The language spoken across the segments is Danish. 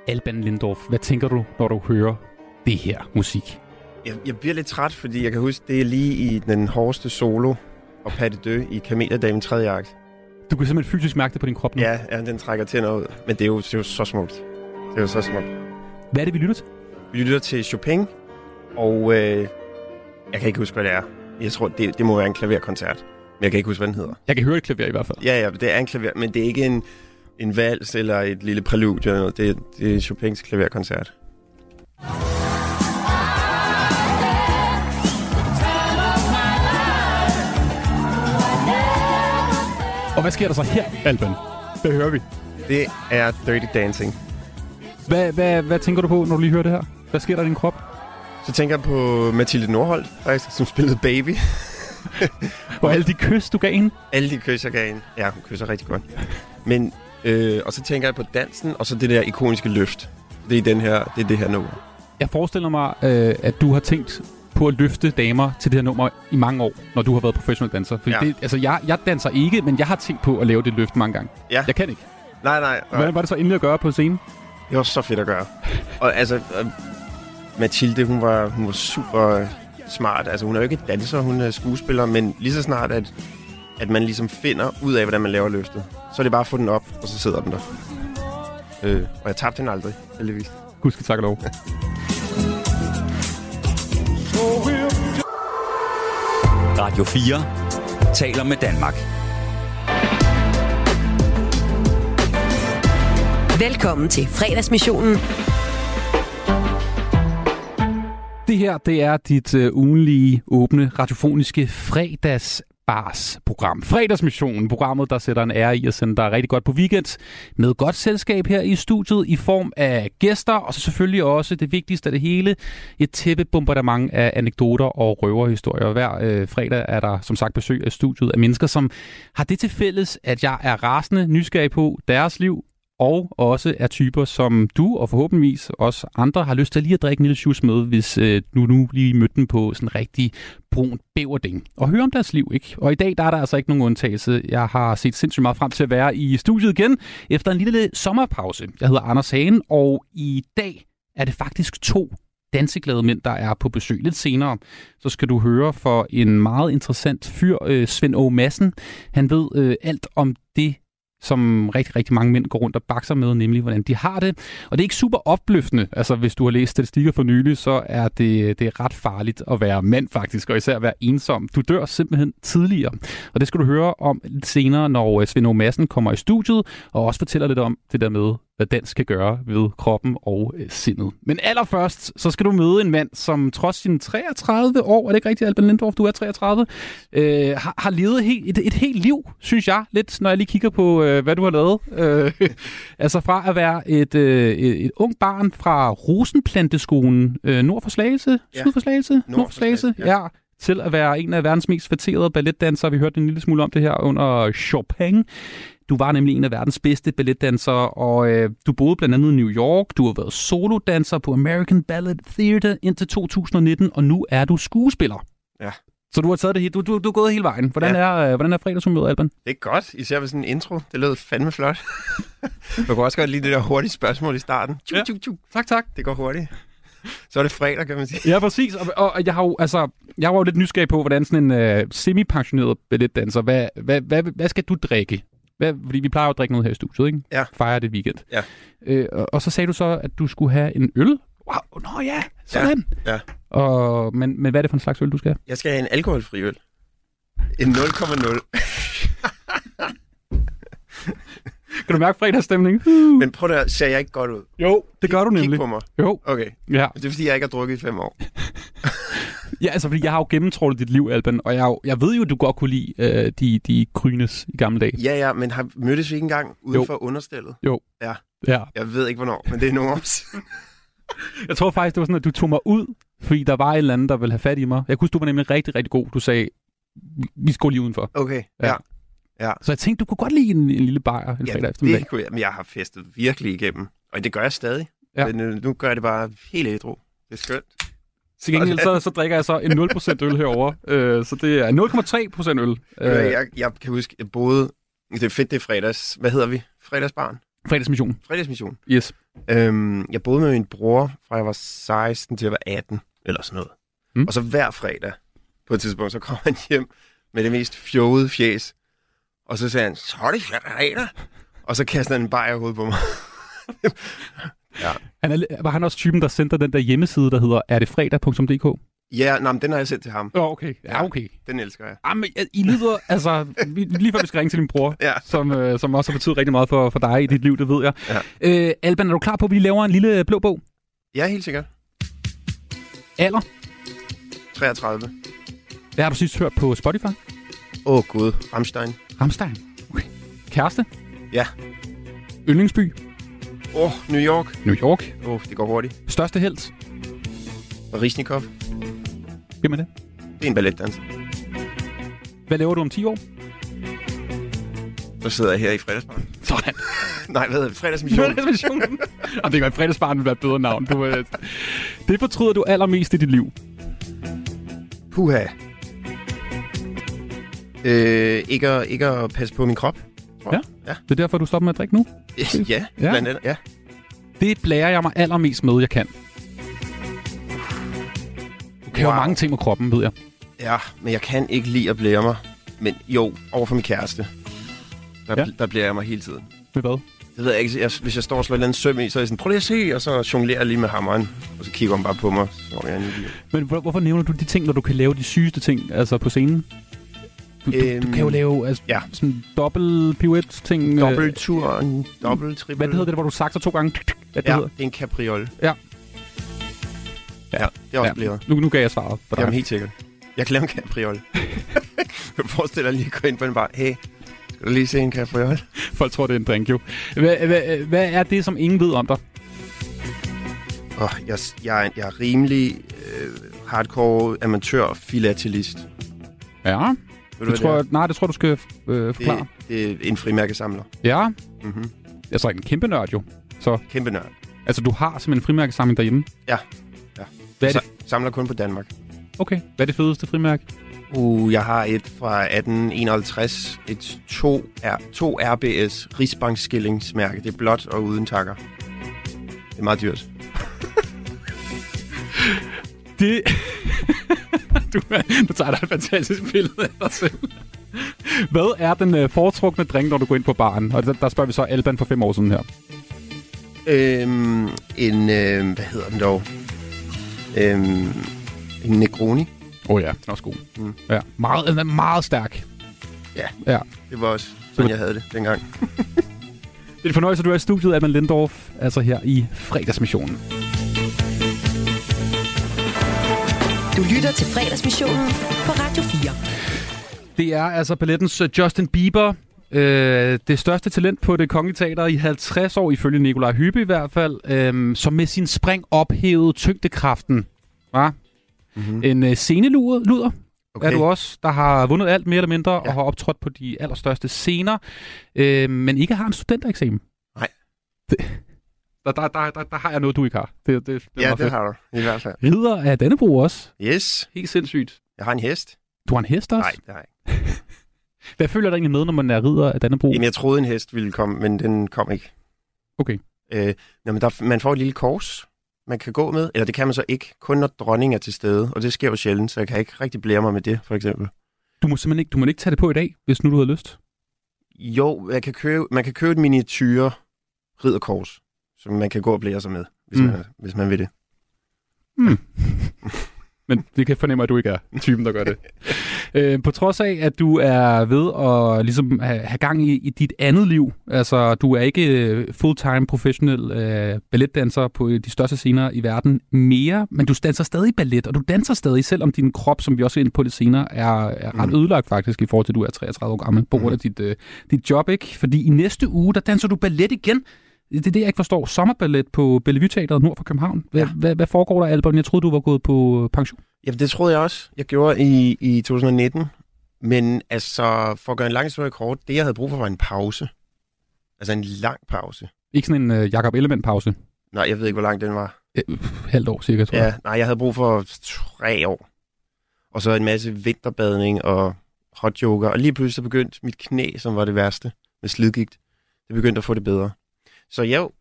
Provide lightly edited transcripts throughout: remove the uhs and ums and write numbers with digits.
Alban Lindorff, hvad tænker du, når du hører det her musik? Jeg bliver lidt træt, fordi jeg kan huske, det er lige i den hårdeste solo og Patti Dø i Kameldamen 3. akt. Du kan simpelthen fysisk mærke det på din krop nu? Ja, den trækker tænder ud. Men det er jo så smukt. Det er jo så smukt. Hvad er det, vi lytter til? Vi lytter til Chopin, og jeg kan ikke huske, hvad det er. Jeg tror, det må være en klaverkoncert. Men jeg kan ikke huske, hvad den hedder. Jeg kan høre et klaver i hvert fald. Ja, det er en klaver, men det er ikke en vals eller et lille prælude eller noget. Det er Chopins klaverkoncert. Og hvad sker der så her, Alban? Hvad hører vi? Det er Dirty Dancing. Hvad tænker du på, når du lige hører det her? Hvad sker der i din krop? Så tænker jeg på Mathilde Nordholt, faktisk, som spillede Baby. Og alle de kys, du gav hende? Alle de kys, jeg gav hende. Ja, hun kysser rigtig godt. Men, og så tænker jeg på dansen, og så det der ikoniske løft. Det er det her nummer. Jeg forestiller mig, at du har tænkt på at løfte damer til det her nummer i mange år, når du har været professionel danser. Fordi jeg danser ikke, men jeg har tænkt på at lave det løft mange gange. Ja. Jeg kan ikke. Nej. Hvad var det så endelig at gøre på scenen? Det var så fedt at gøre. Og altså, Mathilde, hun var super smart. Altså, hun er jo ikke danser, hun er skuespiller, men lige så snart, at man ligesom finder ud af, hvordan man laver løftet, så er det bare at få den op, og så sidder den der. Og jeg tabte den aldrig, heldigvis. Gud skal takke lov. Radio 4 taler med Danmark. Velkommen til Fredagsmissionen. Det her, det er dit ugenlige, åbne, radiofoniske fredagsbars-program. Fredagsmissionen, programmet, der sætter en ære i at sende dig rigtig godt på weekend med godt selskab her i studiet i form af gæster, og så selvfølgelig også det vigtigste af det hele, et tæppebombardement af anekdoter og røverhistorier. Hver fredag er der som sagt besøg af studiet af mennesker, som har det til fælles, at jeg er rasende nysgerrig på deres liv, og også er typer, som du og forhåbentligvis også andre har lyst til lige at drikke en lille shoes med, hvis nu lige mødte dem på sådan en rigtig brun bæverding. Og høre om deres liv, ikke? Og i dag der er der altså ikke nogen undtagelse. Jeg har set sindssygt meget frem til at være i studiet igen efter en lille sommerpause. Jeg hedder Anders Hagen, og i dag er det faktisk 2 danseglade mænd, der er på besøg. Lidt senere, så skal du høre for en meget interessant fyr, Svend Åge Madsen. Han ved alt om det, som rigtig, rigtig mange mænd går rundt og bakser med, nemlig hvordan de har det. Og det er ikke super opløftende. Altså, hvis du har læst statistikker for nylig, så er det er ret farligt at være mand faktisk, og især at være ensom. Du dør simpelthen tidligere. Og det skal du høre om lidt senere, når Svend Åge Madsen kommer i studiet, og også fortæller lidt om det der med, hvad dans kan gøre ved kroppen og sindet. Men allerførst, så skal du møde en mand, som trods sine 33 år, er det ikke rigtigt, Alban Lindorff, du er 33, har levet et helt liv, synes jeg, lidt, når jeg lige kigger på, hvad du har lavet. Altså fra at være et ung barn fra Rosenplanteskolen nord for Slagelse, syd for Slagelse, nord for Slagelse, ja, til at være en af verdens mest fætterede balletdansere. Vi hørte en lille smule om det her under Chopin. Du var nemlig en af verdens bedste balletdansere, og du boede blandt andet i New York. Du har været solodanser på American Ballet Theatre indtil 2019, og nu er du skuespiller. Ja. Så du har taget det helt. Du er gået hele vejen. Hvordan er fredagshumøret, Alban? Det er godt, især ved sådan en intro. Det lød fandme flot. Du kan også godt lide det der hurtige spørgsmål i starten. Tak. Det går hurtigt. Så er det fredag, kan man sige. Ja, præcis. Og jeg var jo lidt nysgerrig på, hvordan sådan en semi-pensioneret balletdanser, hvad skal du drikke? Fordi vi plejer jo at drikke noget her i studiet, ikke? Ja. Fejre det weekend. Ja. Og så sagde du så, at du skulle have en øl. Wow, nå ja, sådan. Ja. Men hvad er det for en slags øl, du skal have? Jeg skal have en alkoholfri øl. En 0,0. Kan du mærke fredagsstemning? Men prøv at ser jeg ikke godt ud? Jo, det gør du nemlig. Kig på mig. Jo. Okay. Ja. Det er fordi, jeg ikke har drukket i 5 år. Ja, altså fordi jeg har jo gennemtrålet dit liv, Alban, og jeg ved jo, at du godt kunne lide de Krynes i gamle dage. Ja, men har mødtes vi ikke engang uden for understillet? Jo. Ja. Ja. Jeg ved ikke, hvornår, men det er nogle år siden. Jeg tror faktisk, det var sådan, at du tog mig ud, fordi der var en eller anden, der ville have fat i mig. Jeg kunne huske, du var nemlig rigtig, rigtig god. Du sagde, vi skal gå lige udenfor. Okay, ja. Så jeg tænkte, du kunne godt lide en lille bajer en fredag eftermiddag. Det kunne jeg, men jeg har festet virkelig igennem. Og det gør jeg stadig. Ja. Men nu gør jeg det bare helt ædru. Det er skønt. Til gengæld så drikker jeg så en 0% øl herovre. Så det er 0,3% øl. Jeg kan huske, jeg boede... Det er fedt, det er fredags... Hvad hedder vi? Fredagsbarn? Fredagsmission. Fredagsmission. Yes. Jeg boede med min bror, fra jeg var 16 til jeg var 18, eller sådan noget. Og så hver fredag, på et tidspunkt, så kom han hjem med det mest fjovede fjes. Og så sagde han, så er det fredag. Og så kastede han en bajer i hovedet på mig. Ja. Var han også typen, der sendte den der hjemmeside, der hedder erdetfredag.dk? Ja, men den har jeg sendt til ham. Okay. Ja, okay. Den elsker jeg. Jamen, I lyder, altså, lige før vi skal ringe til din bror, som også har betydet rigtig meget for dig i dit liv, det ved jeg. Ja. Alban, er du klar på, at vi laver en lille blå bog? Ja, helt sikkert. Alder? 33. Hvad har du sidst hørt på Spotify? Gud. Rammstein. Rammstein? Okay. Kæreste? Ja. Yndlingsby? New York. New York? Det går hurtigt. Største helt? Baryshnikov. Hvem er det? Det er en balletdanser. Hvad laver du om 10 år? Så sidder jeg her i fredagsbaren. Sådan. Nej, hvad hedder det? Fredagsmissionen. Fredagsmissionen. Det kan være, fredagsbaren vil være et bedre navn. Det fortryder du allermest i dit liv? Puha. Ikke at passe på min krop. Ja. Det er derfor, du stopper med at drikke nu? Ja, blandt andet, ja. Det blærer jeg mig allermest med, jeg kan. Du kan jo mange ting med kroppen, ved jeg. Ja, men jeg kan ikke lide at blære mig. Men jo, overfor min kæreste. Der blærer jeg mig hele tiden. Med hvad? Det ved jeg ikke. Hvis jeg står og slår et eller andet søm i, så er jeg sådan, prøv lige at se, og så jonglerer jeg lige med hammeren. Og så kigger hun bare på mig, så er jeg en idiot. Men hvorfor nævner du de ting, når du kan lave de sygeste ting, altså på scenen? Du kan jo lave sådan dobbelt pirouette-ting. Dobbelttur, dobbelt trippel. Hvad hedder det, hvor du sakser 2 gange? Det er en capriole. Ja, det er også blæret. Nu gav jeg svaret på dig. Jamen helt sikkert. Jeg kan lave en capriole. Du forestiller dig lige at gå ind på en bar. Hey, skal du lige se en capriole? Folk tror, det er en drink, jo. Hvad er det, som ingen ved om dig? Jeg er rimelig hardcore amatør filatelist. Ja. Det tror du skal forklare. Det er en frimærkesamler. Ja. Mm-hmm. Altså en kæmpe nørd jo. Så. Kæmpe nørd. Altså du har simpelthen en frimærkesamling derhjemme? Ja. Hvad er det? Samler kun på Danmark. Okay. Hvad er det fedeste frimærke? Jeg har et fra 1851. Et 2 RBS Rigsbankskillingsmærke. Det er blåt og uden takker. Det er meget dyrt. Det... Du tager dig et fantastisk billede af dig selv. Hvad er den foretrukne drink, når du går ind på baren? Og der spørger vi så Alban for 5 år siden her. Hvad hedder den dog? En Negroni. Ja, den er også god. Ja, den er meget stærk. Ja. Det var også sådan, jeg havde det dengang. Det er en fornøjelse, at du er i studiet, Alban Lindorff, altså her i Fredagsmissionen. Du lytter til Fredagsmissionen på Radio 4. Det er altså ballettens Justin Bieber. Det største talent på Det Kongelige Teater i 50 år, ifølge Nikolaj Hyppe i hvert fald, som med sin spring ophævede tyngdekraften. Ja? Mm-hmm. En sceneluder er du også, der har vundet alt mere eller mindre og har optrådt på de allerstørste scener, men ikke har en studentereksamen. Nej. Der har jeg noget, du ikke har. Det har du. I hvert fald. Ridder af Dannebrog også. Yes. Helt sindssygt. Jeg har en hest. Du har en hest også? Nej, det har jeg ikke. Hvad følger der egentlig med, når man er ridder af Dannebrog? Jamen, jeg troede, en hest ville komme, men den kom ikke. Okay. Man får et lille kors, man kan gå med. Eller det kan man så ikke, kun når dronningen er til stede. Og det sker jo sjældent, så jeg kan ikke rigtig blære mig med det, for eksempel. Du må simpelthen ikke tage det på i dag, hvis nu du har lyst? Jo, man kan købe et miniature ridderkors, som man kan gå og blære sig med, hvis man vil det. Men det kan fornemme, at du ikke er typen, der gør det. På trods af, at du er ved at ligesom have gang i dit andet liv, altså du er ikke full-time professionel balletdanser på de største scener i verden mere, men du danser stadig ballet, og du danser stadig, selvom din krop, som vi også er inde på lidt senere, er ret ødelagt faktisk i forhold til, at du er 33 år gammel, på grund af dit job, ikke? Fordi i næste uge, der danser du ballet igen. Det er det, jeg ikke forstår. Sommerballet på Bellevue Teatret nord for København. Hvad foregår der, Alban? Jeg troede, du var gået på pension. Jamen, det troede jeg også. Jeg gjorde i 2019. Men altså, for at gøre en lang historie kort, det jeg havde brug for var en pause. Altså en lang pause. Ikke sådan en Jakob Ellemann-pause? Nej, jeg ved ikke, hvor lang den var. Halvt år cirka, tror jeg. Ja, nej, jeg havde brug for 3 år. Og så en masse vinterbadning og hot yoga. Og lige pludselig begyndte mit knæ, som var det værste, med slidgigt, det begyndte at få det bedre. Så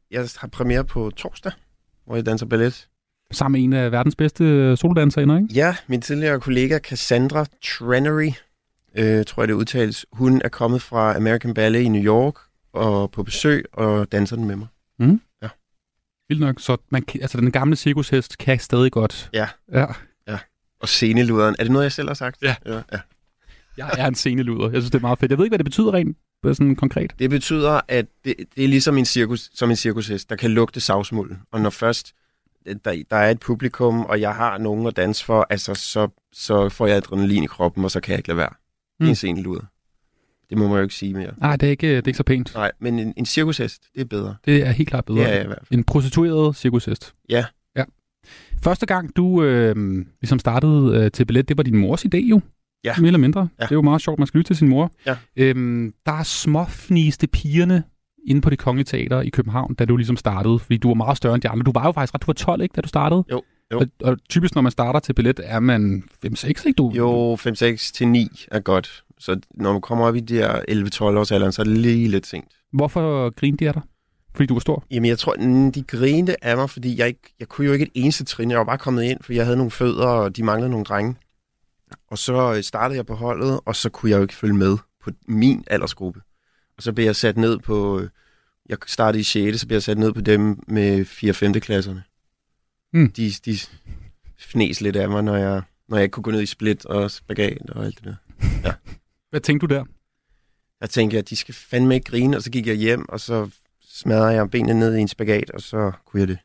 Jeg har premiere på torsdag, hvor jeg danser ballet. Sammen med en af verdens bedste solodansere, ikke? Ja, min tidligere kollega Cassandra Trenery, tror jeg det udtales. Hun er kommet fra American Ballet i New York og på besøg og danser den med mig. Mm. Ja. Vildt nok. Så den gamle cirkushest kan stadig godt. Ja. Ja. Og sceneluderen. Er det noget, jeg selv har sagt? Ja. Ja. Jeg er en sceneluder. Jeg synes, det er meget fedt. Jeg ved ikke, hvad det betyder rent sådan konkret. Det betyder, at det er ligesom en cirkushest, der kan lugte savsmuld. Og når først der er et publikum, og jeg har nogen at danse for, altså, så får jeg adrenalin i kroppen, og så kan jeg ikke lade være. Det er en sceneluder. Det må man jo ikke sige mere. Nej, det er ikke så pænt. Nej, men en cirkushest, det er bedre. Det er helt klart bedre. Ja, i hvert fald. En prostitueret cirkushest. Ja. Første gang, du ligesom startede til ballet, det var din mors idé jo. Ja. Mere eller mindre. Ja. Det er jo meget sjovt, man skal lytte til sin mor. Ja. Der er småfniste pigerne inde på Det Kongelige Teater i København, da du ligesom startede, fordi du var meget større end de andre. Du var jo faktisk du var 12, ikke, da du startede? Jo. Og typisk, når man starter til ballet, er man 5-6, ikke du? Jo, 5-6 til 9 er godt. Så når man kommer op i de her 11-12 års alderen, så er det lige lidt sent. Hvorfor grinte de af dig? Fordi du var stor? Jamen, jeg tror, de grinte af mig, fordi jeg kunne jo ikke et eneste trin. Jeg var bare kommet ind, for jeg havde nogle fødder, og de manglede nogle drenge. Og så startede jeg på holdet, og så kunne jeg jo ikke følge med på min aldersgruppe. Og så blev jeg sat ned på... Jeg startede i 6., så blev jeg sat ned på dem med 4-5. klasserne. De fnæs lidt af mig, når jeg ikke kunne gå ned i split og spagat og alt det der. Ja. Hvad tænkte du der? Jeg tænkte, at de skal fandme ikke grine, og så gik jeg hjem, og så smadrede jeg benene ned i en spagat, og så kunne jeg det.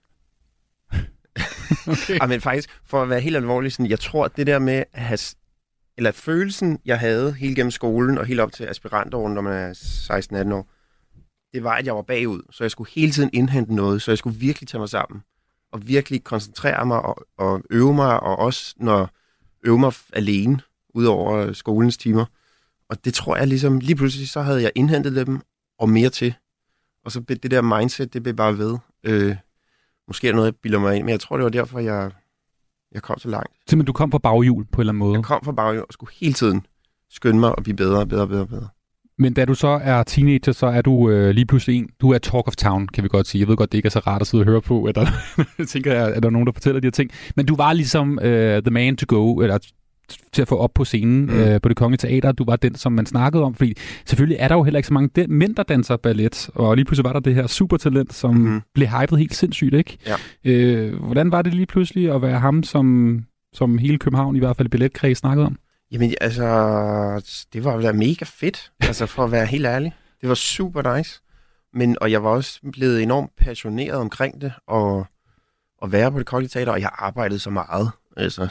Okay. Men faktisk, for at være helt alvorlig, sådan, jeg tror, at det der med at have... Eller følelsen, jeg havde hele gennem skolen, og helt op til aspirantåren, når man er 16-18 år, det var, at jeg var bagud. Så jeg skulle hele tiden indhente noget, så jeg skulle virkelig tage mig sammen. Og virkelig koncentrere mig og øve mig, og også øve mig alene, ud over skolens timer. Og det tror jeg ligesom, lige pludselig så havde jeg indhentet dem, og mere til. Og så det der mindset, det blev bare ved. Måske er det noget, jeg bilder mig ind, men jeg tror, det var derfor, jeg kom så langt. Simpelthen, du kom fra baghjul på en eller anden måde? Jeg kom fra baghjul og skulle hele tiden skynde mig og blive bedre. Men da du så er teenager, så er du lige pludselig du er talk of town, kan vi godt sige. Jeg ved godt, det ikke er så rart at sidde og høre på, at jeg tænker, er der nogen, der fortæller de her ting. Men du var ligesom the man to go, eller til at få op på scenen på Det Kongelige Teater. Du var den, som man snakkede om, fordi selvfølgelig er der jo heller ikke så mange mænd, der danser ballet, og lige pludselig var der det her supertalent, som blev hypet helt sindssygt, ikke? Ja. Hvordan var det lige pludselig at være ham, som hele København, i hvert fald i balletkreds, snakkede om? Jamen, altså, det var da mega fedt, altså for at være helt ærlig. Det var super nice. Og jeg var også blevet enormt passioneret omkring det, og at være på Det Kongelige Teater, og jeg arbejdede så meget, altså,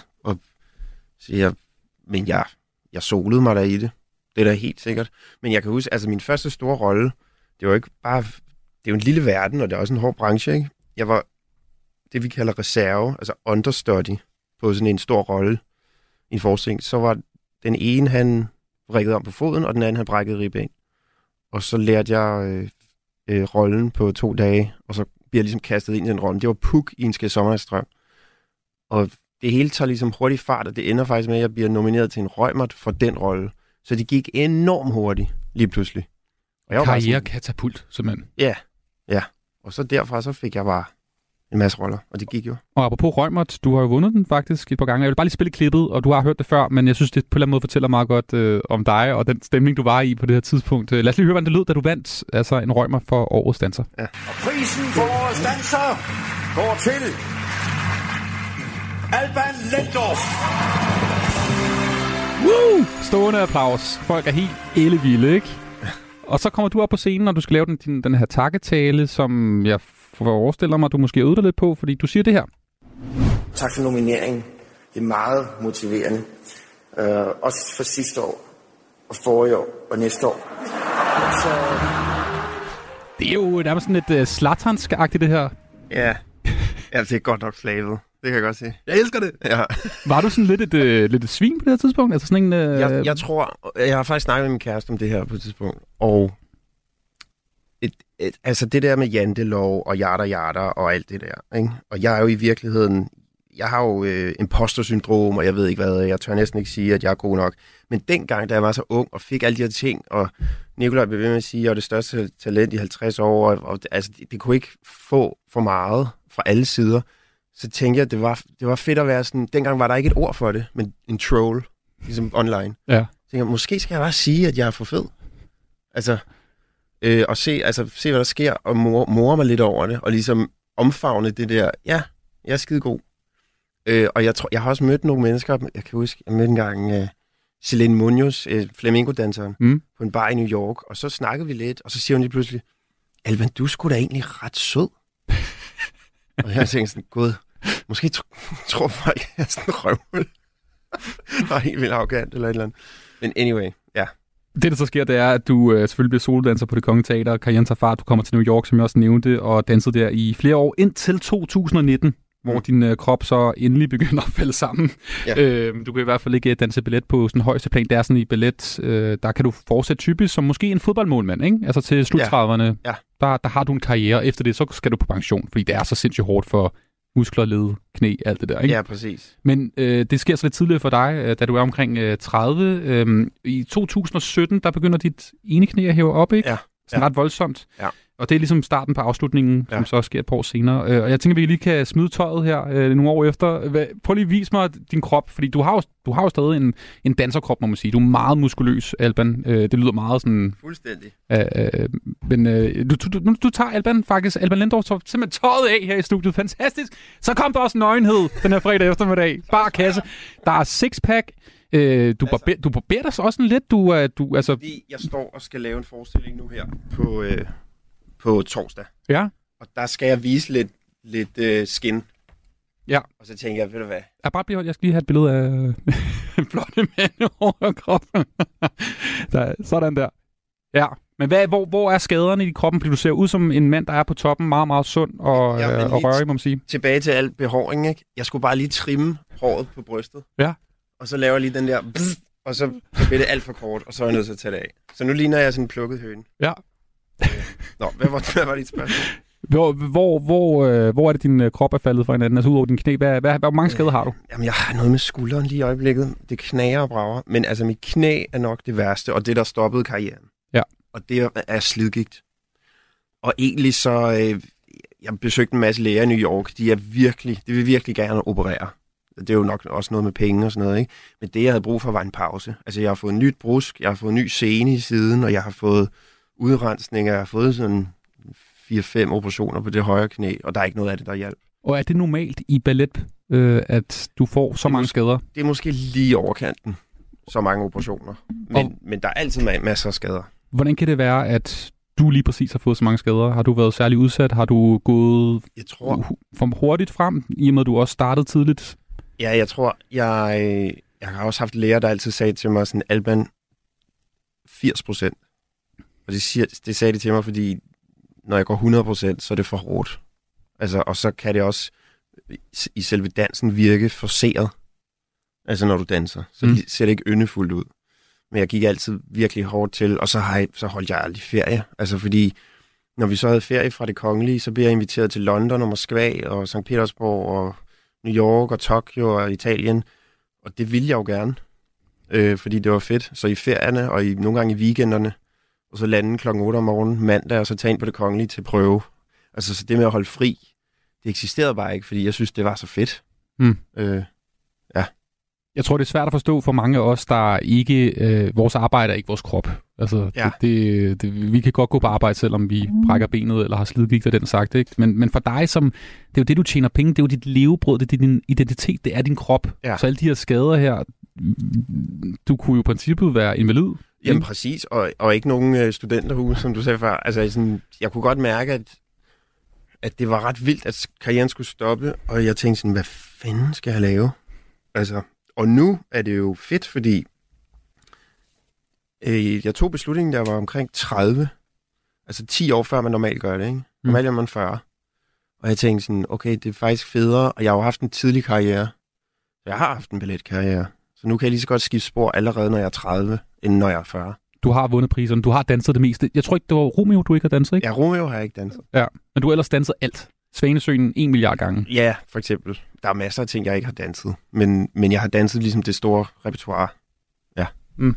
men jeg solede mig der i det. Det er da helt sikkert. Men jeg kan huske, altså min første store rolle, det var ikke bare... Det er jo en lille verden, og det er også en hård branche, ikke? Jeg var det, vi kalder reserve, altså understudy, på sådan en stor rolle i en forestilling. Så var den ene, han brækkede om på foden, og den anden, han brækkede ribben. Og så lærte jeg rollen på 2 dage, og så bliver jeg ligesom kastet ind i den rolle. Det var Puk i En Skæg Sommernatsdrøm. Og det hele tager ligesom hurtigt fart, og det ender faktisk med, at jeg bliver nomineret til en Reumert for den rolle. Så det gik enormt hurtigt, lige pludselig. Karrierekatapult, simpelthen. Ja. Og så derfra, så fik jeg bare en masse roller, og det gik jo. Og apropos Reumert, du har jo vundet den faktisk et par gange. Jeg vil bare lige spille klippet, og du har hørt det før, men jeg synes, det på en eller anden måde fortæller meget godt om dig, og den stemning, du var i på det her tidspunkt. Lad os lige høre, hvordan det lød, da du vandt altså en Reumert for Årets Danser. Ja. Og prisen for Årets Danser går til Alban Lendorf. Woo! Stående applaus. Folk er helt ellevilde, ikke? Og så kommer du op på scenen, og du skal lave den her takketale, som jeg forestiller mig, du måske øvede dig lidt på, fordi du siger det her. Tak for nomineringen. Det er meget motiverende. Også for sidste år, og forrige år, og næste år. Så... Det er jo nærmest sådan lidt Zlatansk-agtigt, det her. Ja, det er godt nok slavet. Det kan jeg godt se. Jeg elsker det. Ja. Var du sådan lidt et svin på det her tidspunkt? Altså sådan en, jeg tror, jeg har faktisk snakket med min kæreste om det her på et tidspunkt, og altså det der med jantelov og yada og alt det der, ikke? Og jeg er jo i virkeligheden, jeg har jo imposter-syndrom, og jeg ved ikke hvad, jeg tør næsten ikke sige, at jeg er god nok. Men dengang, da jeg var så ung og fik alle de her ting, og Nikolaj blev ved med at sige, at jeg var det største talent i 50 år, og altså, det kunne ikke få for meget fra alle sider, så tænkte jeg, at det var fedt at være sådan, dengang var der ikke et ord for det, men en troll, ligesom online. Ja. Så tænkte jeg, måske skal jeg bare sige, at jeg er for fed. Altså, og se, hvad der sker, og more mig lidt over det, og ligesom omfavne det der, ja, jeg er skide god. Og jeg har også mødt nogle mennesker, jeg kan huske, jeg mødte engang Selene Munoz, flamenco-danseren, på en bar i New York, og så snakkede vi lidt, og så siger hun lige pludselig, Alban, du er sgu da egentlig ret sød. Og jeg tænkte sådan, gud, måske tror folk, jeg er sådan en røvhul. Bare helt vildt arrogant eller et eller andet. Men anyway, ja. Det, der så sker, det er, at du selvfølgelig bliver solodanser på Det Kongelige Teater, karrieren tager fart, du kommer til New York, som jeg også nævnte, og dansede der i flere år, indtil 2019, hvor din krop så endelig begynder at falde sammen. Ja. Du kan i hvert fald ikke danse ballet på sådan højeste plan. Det er sådan i ballet, der kan du fortsætte typisk som måske en fodboldmålmand, ikke? Altså til slut-30'erne, der har du en karriere, efter det så skal du på pension, fordi det er så sindssygt hårdt for muskler, led, knæ, alt det der, ikke? Ja, præcis. Men det sker så lidt tidligere for dig, da du er omkring 30. I 2017, der begynder dit ene knæ at hæve op, ikke? Ja. Sådan ret voldsomt. Ja. Og det er ligesom starten på afslutningen, som så sker et par år senere. Og jeg tænker, vi lige kan smide tøjet her nogle år efter. Prøv lige at vise mig din krop, fordi du har jo stadig en danserkrop, må man sige. Du er meget muskuløs, Alban. Det lyder meget sådan... Fuldstændig. Men du tager Alban Lendorf simpelthen tøjet af her i studiet. Fantastisk. Så kom der også nøgenhed den her fredag eftermiddag. Bare kasse. Der er sixpack. Du barberer dig også lidt. Du altså... Fordi jeg står og skal lave en forestilling nu her på torsdag. Ja. Og der skal jeg vise lidt skin. Ja. Og så tænker jeg, ved du hvad? Jeg skal lige have et billede af en flotte mand over kroppen. Sådan der. Ja. Men hvor er skaderne i kroppen? Fordi du ser ud som en mand, der er på toppen, meget, meget sund og rørig, må man sige. Tilbage til alt behåring, ikke? Jeg skulle bare lige trimme håret på brystet. Ja. Og så laver jeg lige den der... og så bliver det alt for kort, og så er jeg nødt til at tage det af. Så nu ligner jeg sådan en plukket høne. Ja. Nå, hvad var dit spørgsmål? Hvor er det, din krop er faldet fra hinanden? Altså ud over din knæ. Hvor mange skader har du? Jamen, jeg har noget med skulderen lige i øjeblikket. Det knager og brager. Men altså, mit knæ er nok det værste, og det, der stoppede karrieren. Ja. Og det er slidgigt. Og egentlig så... jeg besøgte en masse læger i New York. De vil virkelig gerne operere. Det er jo nok også noget med penge og sådan noget, ikke? Men det, jeg havde brug for, var en pause. Altså, jeg har fået en nyt brusk, jeg har fået en ny sene i siden, og jeg har fået udrensninger, jeg har fået sådan 4-5 operationer på det højre knæ, og der er ikke noget af det, der hjælper. Og er det normalt i ballet, at du får så mange skader? Det er måske lige overkanten, så mange operationer. Men der er altid masser af skader. Hvordan kan det være, at du lige præcis har fået så mange skader? Har du været særlig udsat? Har du gået for hurtigt frem, i og med at du også startede tidligt? Ja, jeg tror, jeg har også haft læger, der altid sagde til mig sådan, Alban, 80%. Og det sagde de til mig, fordi når jeg går 100%, så er det for hårdt. Altså, og så kan det også i selve dansen virke forceret. Altså, når du danser. Så ser det ikke yndefuldt ud. Men jeg gik altid virkelig hårdt til, og så holdt jeg aldrig ferie. Altså, fordi når vi så havde ferie fra Det Kongelige, så blev jeg inviteret til London og Moskva og St. Petersborg og New York og Tokyo og Italien. Og det ville jeg jo gerne, fordi det var fedt. Så i ferierne og nogle gange i weekenderne, og så lande klokken 8 om morgenen mandag, og så tage ind på Det Kongelige til prøve. Altså, så det med at holde fri, det eksisterede bare ikke, fordi jeg synes, det var så fedt. Ja. Jeg tror, det er svært at forstå for mange af os, der ikke... vores arbejde er ikke vores krop. Altså, ja. Vi kan godt gå på arbejde, selvom vi brækker benet eller har slidgigt af den sagt, ikke? Men for dig, det er jo det, du tjener penge, det er jo dit levebrød, det er din identitet, det er din krop. Ja. Så alle de her skader her, du kunne jo i princippet være invalid. Jamen præcis, og ikke nogen studenterhus, som du sagde før. Altså, sådan, jeg kunne godt mærke, at det var ret vildt, at karrieren skulle stoppe, og jeg tænkte sådan, hvad fanden skal jeg lave? Altså, og nu er det jo fedt, fordi jeg tog beslutningen, der var omkring 30. Altså 10 år før man normalt gør det, ikke? Normalt er man 40. Og jeg tænkte sådan, okay, det er faktisk federe, og jeg har jo haft en tidlig karriere. Jeg har haft en balletkarriere. Så nu kan jeg lige så godt skifte spor allerede, når jeg er 30, end når jeg er 40. Du har vundet priserne, du har danset det meste. Jeg tror ikke, det var Romeo, du ikke har danset, ikke? Ja, Romeo har jeg ikke danset. Ja, men du har ellers danset alt. Svanesøen 1 milliard gange. Ja, for eksempel. Der er masser af ting, jeg ikke har danset. Men jeg har danset ligesom det store repertoire. Ja. Mm.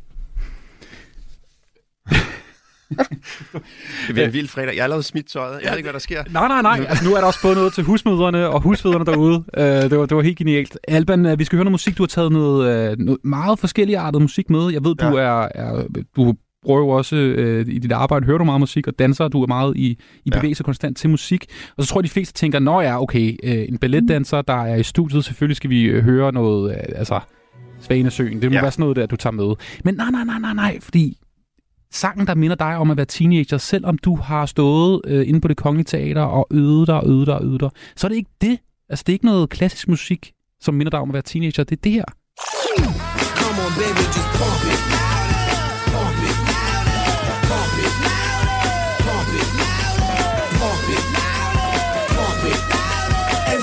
Det bliver en vild fredag. Jeg har lavet smidt tøjet. Jeg ved ikke, hvad der sker. Nej. Altså, nu er der også både noget til husmødrene og husfædrene derude. Det var helt genialt. Alban, vi skal høre noget musik. Du har taget noget meget forskelligartet musik med. Jeg ved, du bruger jo også i dit arbejde, hører du meget musik og danser. Du er meget i bevægelse konstant til musik. Og så tror jeg, de fleste tænker, nå ja, okay, en balletdanser, der er i studiet. Selvfølgelig skal vi høre noget, Svanesøen. Det må være sådan noget der, du tager med. Men nej, fordi sangen, der minder dig om at være teenager, selvom du har stået inde på Det Kongelige Teater og øvet dig, så er det ikke det. Altså, det er ikke noget klassisk musik, som minder dig om at være teenager. Det er det her. Come on, baby, just pump it. Pump it. Pump it. Pump it. Pump it. Pump it. And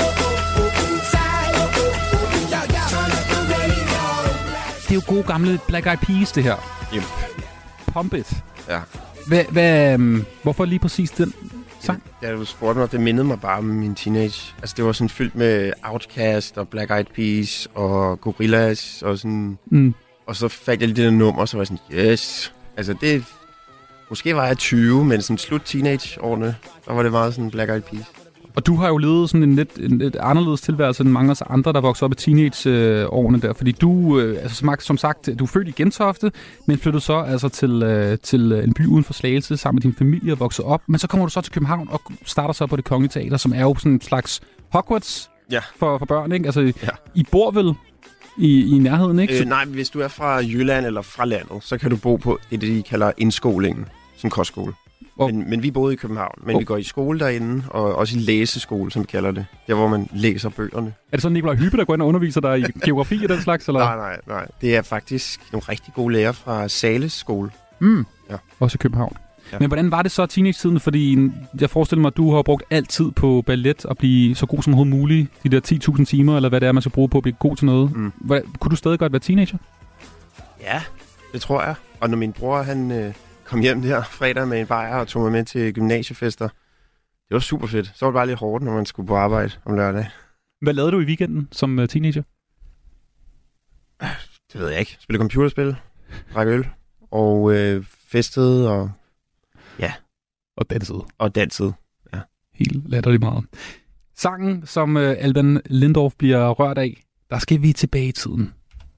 det er jo gode gamle Black Eyed Peas, det her. Yep. Pump It. Ja. Hvorfor lige præcis den sang? Ja, du spurgte mig, det mindede mig bare om min teenage. Altså, det var sådan fyldt med Outkast og Black Eyed Peas og Gorillaz og sådan. Mm. Og så fandt jeg lige det der nummer, og så var jeg sådan, yes. Altså, det... Måske var jeg 20, men sådan slut teenage-årene, der var det meget sådan Black Eyed Peas. Og du har jo levet sådan en lidt anderledes tilværelse end mange af andre, der voksede op i teenage-årene der. Fordi du, som sagt, du er født i Gentofte, men flyttede så altså til en by uden for Slagelse sammen med din familie og voksede op. Men så kommer du så til København og starter så på Det Kongelige Teater, som er jo sådan en slags Hogwarts for børn, ikke? Altså, I bor vel i nærheden, ikke? Nej, hvis du er fra Jylland eller fra landet, så kan du bo på det, de kalder indskolingen, som kostskole. Men vi boede i København, men vi går i skole derinde, og også i læseskole, som vi kalder det. Der, hvor man læser bøgerne. Er det sådan Nikolaj Hyppe, der går ind og underviser dig i geografi og den slags? Eller? Nej. Det er faktisk nogle rigtig gode lærere fra Zahles skole. Mm. Ja. Også i København. Ja. Men hvordan var det så teenage-tiden? Fordi jeg forestiller mig, at du har brugt alt tid på ballet og blive så god som overhovedet muligt. De der 10.000 timer, eller hvad det er, man skal bruge på at blive god til noget. Mm. Kunne du stadig godt være teenager? Ja, det tror jeg. Og når min bror, han... kom hjem der fredag med en bajer og tog mig med til gymnasiefester. Det var super fedt. Så var det bare lidt hårdt, når man skulle på arbejde om lørdag. Hvad lavede du i weekenden som teenager? Det ved jeg ikke. Spille computerspil, drikke øl og festede og ja. Og dansede. Ja. Helt latterligt meget. Sangen, som Alban Lindorff bliver rørt af, der skal vi tilbage i tiden.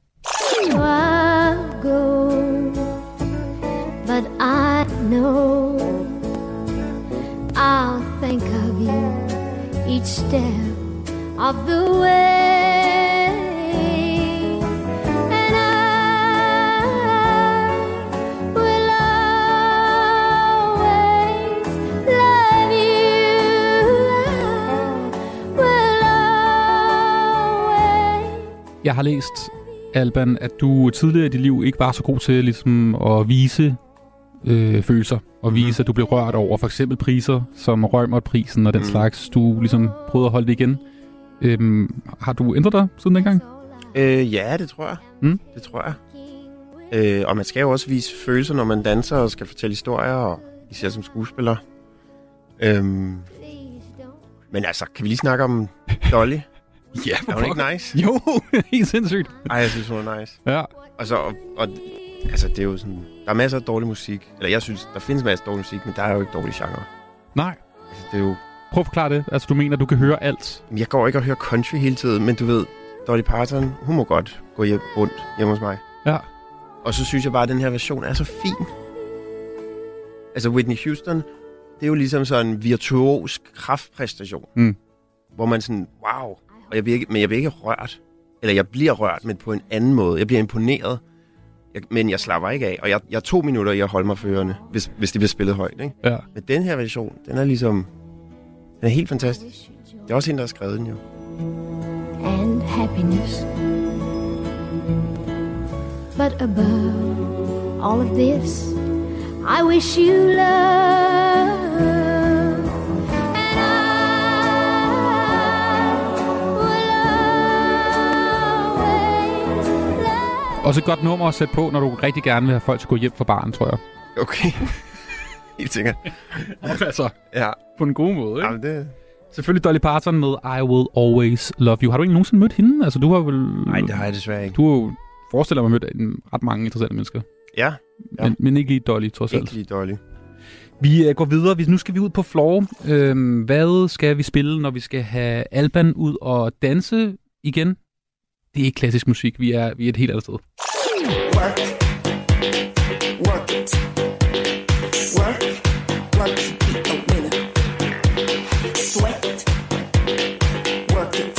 But I know I'll think of you each step of the way, and I will always love you. I will always. Jeg har læst, Alban, at du tidligere i dit liv ikke var så god til ligesom at vise følelser, og vise, at du blev rørt over for eksempel priser, som Rømerprisen og den slags. Du ligesom prøvede at holde det igen. Har du ændret dig siden dengang? Ja, det tror jeg. Det tror jeg. Og man skal jo også vise følelser, når man danser og skal fortælle historier, og især som skuespiller. Men altså, kan vi lige snakke om Dolly? Ja, er hun ikke nice? Jo, helt sindssygt. Ej, jeg synes, hun er nice. Ja. Altså, det er jo sådan... Der er masser af dårlig musik. Eller jeg synes, der findes masser af dårlig musik, men der er jo ikke dårlig genre. Nej. Altså, det er jo... Prøv at forklare det. Altså, du mener, du kan høre alt? Jeg går ikke og hører country hele tiden, men du ved, Dolly Parton, hun må godt gå rundt hjemme hos mig. Ja. Og så synes jeg bare, at den her version er så fin. Altså, Whitney Houston, det er jo ligesom sådan en virtuosk kraftpræstation. Hvor man sådan, wow. Og jeg bliver ikke rørt. Eller jeg bliver rørt, men på en anden måde. Jeg bliver imponeret. Men jeg slapper ikke af. Og jeg er 2 minutter i at holde mig for ørerne, hvis det bliver spillet højt. Ikke? Ja. Men den her version, den er ligesom... Den er helt fantastisk. Det er også hende, der har skrevet den jo. And happiness. But above all of this, I wish you love. Også et godt nummer at sætte på, når du rigtig gerne vil have folk til at gå hjem fra baren, tror jeg. Okay. Helt sikkert. Altså, Ja. på en god måde, ikke? Jamen, det... Selvfølgelig Dolly Parton med I Will Always Love You. Har du ikke nogensinde mødt hende? Altså, du har vel... Nej, det har jeg desværre ikke. Du har jo, forestiller mig, mødt ret mange interessante mennesker. Ja. Men ikke lige Dolly, trods alt. Ikke lige Dolly. Vi går videre. Nu skal vi ud på floor. Hvad skal vi spille, når vi skal have Alban ud og danse igen? Det er ikke klassisk musik. Vi er et helt andet sted. Work. Work it. Work. Work to be a winner. Sweat. Work it.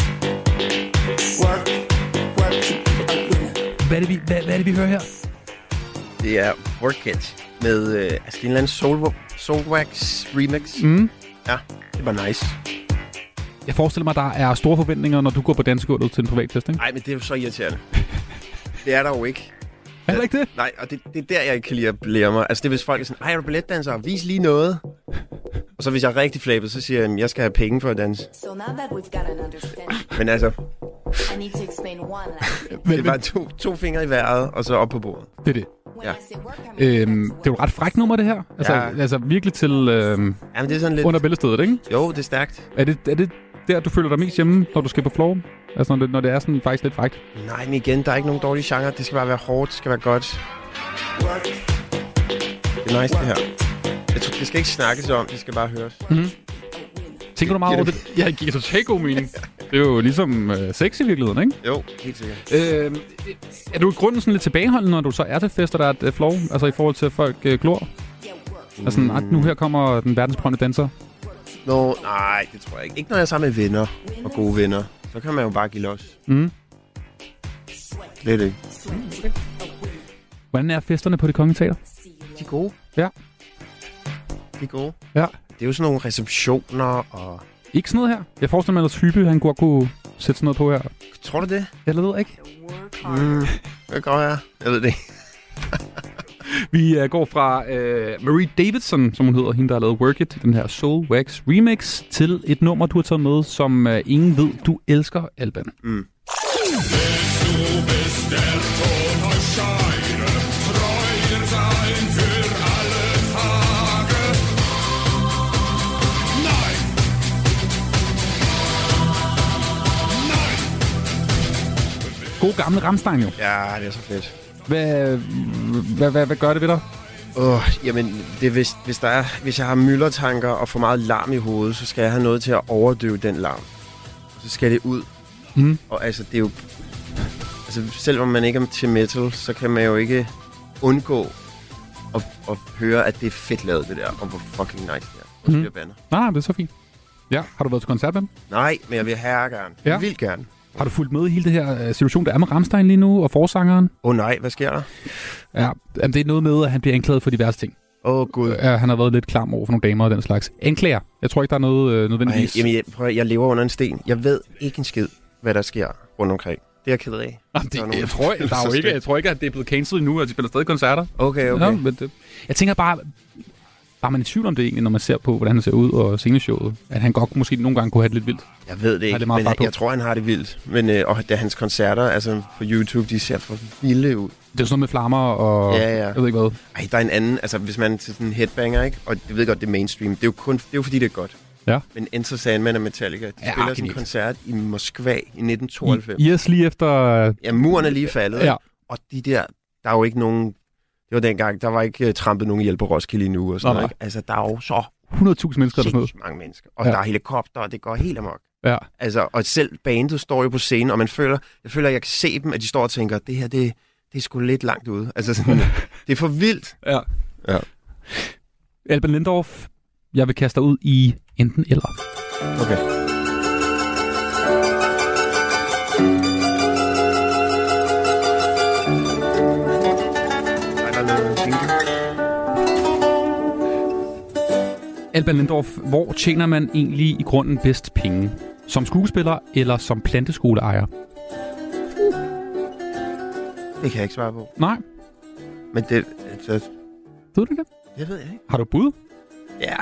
Work. Work to be a winner. Hvad er det, vi hører her? Det er Work It med en eller anden Soulwax remix. Mm. Ja, det var nice. Jeg forestiller mig, der er store forventninger, når du går på dansegulvet til en privat fest, ikke? Nej, men det er jo så irriterende. Det er der jo ikke. Er det ikke det? Nej, og det er der, jeg ikke kan lide at blære mig. Altså, det er, hvis folk er sådan, ej, er du balletdanser? Vis lige noget. Og så hvis jeg er rigtig flabet, så siger jeg, jeg skal have penge for at danse. So now that we've got an understanding, Men altså, I need to explain one last thing. det er bare to fingre i vejret, og så op på bordet. Det er det. When Ja. I say work, I mean Det er jo et ret frækt nummer, det her. Altså, Ja. altså virkelig til Jamen, det er sådan lidt... under bæltestedet, ikke? Jo, det er stærkt. Er det der, du føler dig mest hjemme, når du skal på floor? Altså, når det er sådan faktisk lidt frækt? Nej, men igen, der er ikke nogen dårlige genre. Det skal bare være hårdt, det skal være godt. Work. Det er nice, det her. Jeg tror, det skal ikke snakkes om, det skal bare høres. Mm-hmm. Tænker du meget over det? Ja, det giver totalt god mening. Det er jo ligesom sex i virkeligheden, ikke? Jo, helt sikkert. Er du i grunden sådan lidt tilbageholdende, når du så er til fest, og der er et floor? Altså i forhold til, at folk glor? Altså, nu her kommer den verdensprøvende danser. Nej, det tror jeg ikke. Ikke når jeg er sammen med venner og gode venner. Så kan man jo bare give los. Mm. Lidt ikke. Hvordan er festerne på Det Kongelige Teater? De er gode. Ja. De er gode. Ja. Det er jo sådan nogle receptioner og... Ikke sådan noget her. Jeg forestiller mig, at Hyppe, han godt kunne sætte sådan noget på her. Tror du det? Jeg ved ikke. Det går her. Jeg ved det ikke. Vi går fra Marie Davidson, som hun hedder, hende der har lavet Work It, den her Soul Wax remix, til et nummer, du har taget med, som ingen ved, du elsker, Alban. Mm. God gamle Rammstein jo. Ja, det er så fedt. Hvad gør det ved dig? Jamen, det er, hvis jeg har myldretanker og for meget larm i hovedet, så skal jeg have noget til at overdøve den larm. Så skal det ud. Mm. Og altså, det er jo... Altså, selvom man ikke er til metal, så kan man jo ikke undgå at høre, at det er fedt lavet, det der. Og hvor fucking nice det er. Og så bliver bandet. Nej, det er så fint. Ja, har du været til koncert med dem? Nej, men jeg vil gerne. Ja. Jeg vil gerne. Har du fulgt med i hele det her situation, der er med Rammstein lige nu, og forsangeren? Nej, hvad sker der? Ja, det er noget med, at han bliver anklaget for diverse ting. Gud. Ja, han har været lidt klam over for nogle damer og den slags. Anklager. Jeg tror ikke, der er noget nødvendigvis. Jamen, jeg lever under en sten. Jeg ved ikke en skid, hvad der sker rundt omkring. Det er jeg ked af. Jeg tror ikke, at det er blevet cancelled endnu, og de spiller stadig koncerter. Okay. Ja, men jeg tænker bare man i tvivl om det egentlig, når man ser på, hvordan han ser ud og sceneshowet. At han godt måske nogle gange kunne have det lidt vildt. Jeg ved det ikke, men jeg tror, han har det vildt. Men og da hans koncerter, altså på YouTube, de ser for vilde ud. Det er sådan noget med flammer og... Ja. Jeg ved ikke hvad. Ej, der er en anden... Altså, hvis man er til sådan en headbanger, ikke? Og jeg ved godt, det er mainstream. Det er jo fordi, det er godt. Ja. Men Enter Sandman og Metallica, de spiller sådan en koncert i Moskva i 1992. Yes, lige efter... Ja, muren er lige faldet. Ja. Og der er jo ikke nogen... Det var dengang, der var ikke trampet nogen hjælp på Roskilde endnu og sådan noget, ikke? Altså, der er jo så 100.000 mennesker, der sådan noget. mange mennesker. Og der er helikopter, og det går helt amok. Ja. Altså, og selv bandet står jo på scenen, og jeg føler, at jeg kan se dem, at de står og tænker, det her, det er sgu lidt langt ude. Altså, sådan, det er for vildt. Ja. Alban Lindorff, jeg vil kaste dig ud i enten eller. Okay. Alban Lindorff, hvor tjener man egentlig i grunden bedst penge? Som skuespiller eller som planteskoleejer? Det kan jeg ikke svare på. Nej. Men det... Altså, ved du det? Det ved jeg ikke. Har du bud? Ja.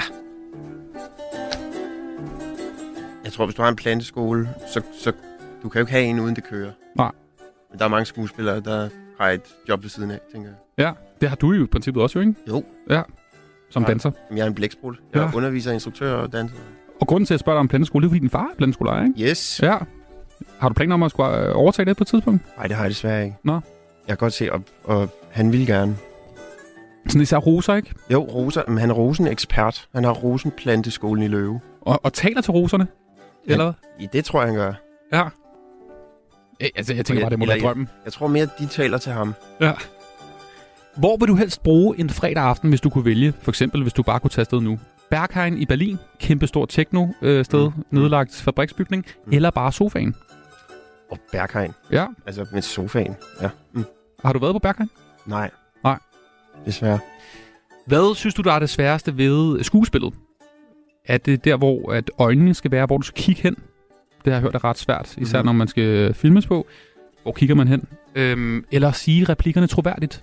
Jeg tror, hvis du har en planteskole, så du kan jo ikke have en, uden det kører. Nej. Men der er mange skuespillere, der har et job ved siden af, tænker jeg. Ja, det har du jo i princippet også, jo, ikke? Jo. Ja. som danser. Jeg er en blæksprut. Jeg underviser, instruktør og danser. Og grunden til at spørge dig om planteskole, det er fordi din far er planteskoleejer, ikke? Yes. Ja. Har du planer om at skulle overtage det på et tidspunkt? Nej, det har jeg desværre ikke. Nå. Jeg kan godt se, og han vil gerne. Sådan især roser, ikke? Jo, roser. Men han er rosen-ekspert. Han har rosenplanteskolen i Løve. Og taler til roserne? Eller? Ja, det tror jeg, han gør. Ja. Altså, jeg tænker bare, det må være drømmen. Jeg tror mere, de taler til ham. Ja. Hvor vil du helst bruge en fredag aften, hvis du kunne vælge? For eksempel, hvis du bare kunne tage afsted nu. Berghain i Berlin, kæmpestor techno-sted, nedlagt fabriksbygning, eller bare sofaen? Og Berghain. Ja. Altså med sofaen, ja. Har du været på Berghain? Nej. Nej. Desværre. Hvad synes du, der er det sværeste ved skuespillet? Er det der, hvor at øjnene skal være, hvor du skal kigge hen? Det har jeg hørt er ret svært, især når man skal filmes på. Hvor kigger man hen? Eller sige replikkerne troværdigt?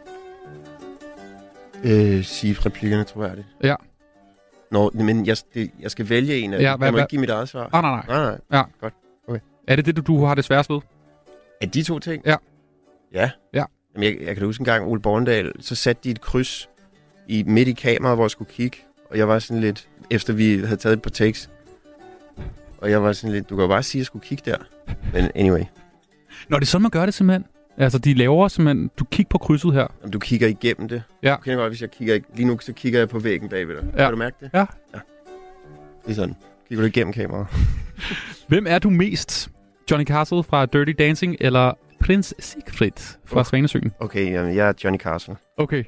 Sige replikkerne troværdigt. Ja. Nå, men jeg skal vælge en af dem. Jeg må ikke give mit eget svar. Nej. Ja. Godt. Okay. Er det det, du har det sværest ved? Er de to ting? Ja. Ja. Jamen, jeg kan huske en gang, Ole Bornedal, så satte de et kryds midt i kameraet, hvor jeg skulle kigge. Og jeg var sådan lidt, efter vi havde taget et par takes. Og jeg var sådan lidt, du kan jo bare sige, at jeg skulle kigge der. Men anyway. Nå, det er sådan, man gør det simpelthen. Altså, de laver simpelthen, du kigger på krydset her. Jamen, du kigger igennem det. Ja. Du kender godt, hvis jeg kigger, lige nu så kigger jeg på væggen bagved dig. Ja. Kan du mærke det? Ja. Det er sådan. Kigger du igennem kameraet. Hvem er du mest? Johnny Castle fra Dirty Dancing, eller Prins Siegfried fra Svanesøen? Okay, jamen, jeg er Johnny Castle. Okay.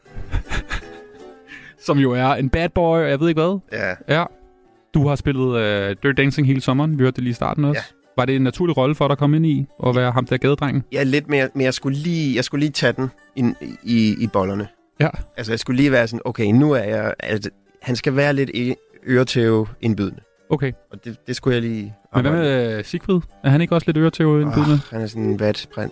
Som jo er en bad boy, jeg ved ikke hvad. Ja. Du har spillet Dirty Dancing hele sommeren. Vi hørte det lige i starten også. Ja. Var det en naturlig rolle for dig at komme ind i, og være ham der gadedrengen? Ja, lidt mere, men jeg skulle lige tage den i bollerne. Ja. Altså, jeg skulle lige være sådan, okay, nu er jeg... Altså, han skal være lidt øretæve-indbydende. Okay. Og det skulle jeg lige... Men hvad med Siegfried? Er han ikke også lidt øretæve-indbydende? Han er sådan en vatprins.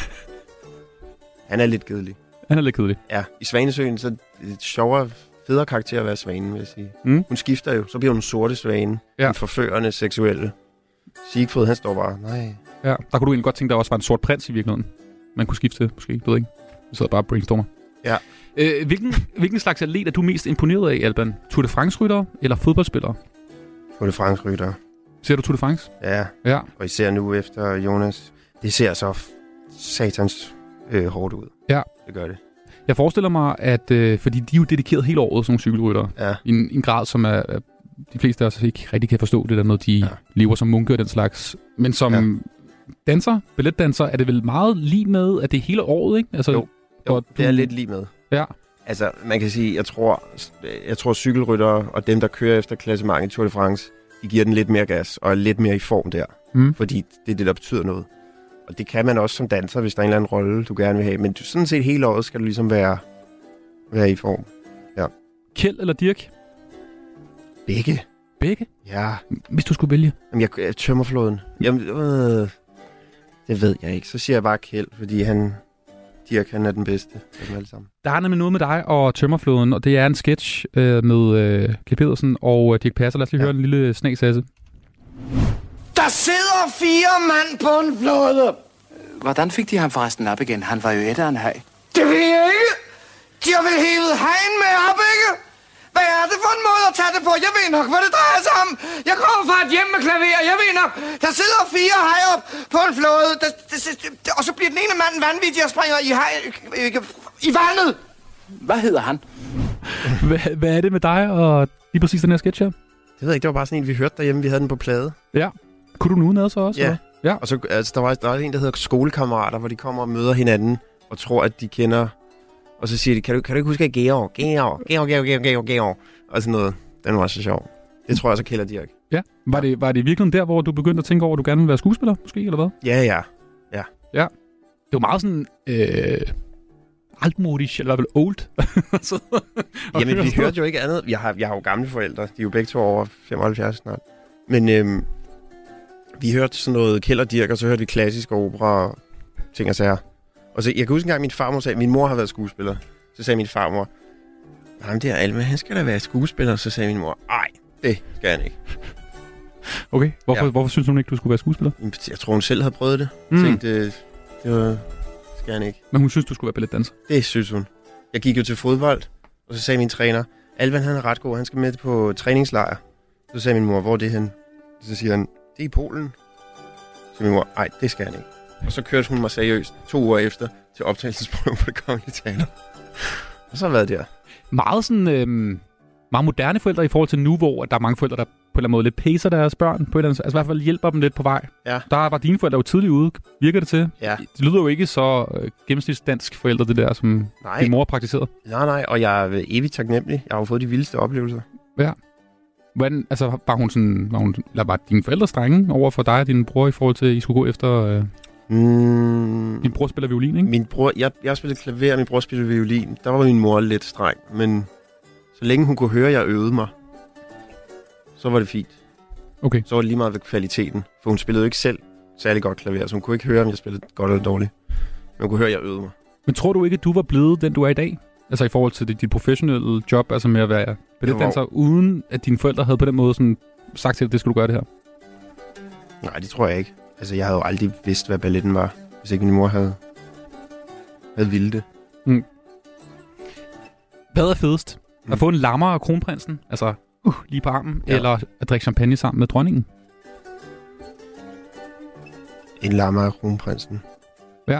Han er lidt kedelig. Han er lidt kedelig? Ja. I Svanesøen, så er det sjovere, federe karakter at være svanen, vil jeg sige. Hun skifter jo. Så bliver hun en sorte svane. Ja. Den forførende, seksuelle. Siegfried, han står bare, nej. Ja, der kunne du egentlig godt tænke, der også var en sort prins i virkeligheden. Man kunne skifte, måske, ved ikke. Du sidder bare og brainstormer. Ja. Hvilken slags atlet er du mest imponeret af, Alban? Tour de France-rytter eller fodboldspillere? Tour de France-rytter. Ser du Tour de France? Ja. Og især nu efter Jonas. Det ser så satans hårdt ud. Ja. Det gør det. Jeg forestiller mig, at fordi de er jo dedikeret hele året som cykelryttere. Ja. I en grad, som er de fleste af os ikke rigtig kan forstå det der, når de lever som munke og den slags. Men som danser, balletdanser, er det vel meget lige med, at det er hele året, ikke? Altså, jo, det er lidt lige med. Ja. Altså, man kan sige, jeg tror cykelryttere og dem, der kører efter klassementet i Tour de France, de giver den lidt mere gas og er lidt mere i form der. Fordi det er det, der betyder noget. Og det kan man også som danser, hvis der er en eller anden rolle, du gerne vil have. Men sådan set hele året skal du ligesom være i form. Ja. Kjeld eller Dirch? Begge. Begge? Ja. Hvis du skulle vælge? Jamen, jeg tømmerflåden. Jamen, det ved jeg ikke. Så siger jeg bare Kjeld, fordi Dirch, han er den bedste af dem alle sammen. Der er nemlig noget med dig og tømmerflåden, og det er en sketch med Kjeld Pedersen og Dirch Passer. Lad os lige høre en lille snasasse. Der sidder 4 mand på en flåde. Hvordan fik de ham forresten op igen? Han var jo et af en haj. Det ved jeg ikke. De har vel hævet hajen med op, ikke? Hvad er det for en måde at tage det på? Jeg ved nok, hvad det drejer sig om. Jeg kommer fra et hjem med klaver. Jeg ved nok. Der sidder 4 hajer op på en flåde. Og så bliver den ene mand vanvittig og springer i vandet. Hvad hedder han? Hvad er det med dig og lige præcis den her sketch her? Det ved jeg ikke. Det var bare sådan en, vi hørte derhjemme. Vi havde den på plade. Ja. Kunne du nu noget så også? Ja. Ja. Og så altså, der er en, der hedder skolekammerater, hvor de kommer og møder hinanden og tror, at de kender... Og så siger de, kan du ikke huske Georg? Og sådan noget. Den var så sjov. Det tror jeg så kælder Dirch. Ja. Var det virkelig der, hvor du begyndte at tænke over, at du gerne ville være skuespiller, måske, eller hvad? Ja. Det var meget sådan... altmodisk, eller vel old. Jamen, vi hørte jo ikke andet. Jeg har jo gamle forældre. De er jo begge to over 75 snart. Men vi hørte sådan noget Kjeld og Dirch, og så hørte vi klassisk opera og ting og sager. Og så, jeg kan huske engang, min farmor sagde, min mor har været skuespiller. Så sagde min farmor, ham der Alma, han skal da være skuespiller. Så sagde min mor, ej, det skal han ikke. Okay, hvorfor synes hun ikke, du skulle være skuespiller? Jeg tror, hun selv havde prøvet det. Tænkte, det skal han ikke. Men hun synes, du skulle være balletdanser? Det synes hun. Jeg gik jo til fodbold, Og så sagde min træner, Alban han er ret god, han skal med på træningslejr. Så sagde min mor, hvor er det hen? Så siger han, det er i Polen. Så min mor, nej, det skal han ikke. Og så kørte hun mig seriøst 2 uger efter til optagelsesprøve på Det Kongelige Teater. Og så har jeg været der. Meget sådan... meget moderne forældre i forhold til nu, hvor der er mange forældre, der på en eller anden måde lidt pacer deres børn. På et eller andet, altså i hvert fald hjælper dem lidt på vej. Ja. Der var dine forældre jo tidligt ude. Virker det til? Ja. Det lyder jo ikke så gennemsnitsdansk forældre, det der, som din mor praktiserede. Nej, og jeg er evigt taknemmelig. Jeg har jo fået de vildeste oplevelser. Ja. Hvordan, altså, var dine forældre strenge over for dig og din bror i forhold til, at I skulle gå efter... Din bror spiller violin, ikke? Min bror, jeg spillede klaver, og min bror spillede violin. Der var min mor lidt streng, men så længe hun kunne høre, at jeg øvede mig, så var det fint. Okay. Så var det lige meget ved kvaliteten, for hun spillede jo ikke selv særlig godt klaver, så hun kunne ikke høre, om jeg spillede godt eller dårligt. Men hun kunne høre, at jeg øvede mig. Men tror du ikke, at du var blevet den, du er i dag? Altså i forhold til dit professionelle job, altså med at være balletdanser, uden at dine forældre havde på den måde sådan sagt til dig, at det skulle du gøre det her? Nej, det tror jeg ikke. Altså, jeg havde jo aldrig vidst, hvad balletten var, hvis ikke min mor havde ville det. Mm. Hvad er fedest? At få en lammer af kronprinsen, altså lige på armen, eller at drikke champagne sammen med dronningen? En lammer af kronprinsen. Ja.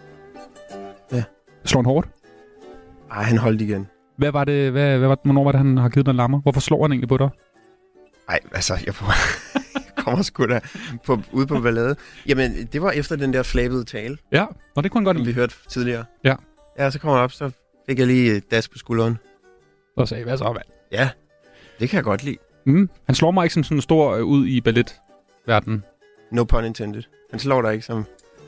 Ja. Slår han hårdt? Ej, han holdt igen. Hvornår var det, han har givet dig en lammer? Hvorfor slår han egentlig på dig? Ej, altså, jeg kommer sgu da ude på ballade. Jamen, det var efter den der flabede tale. Ja, og det kunne han godt lide. Vi hørte tidligere. Ja. Ja, så kommer han op, så fik jeg lige das på skulderen. Og sagde, hvad så, mand? Ja, det kan jeg godt lide. Han slår mig ikke som sådan en stor ud i balletverdenen. No pun intended. Han slår dig ikke som...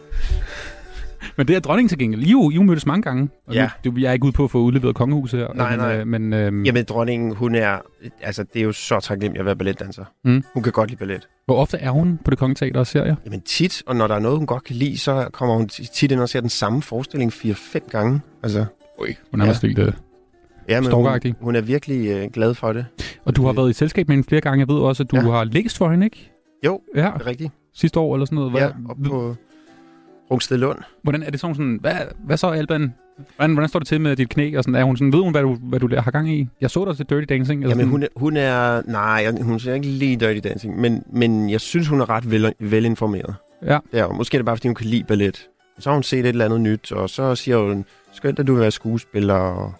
Men det er dronningen til gengæld. I mødtes mange gange. Og ja. Jeg er ikke ude på at få udleveret kongehuset her. Nej. Jamen, dronningen, hun er... Altså, det er jo så taknemmeligt at være balletdanser. Hun kan godt lide ballet. Hvor ofte er hun på Det Kongelige Teater og ser jeg? Jamen tit, og når der er noget, hun godt kan lide, så kommer hun tit ind og ser den samme forestilling 4-5 gange. Altså... Hun er nærmest lidt stalkeragtig. Hun er virkelig glad for det. Og du har været i selskab med hende flere gange. Jeg ved også, at du har læst for hende, ikke? Jo, det er rigtigt. Sidste år eller sådan noget. Ja, op på Rungstedlund. Hvordan er det sådan, hvad så, Alban? Hvordan står det til med dit knæ? Og sådan, er hun sådan, ved hun, hvad du har gang i? Jeg så dig til Dirty Dancing. Jamen, hun er... Nej, hun ser ikke lige Dirty Dancing, men jeg synes, hun er ret velinformeret. Ja. Ja, og måske er det bare, fordi hun kan lide ballet. Så har hun set et eller andet nyt, og så siger hun, skønt, at du vil være skuespiller. Og...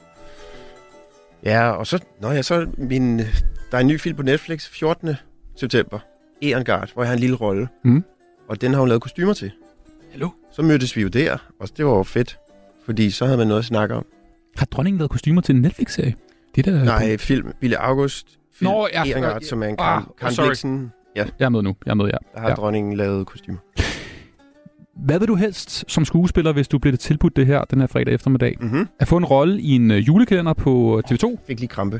Ja, og så... der er en ny film på Netflix, 14. september. Ehrengaard, hvor jeg har en lille rolle. Og den har hun lavet kostymer til. Hallo? Så mødtes vi jo der, og det var jo fedt. Fordi så havde man noget at snakke om. Har dronningen lavet kostymer til en Netflix-serie? Nej, film. Bille August. Film. Ehrengaard, som er en Karen Blixen. Ja. Jeg er med nu. Der har dronningen lavet kostymer. Hvad vil du helst som skuespiller, hvis du bliver tilbudt det her den her fredag eftermiddag? At få en rolle i en julekalender på TV2? Fik lige krampe.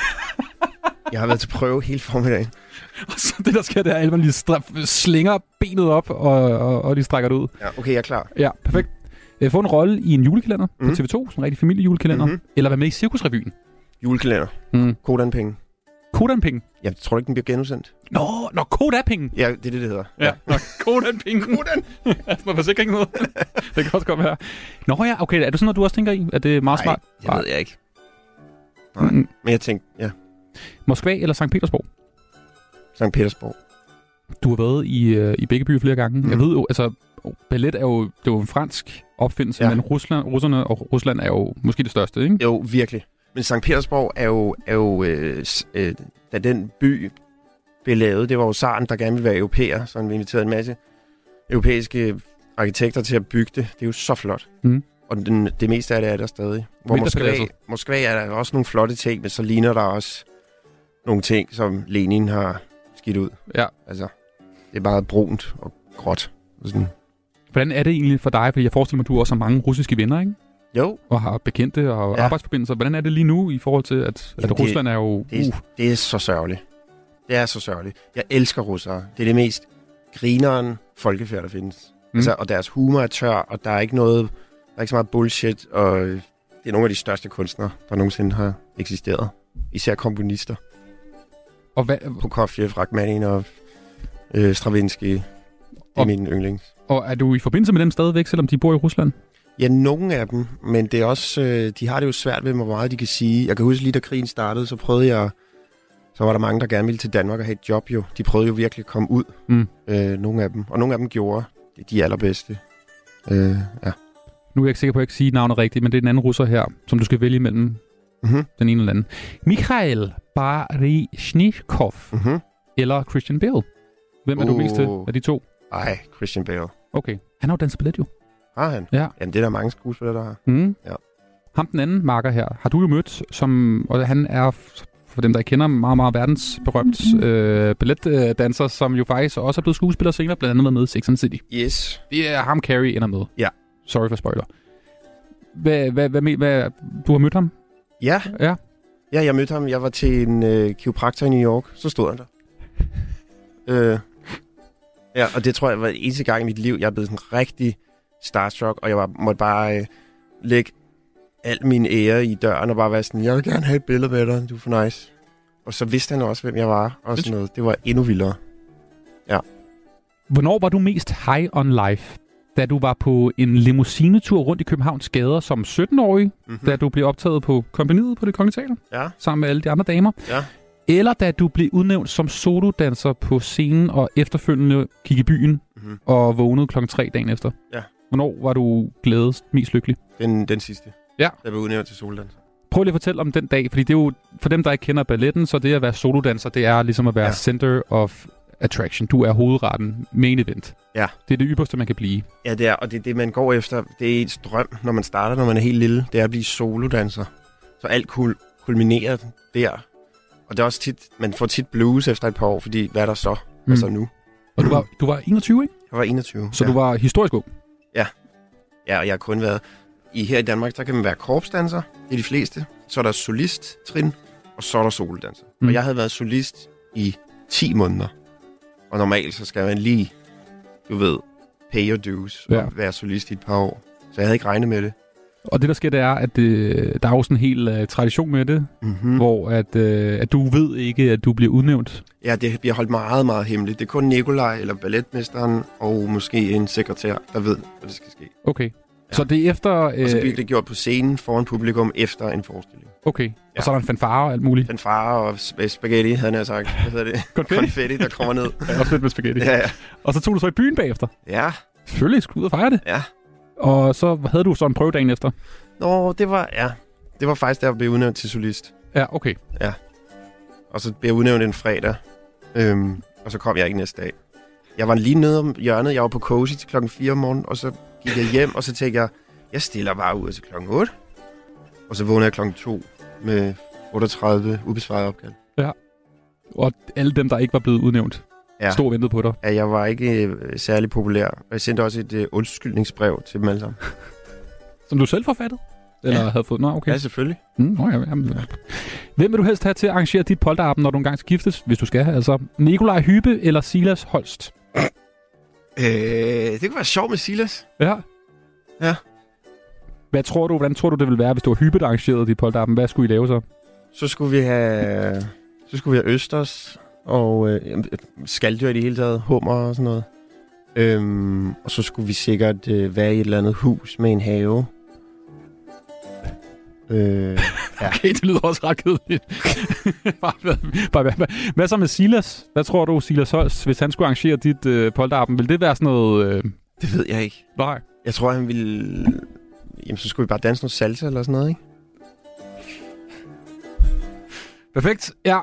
Jeg har været til prøve hele formiddagen. Og så det, der sker, det er, at Alban lige slinger benet op, og de strækker det ud. Ja, okay, jeg er klar. Ja, perfekt. Få en rolle i en julekalender på TV2, som en rigtig familiejulekalender. Eller være med i Cirkusrevyen. Julekalender. Kodanpenge. Kodanpenge? Jeg tror ikke, den bliver genudsendt. Nå, Kodapenge. Ja, det er det hedder. Ja, Kodanpenge. Kodan. Altså, man forsikrer ikke noget. Det kan også godt være. Nå ja, okay. Er det sådan noget, du også tænker i? Er det meget smart? Nej, det ved jeg ikke. Nej, men jeg tænkte, ja. Moskva eller Sankt Petersborg? Sankt Petersborg. Du har været i begge byer flere gange. Jeg ved jo, altså, ballet er jo en fransk opfindelse, men russerne og Rusland er jo måske det største, ikke? Jo, virkelig. Men Sankt Petersborg er jo da den by blev lavet, det var jo zaren, der gerne ville være europæer, så han inviterede en masse europæiske arkitekter til at bygge det. Det er jo så flot. Og det meste af det er der stadig. Hvor Moskva er der også nogle flotte ting, men så ligner der også nogle ting, som Lenin har skidt ud. Ja. Altså, det er bare brunt og gråt. Og sådan. Hvordan er det egentlig for dig? For jeg forestiller mig, at du også har mange russiske venner, ikke? Jo. Og har bekendte og arbejdsforbindelser. Hvordan er det lige nu i forhold til, at Rusland er jo... Det er så sørgeligt. Det er så sørgeligt. Jeg elsker russere. Det er det mest grineren folkefærd, der findes. Altså, og deres humor er tør, og der er ikke noget... Der er ikke så meget bullshit, og det er nogle af de største kunstnere, der nogensinde har eksisteret. Især komponister. Og Prokofjev, Rachmaninoff, Stravinsky. Det er mine yndlings. Og er du i forbindelse med dem stadigvæk, selvom de bor i Rusland? Ja, nogle af dem, men det er også, de har det jo svært ved, hvor meget de kan sige. Jeg kan huske lige, da krigen startede, så var der mange, der gerne ville til Danmark og have et job jo. De prøvede jo virkelig at komme ud, nogle af dem. Og nogle af dem gjorde det de allerbedste. Ja. Nu er jeg ikke sikker på, at jeg kan sige navnet rigtigt, men det er en anden russer her, som du skal vælge imellem den ene eller anden. Mikhail Baryshnikov eller Christian Bale. Hvem er du mest til af de to? Ej, Christian Bale. Okay. Han har jo danset ballet jo. Har han? Ja. Jamen, det er der mange skuespillere, der har. Ja. Ham den anden marker her, har du jo mødt, og han er, for dem der ikke kender, meget, meget verdensberømt balletdanser, som jo faktisk også er blevet skuespiller senere, blandt andet med Sex and the City. Yes. Det er ham, Carrie ender med. Ja. Sorry for spoiler. Hvad, du har mødt ham? Ja. Ja, jeg mødte ham. Jeg var til en kiropraktor i New York. Så stod han der. Ja, og det tror jeg var den eneste gang i mit liv, jeg er blevet sådan rigtig starstruck, og jeg måtte bare lægge al min ære i døren og bare være sådan, jeg vil gerne have et billede med dig, du er for nice. Og så vidste han også, hvem jeg var, og sådan noget. Det var endnu vildere. Ja. Hvornår var du mest high on life? Da du var på en limousinetur rundt i Københavns gader som 17-årig, da du blev optaget på kompagniet på Det Kongelige Teater, sammen med alle de andre damer, eller da du blev udnævnt som solodanser på scenen og efterfølgende gik i byen og vågnede 3:00 dagen efter. Ja. Hvornår var du glædest, mest lykkelig? Den sidste. Ja. Der blev udnævnt til solodanser. Prøv lige at fortælle om den dag, fordi det er jo, for dem, der ikke kender balletten, så det at være solodanser, det er ligesom at være center of attraction. Du er hovedretten, main event. Ja. Det er det ypperste, man kan blive. Ja, det er, og det er det, man går efter. Det er ens drøm, når man starter, når man er helt lille. Det er at blive solodanser. Så alt kulminerer der. Og det er også tit, man får tit blues efter et par år, fordi hvad er der så? Hvad så nu? Og du var 21, ikke? Jeg var 21. Så du var historisk ung? Ja. Ja, og jeg har kun været... Her i Danmark, der kan man være korpsdanser. Det er de fleste. Så er der solist-trin, og så er der solodanser. Og jeg havde været solist i 10 måneder. Og normalt, så skal man lige, du ved, pay your dues og være solist i et par år. Så jeg havde ikke regnet med det. Og det, der sker, det er, at der er jo sådan en hel tradition med det, hvor at du ved ikke, at du bliver udnævnt. Ja, det bliver holdt meget, meget hemmeligt. Det er kun Nikolaj eller balletmesteren og måske en sekretær, der ved, hvad det skal ske. Okay. Ja. Så det er efter... Og så bliver det gjort på scenen foran publikum efter en forestilling. Okay. Ja. Og så er der en fanfare og alt muligt? Fanfare og spaghetti, havde jeg sagt. Hvad hedder det? Konfetti, der kommer ned. Ja, også lidt med spaghetti. Ja. Og så tog du så i byen bagefter? Ja. Selvfølgelig, skulle ud og fejre det? Ja. Og så havde du så en prøve dagen efter? Nå, det var faktisk der, jeg blev udnævnt til solist. Ja, okay. Ja. Og så blev jeg udnævnt en fredag. Og så kom jeg ikke næste dag. Jeg var lige nede om hjørnet. Jeg var på Cozy til 4:00 om morgenen, og så gik jeg hjem, og så tænkte jeg stiller bare ud til 8:00. Og så vågnede jeg 2:00 med 38 ubesvarede opkald. Ja. Og alle dem, der ikke var blevet udnævnt, stod og ventede på dig. Ja, jeg var ikke særlig populær. Og jeg sendte også et undskyldningsbrev til dem alle sammen. Som du selv forfattede? Eller havde fået? Nå, okay. Ja, selvfølgelig. Hvem vil du helst have til at arrangere dit polterappen, når du engang skal giftes, hvis du skal? Altså, Nikolaj Hyppe eller Silas Holst? Det kunne være sjovt med Silas. Ja. Ja. Hvordan tror du, det ville være, hvis du var Hyppe, der arrangerede dit polterappen? Hvad skulle I lave så? Så skulle vi have østers og skalddyr i det hele taget, hummer og sådan noget. Og så skulle vi sikkert være i et eller andet hus med en have. Okay, det lyder også ret kedeligt. Hvad så med Silas? Hvad tror du, Silas Holst, hvis han skulle arrangere dit polterappen? Vil det være sådan noget... Det ved jeg ikke. Nej. Jeg tror, han ville... Jamen, så skulle vi bare danse noget salsa eller sådan noget, ikke? Perfekt. Ja.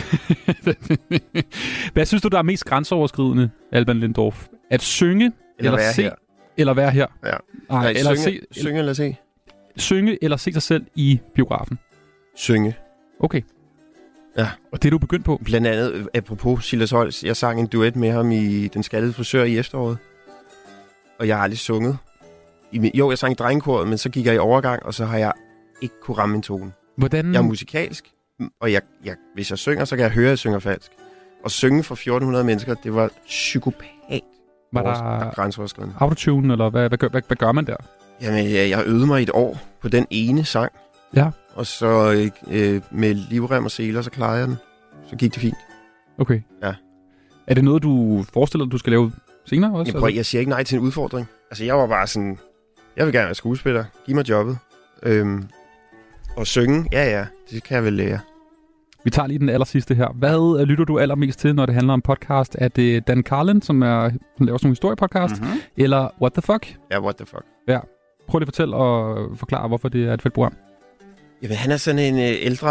Hvad synes du, der er mest grænseoverskridende, Alban Lindorff? At synge eller se? Her. Eller være her? Ja. Nej, eller synge eller se? Synge eller se sig selv i biografen? Synge. Okay. Ja. Og det er du begyndt på? Blandt andet, apropos Silas Holst, jeg sang en duet med ham i Den Skaldede Frisør i efteråret. Og jeg har aldrig sunget. Jeg sang i drengekoret, men så gik jeg i overgang, og så har jeg ikke kunne ramme en tone. Hvordan? Jeg er musikalsk, og hvis jeg synger, så kan jeg høre, at jeg synger falsk. Og synge for 1400 mennesker, det var psykopat. Var der grænseoverskridende. Autotune, eller hvad gør man der? Jamen, jeg øvede mig et år på den ene sang. Ja. Og så med livrem og seler, så klarede jeg den. Så gik det fint. Okay. Ja. Er det noget, du forestiller dig, du skal lave senere også? Jeg siger ikke nej til en udfordring. Altså, jeg var bare sådan... Jeg vil gerne være skuespiller. Giv mig jobbet. Og synge, ja, det kan jeg vel lære. Vi tager lige den aller sidste her. Hvad lytter du allermest til, når det handler om podcast? Er det Dan Carlin, som laver sådan nogle historiepodcast? Mm-hmm. Eller What the Fuck? Ja, What the Fuck. Ja. Prøv lige at fortælle og forklare, hvorfor det er et fedt program. Jamen, han er sådan en ældre...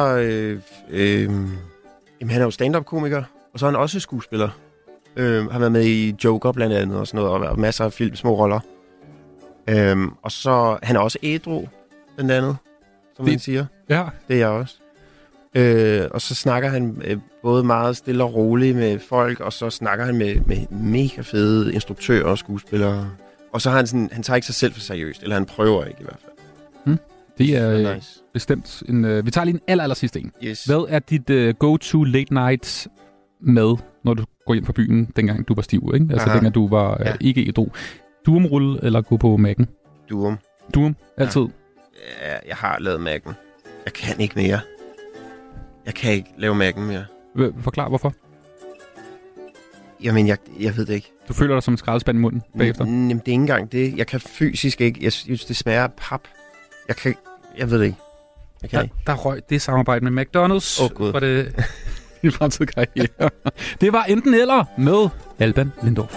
han er jo stand-up-komiker, og så er han også skuespiller. Har været med i Joker blandt andet og sådan noget, og været masser af film, små roller. Og så... Han er også ædru, blandt andet, som man siger. Ja. Det er jeg også. Og så snakker han både meget stille og roligt med folk, og så snakker han med mega fede instruktører og skuespillere. Og så har han sådan, han tager ikke sig selv for seriøst, eller han prøver ikke i hvert fald. Det er nice. Bestemt vi tager lige en aller sidste en. Yes. Hvad er dit go-to late night med, når du går hjem fra byen, dengang du var stiv, ikke? Altså dengang du var ikke ædru. Durumrulle eller gå på Mac'en? Durum? Altid? Ja, jeg har lavet Mac'en. Jeg kan ikke mere. Jeg kan ikke lave Mac'en mere. Forklar, hvorfor? Jamen, jeg ved det ikke. Du føler dig som en skraldespand i munden bagefter? Jamen, det er ikke engang det. Jeg kan fysisk ikke. Jeg synes, det smager af pap. Jeg ved det ikke. Jeg kan ikke. Der røg det samarbejde med McDonald's for det i fremtidige karriere. Det var enten eller med Alban Lindorff.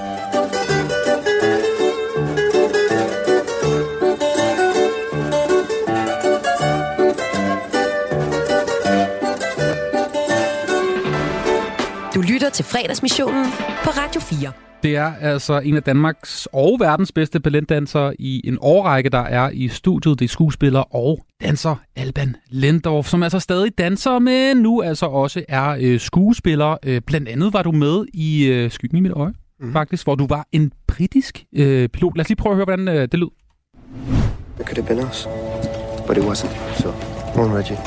Du lytter til Fredagsmissionen på Radio 4. Det er altså en af Danmarks og verdens bedste balletdansere i en årrække, der er i studiet. Det er skuespiller og danser Alban Lindorff, som altså stadig danser, men nu altså også er skuespiller. Blandt andet var du med i Skyggen i mit øje, faktisk, hvor du var en britisk pilot. Lad os lige prøve at høre, hvordan det lød. It could have been us, but it wasn't. So, come on, Reggie.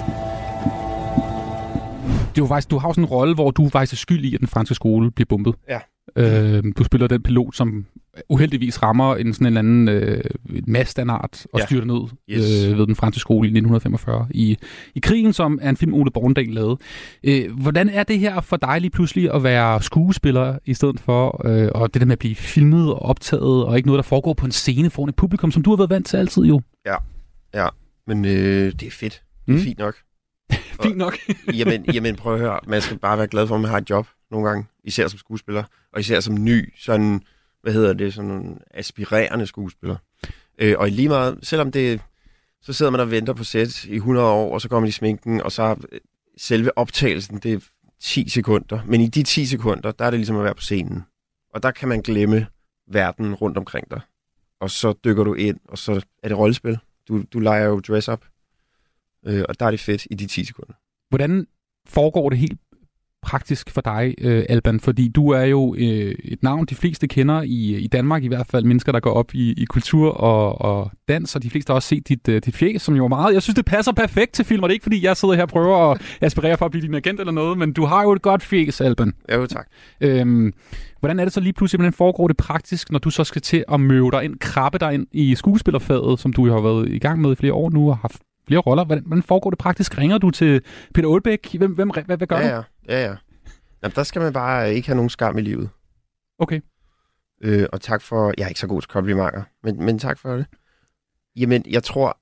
Det var faktisk, du har sådan en rolle, hvor du faktisk er skyld i, at den franske skole bliver bombet. Ja. Du spiller den pilot, som uheldigvis rammer en sådan en eller anden mastandart og styrter ned ved den franske skole i 1945 i krigen, som er en film, Ole Borndal lavede. Hvordan er det her for dig lige pludselig at være skuespiller i stedet for, og det der med at blive filmet og optaget, og ikke noget, der foregår på en scene foran et publikum, som du har været vant til altid jo? Ja. Men det er fedt. Det er fint nok. Fint nok. jamen prøv at høre. Man skal bare være glad for, at man har et job nogle gange. Især som skuespiller. Og især som ny, sådan, sådan en aspirerende skuespiller. Og lige meget, selvom det, så sidder man og venter på sæt i 100 år, og så kommer de i sminken, og så selve optagelsen, det er 10 sekunder. Men i de 10 sekunder, der er det ligesom at være på scenen. Og der kan man glemme verden rundt omkring dig. Og så dykker du ind, og så er det rollespil. Du leger jo dress-up. Og der er det fedt i de 10 sekunder. Hvordan foregår det helt praktisk for dig, Alban? Fordi du er jo et navn, de fleste kender i Danmark, i hvert fald mennesker, der går op i kultur og dans, og de fleste har også set dit fjæs, som jo er meget... Jeg synes, det passer perfekt til film, og det er ikke, fordi jeg sidder her og prøver at aspirere for at blive din agent eller noget, men du har jo et godt fjæs, Alban. Jo, tak. Hvordan er det så lige pludselig, hvordan foregår det praktisk, når du så skal til at møde dig ind, krabbe dig ind i skuespillerfaget, som du jo har været i gang med i flere år nu, og haft flere roller. Hvordan foregår det praktisk? Ringer du til Peter Aalbæk? Hvad gør du? Ja. Jamen, der skal man bare ikke have nogen skam i livet. Okay. Og tak for... Jeg er ikke så god til komplimenter, men tak for det. Jamen, jeg tror,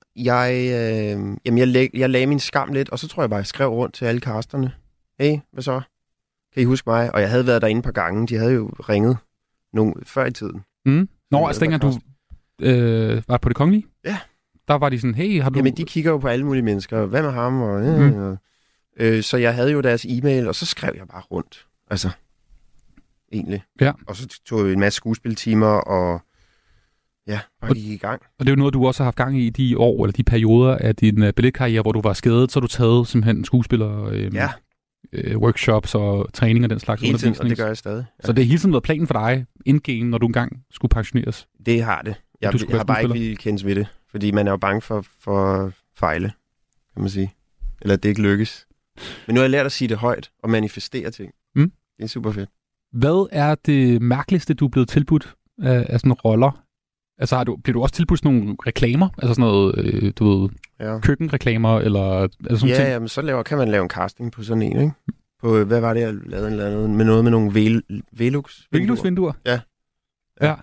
jeg lagde min skam lidt, og så tror jeg bare, jeg skrev rundt til alle casterne. Hey, hvad så? Kan I huske mig? Og jeg havde været derinde et par gange. De havde jo ringet før i tiden. Nå, altså dengang du var på Det Kongelige? Ja. Der var de sådan, hey, har du... Jamen, de kigger jo på alle mulige mennesker. Hvad med ham? Så jeg havde jo deres e-mail, og så skrev jeg bare rundt. Altså, egentlig. Ja. Og så tog jeg en masse skuespiltimer, og bare gik i gang. Og det er jo noget, du også har haft gang i de år, eller de perioder af din billedkarriere, hvor du var skadet, så har du taget simpelthen skuespiller... workshops og træning og den slags hele tiden, undervisning. Og det gør jeg stadig. Ja. Så det er hele tiden været planen for dig, indgame, når du engang skulle pensioneres? Det har det. Jeg har bare ikke ville kendes ved det, fordi man er jo bange for fejle, kan man sige. Eller at det ikke lykkes. Men nu har jeg lært at sige det højt og manifestere ting. Det er super fedt. Hvad er det mærkeligste, du er blevet tilbudt af sådan roller? Altså bliver du også tilbudt sådan nogle reklamer? Altså sådan noget, køkkenreklamer eller sådan ting? Ja, jamen, så kan man lave en casting på sådan en, ikke? På, hvad var det, jeg lavede med noget med nogle Velux-vinduer? Velux-vinduer? Ja.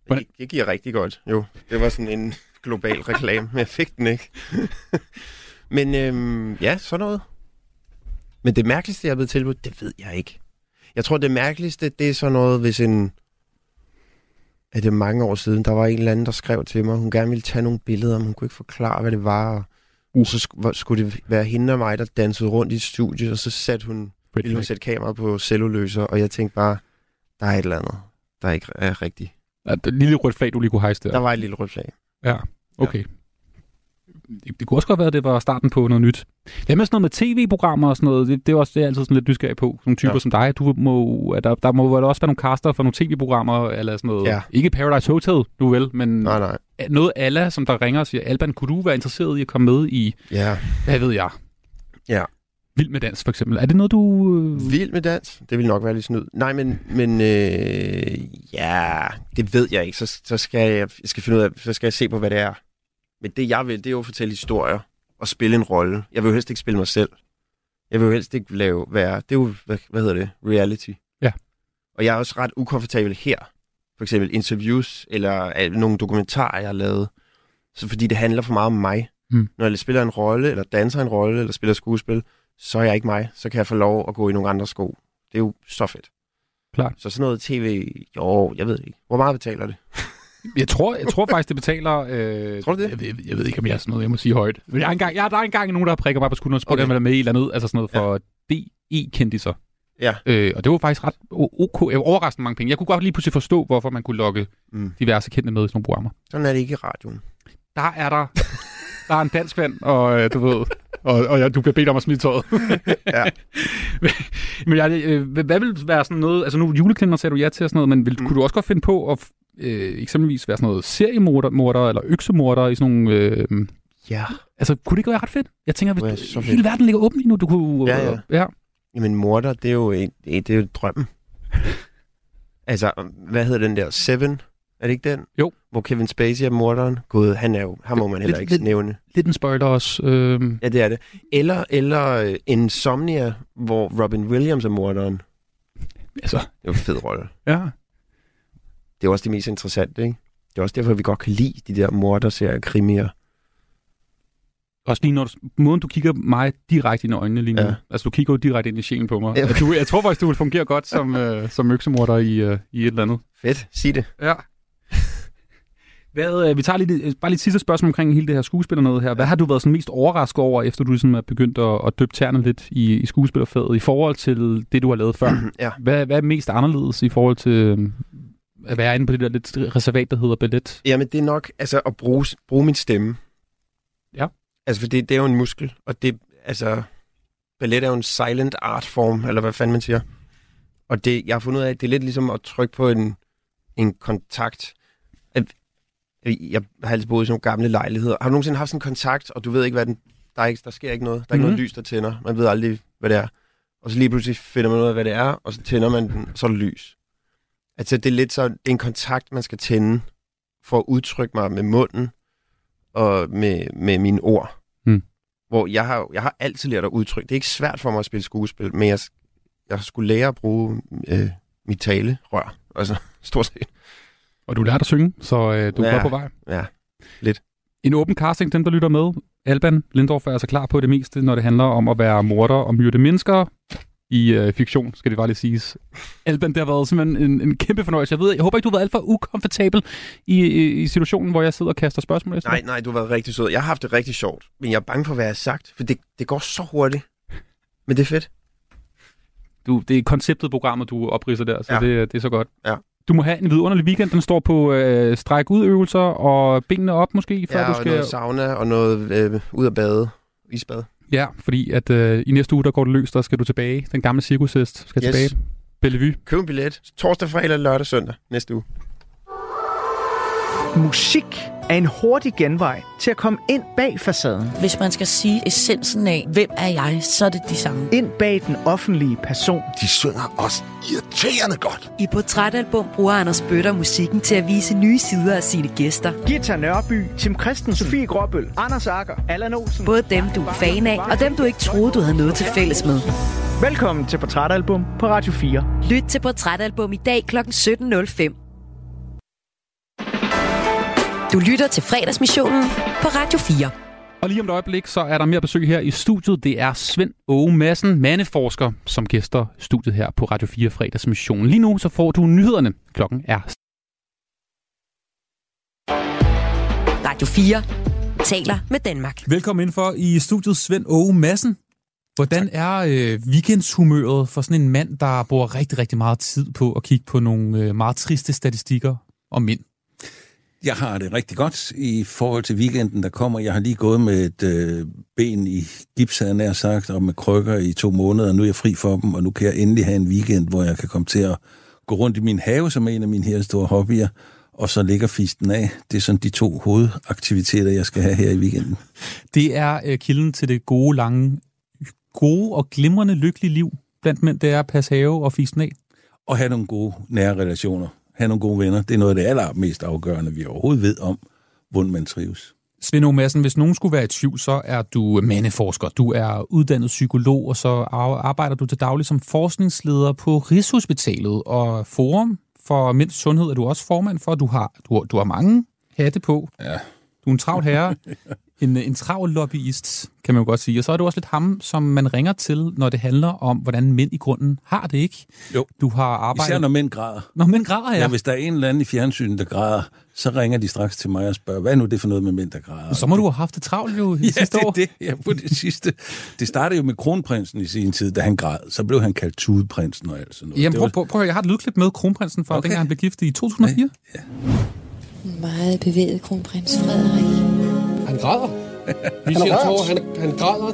Det giver rigtig godt, jo. Det var sådan en global reklame, men jeg fik den ikke. Men ja, sådan noget. Men det mærkeligste, jeg er blevet tilbudt, det ved jeg ikke. Jeg tror, det mærkeligste, det er sådan noget, hvis det er mange år siden, der var en eller anden, der skrev til mig, hun gerne ville tage nogle billeder, men hun kunne ikke forklare, hvad det var. Og så skulle det være hende og mig, der dansede rundt i et studie, og så satte hun kameraet på celluløser, og jeg tænkte bare, der er et eller andet, der ikke er rigtigt. Ja, det lille rødt flag, du lige kunne hejse der. Der var et lille rødt flag. Ja, okay. Ja. Det kunne også godt være, at det var starten på noget nyt. Det med sådan noget med tv-programmer og sådan noget, det er også det er altid sådan lidt nysgerrig på. Nogle typer som dig, der må også være nogle caster for nogle tv-programmer, eller sådan noget. Ja. Ikke Paradise Hotel, du vel, men nej. Noget Alla, som der ringer og siger, Alban, kunne du være interesseret i at komme med i, hvad ved jeg? Ja. Vild med dans, for eksempel. Er det noget, du... Vild med dans? Det vil nok være lidt snyd. Nej, men det ved jeg ikke. Så skal jeg finde ud af, så skal jeg se på, hvad det er. Men det, jeg vil, det er jo at fortælle historier og spille en rolle. Jeg vil jo helst ikke spille mig selv. Jeg vil jo helst ikke være... Det er jo, hvad hedder det? Reality. Ja. Og jeg er også ret ukomfortabel her. For eksempel interviews, eller nogle dokumentarer, jeg har lavet. Så fordi det handler for meget om mig. Når jeg spiller en rolle, eller danser en rolle, eller spiller skuespil, så er jeg ikke mig. Så kan jeg få lov at gå i nogle andre sko. Det er jo så fedt. Klart. Så sådan noget tv... Jo, jeg ved ikke. Hvor meget betaler det? Jeg tror faktisk, det betaler... Tror du det? Jeg ved ikke, om jeg er sådan noget, jeg må sige højt. Men der er engang nogen, der har prikket mig på skulderen og spurgt, om jeg er med i eller andet. Altså sådan noget for DE-kendiser. Ja. Og det var faktisk ret overraskende mange penge. Jeg kunne godt lige pludselig forstå, hvorfor man kunne lokke diverse kendte med i sådan nogle programmer. Sådan er det ikke i radioen. Der er en dansk vand, og du ved... Og du bliver bedt om at smide tøjet. Ja. Men hvad vil være sådan noget... Altså nu juleklænder sagde du ja til og sådan noget, men kunne du også godt finde på at eksempelvis være sådan noget seriemorder eller øksemorder i sådan nogle... Ja. Altså, kunne det ikke være ret fedt? Jeg tænker, hvis hele verden ligger åben lige nu, du kunne... Ja. Jamen, morder, det er jo drømmen. Altså, hvad hedder den der? Seven? Er det ikke den? Jo. Hvor Kevin Spacey er morderen. Gud, ham må man heller ikke nævne. Lidt en spoiler også. Ja, det er det. Eller Insomnia, hvor Robin Williams er morderen. Altså. Det er jo en fed rolle. Ja. Det er også det mest interessante, ikke? Det er også derfor, vi godt kan lide de der morderserier og krimier. Også lige måden, du kigger mig direkte ind i øjnene lige nu. Ja. Altså, du kigger jo direkte ind i sjælen på mig. Ja. Jeg tror faktisk, du vil fungere godt som øksemorder i et eller andet. Fedt. Sig det. Ja. Vi tager bare lidt sidste spørgsmål omkring hele det her skuespiller noget her. Hvad har du været sådan mest overrasket over, efter du sådan er begyndt at døbe tæerne lidt i skuespillerfaget, i forhold til det, du har lavet før? Ja. Hvad er mest anderledes i forhold til at være inde på det der lidt reservat, der hedder ballet? Jamen, det er nok altså at bruge min stemme. Ja. Altså, for det er jo en muskel, og det, altså, ballet er jo en silent art form, eller hvad fanden man siger. Og det, jeg har fundet ud af, at det er lidt ligesom at trykke på en kontakt. Jeg har altid boet i sådan nogle gamle lejligheder. Har du nogensinde haft sådan en kontakt, og du ved ikke, hvad der sker ikke noget. Der er ikke noget lys, der tænder. Man ved aldrig, hvad det er. Og så lige pludselig finder man ud af, hvad det er, og så tænder man den, og så er det lys. Altså, det er lidt så, det er en kontakt, man skal tænde, for at udtrykke mig med munden, og med mine ord. Hvor jeg har altid lært at udtrykke. Det er ikke svært for mig at spille skuespil, men jeg skulle lære at bruge mit talerør. Altså, stort set. Og du lærte at synge, så du er godt på vej. Ja, lidt. En åben casting, dem der lytter med. Alban Lindorff er altså klar på det meste, når det handler om at være morder og myrde mennesker i fiktion, skal det bare lige siges. Alban, det har været simpelthen en kæmpe fornøjelse. Jeg håber ikke, du har været alt for ukomfortabel i situationen, hvor jeg sidder og kaster spørgsmål efter. Nej, du har været rigtig sød. Jeg har haft det rigtig sjovt, men jeg er bange for, hvad jeg har sagt, for det går så hurtigt. Men det er fedt. Det er konceptet programmet, du opridser der, så det er så godt. Ja. Du må have en vidunderlig weekend. Den står på stræk-ud-øvelser og benene op måske, før du skal... noget sauna og noget ud at bade. Isbad. Ja, fordi at i næste uge, der går det løs, der skal du tilbage. Den gamle cirkushest skal tilbage. Bellevue. Køb en billet. Torsdag, fredag, lørdag, søndag næste uge. Musik er en hurtig genvej til at komme ind bag facaden. Hvis man skal sige essensen af, hvem er jeg, så er det de samme. Ind bag den offentlige person. De synger også irriterende godt. I Portrætalbum bruger Anders Bøtter musikken til at vise nye sider af sine gæster. Gita Nørby, Tim Christensen, Sofie Gråbøl, Anders Agger, Allan Olsen. Både dem, du er fan af, og dem, du ikke troede, du havde noget til fælles med. Velkommen til Portrætalbum på Radio 4. Lyt til Portrætalbum i dag kl. 17.05. Du lytter til Fredagsmissionen på Radio 4. Og lige om et øjeblik, så er der mere besøg her i studiet. Det er Svend Åge Madsen, mandeforsker, som gæster studiet her på Radio 4 Fredagsmissionen. Lige nu så får du nyhederne. Klokken er... Radio 4 taler med Danmark. Velkommen indenfor i studiet, Svend Åge Madsen. Hvordan er weekendshumøret for sådan en mand, der bruger rigtig, rigtig meget tid på at kigge på nogle meget triste statistikker om mænd? Jeg har det rigtig godt i forhold til weekenden, der kommer. Jeg har lige gået med et ben i gips, havde jeg nær sagt, og med krykker i 2 måneder, og nu er jeg fri for dem, og nu kan jeg endelig have en weekend, hvor jeg kan komme til at gå rundt i min have, som er en af mine her store hobbyer, og så ligger fisten af. Det er sådan de 2 hovedaktiviteter, jeg skal have her i weekenden. Det er kilden til det gode og glimrende lykkelige liv blandt mænd, det er at passe have og fisten af. Og have nogle gode nære relationer. Have nogle gode venner. Det er noget af det allermest afgørende, vi overhovedet ved om, hvordan man trives. Svend Åge Madsen, hvis nogen skulle være i tvivl, så er du mandeforsker. Du er uddannet psykolog, og så arbejder du til daglig som forskningsleder på Rigshospitalet og Forum for Mænds Sundhed. Er du også formand for? Du har mange hatte på. Ja. Du er en travl herre. En travl lobbyist, kan man jo godt sige. Og så er du også lidt ham, som man ringer til, når det handler om, hvordan mænd i grunden har det, ikke? Jo. Du har arbejdet... Især når mænd græder. Når mænd græder, ja. Ja, hvis der er en eller anden i fjernsynet, der græder, så ringer de straks til mig og spørger, hvad er nu det for noget med mænd, der græder? Så må du have haft det travlt jo sidste år. Ja, på det sidste. Det startede jo med kronprinsen i sin tid, da han græd. Så blev han kaldt tudeprinsen og alt sådan noget. Jamen prøv, jeg har et lydklip med kronprinsen fra, dengang han blev gift i 2004. Ja. Meget bevæget kronprins Frederik. Han græder. Vi siger han græder.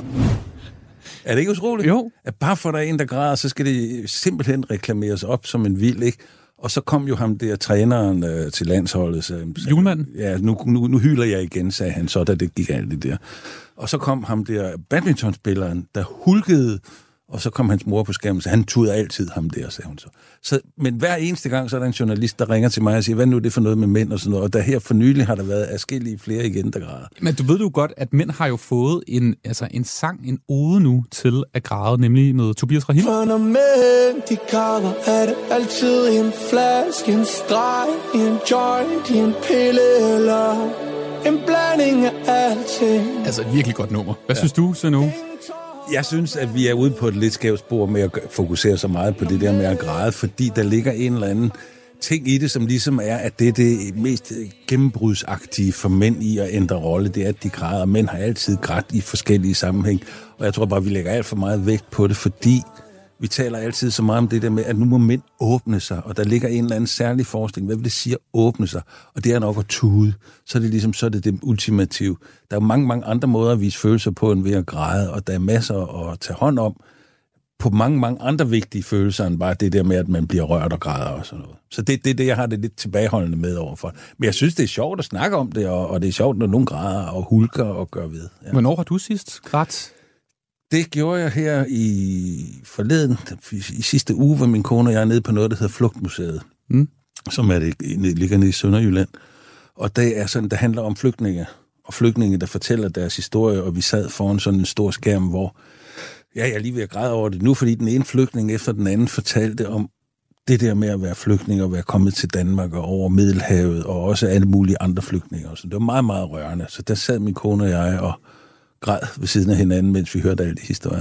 Er det ikke utroligt? Jo. At bare for der er en, der græder, så skal det simpelthen reklameres op som en vild, ikke? Og så kom jo ham der træneren til landsholdet. Julemanden? Ja, nu hyler jeg igen, sagde han så, da det gik alt det der. Og så kom ham der badmintonspilleren, der hulkede, og så kom hans mor på skærmen, så han tudede altid ham der, sagde hun så. Men hver eneste gang, så er der en journalist, der ringer til mig og siger, hvad nu er det for noget med mænd og sådan noget, og der her for nylig har der været adskillige flere igen, der græder. Men du ved jo godt, at mænd har jo fået en sang, en ode nu til at græde, nemlig med Tobias Rahim. For når mænd, de græder, er det altid en flaske, en streg, en joint, en pille eller en blanding af alting. Altså et virkelig godt nummer. Hvad synes du så nu? Jeg synes, at vi er ude på et lidt skævt spor med at fokusere så meget på det der med at græde, fordi der ligger en eller anden ting i det, som ligesom er, at det er det mest gennembrudsagtige for mænd i at ændre rolle, det er, at de græder. Mænd har altid grædt i forskellige sammenhæng, og jeg tror bare, vi lægger alt for meget vægt på det, fordi vi taler altid så meget om det der med, at nu må mænd åbne sig, og der ligger en eller anden særlig forskning. Hvad vil det sige at åbne sig? Og det er nok at tude. Så er det ligesom, så er det ultimative. Der er jo mange, mange andre måder at vise følelser på, end ved at græde, og der er masser at tage hånd om på mange, mange andre vigtige følelser, end bare det der med, at man bliver rørt og græder og sådan noget. Så det er det, jeg har det lidt tilbageholdende med overfor. Men jeg synes, det er sjovt at snakke om det, og det er sjovt, når nogen græder og hulker og gør ved. Ja. Hvornår har du sidst grædt? Det gjorde jeg her i forleden, i sidste uge, hvor min kone og jeg er nede på noget, der hedder Flugtmuseet, som ligger nede i Sønderjylland. Og det er sådan, der handler om flygtninge, og flygtninge, der fortæller deres historie, og vi sad foran sådan en stor skærm, hvor jeg er lige ved at græde over det nu, fordi den ene flygtning efter den anden fortalte om det der med at være flygtning og være kommet til Danmark og over Middelhavet, og også alle mulige andre flygtninge. Så det var meget, meget rørende. Så der sad min kone og jeg og græd ved siden af hinanden, mens vi hørte alle de historier.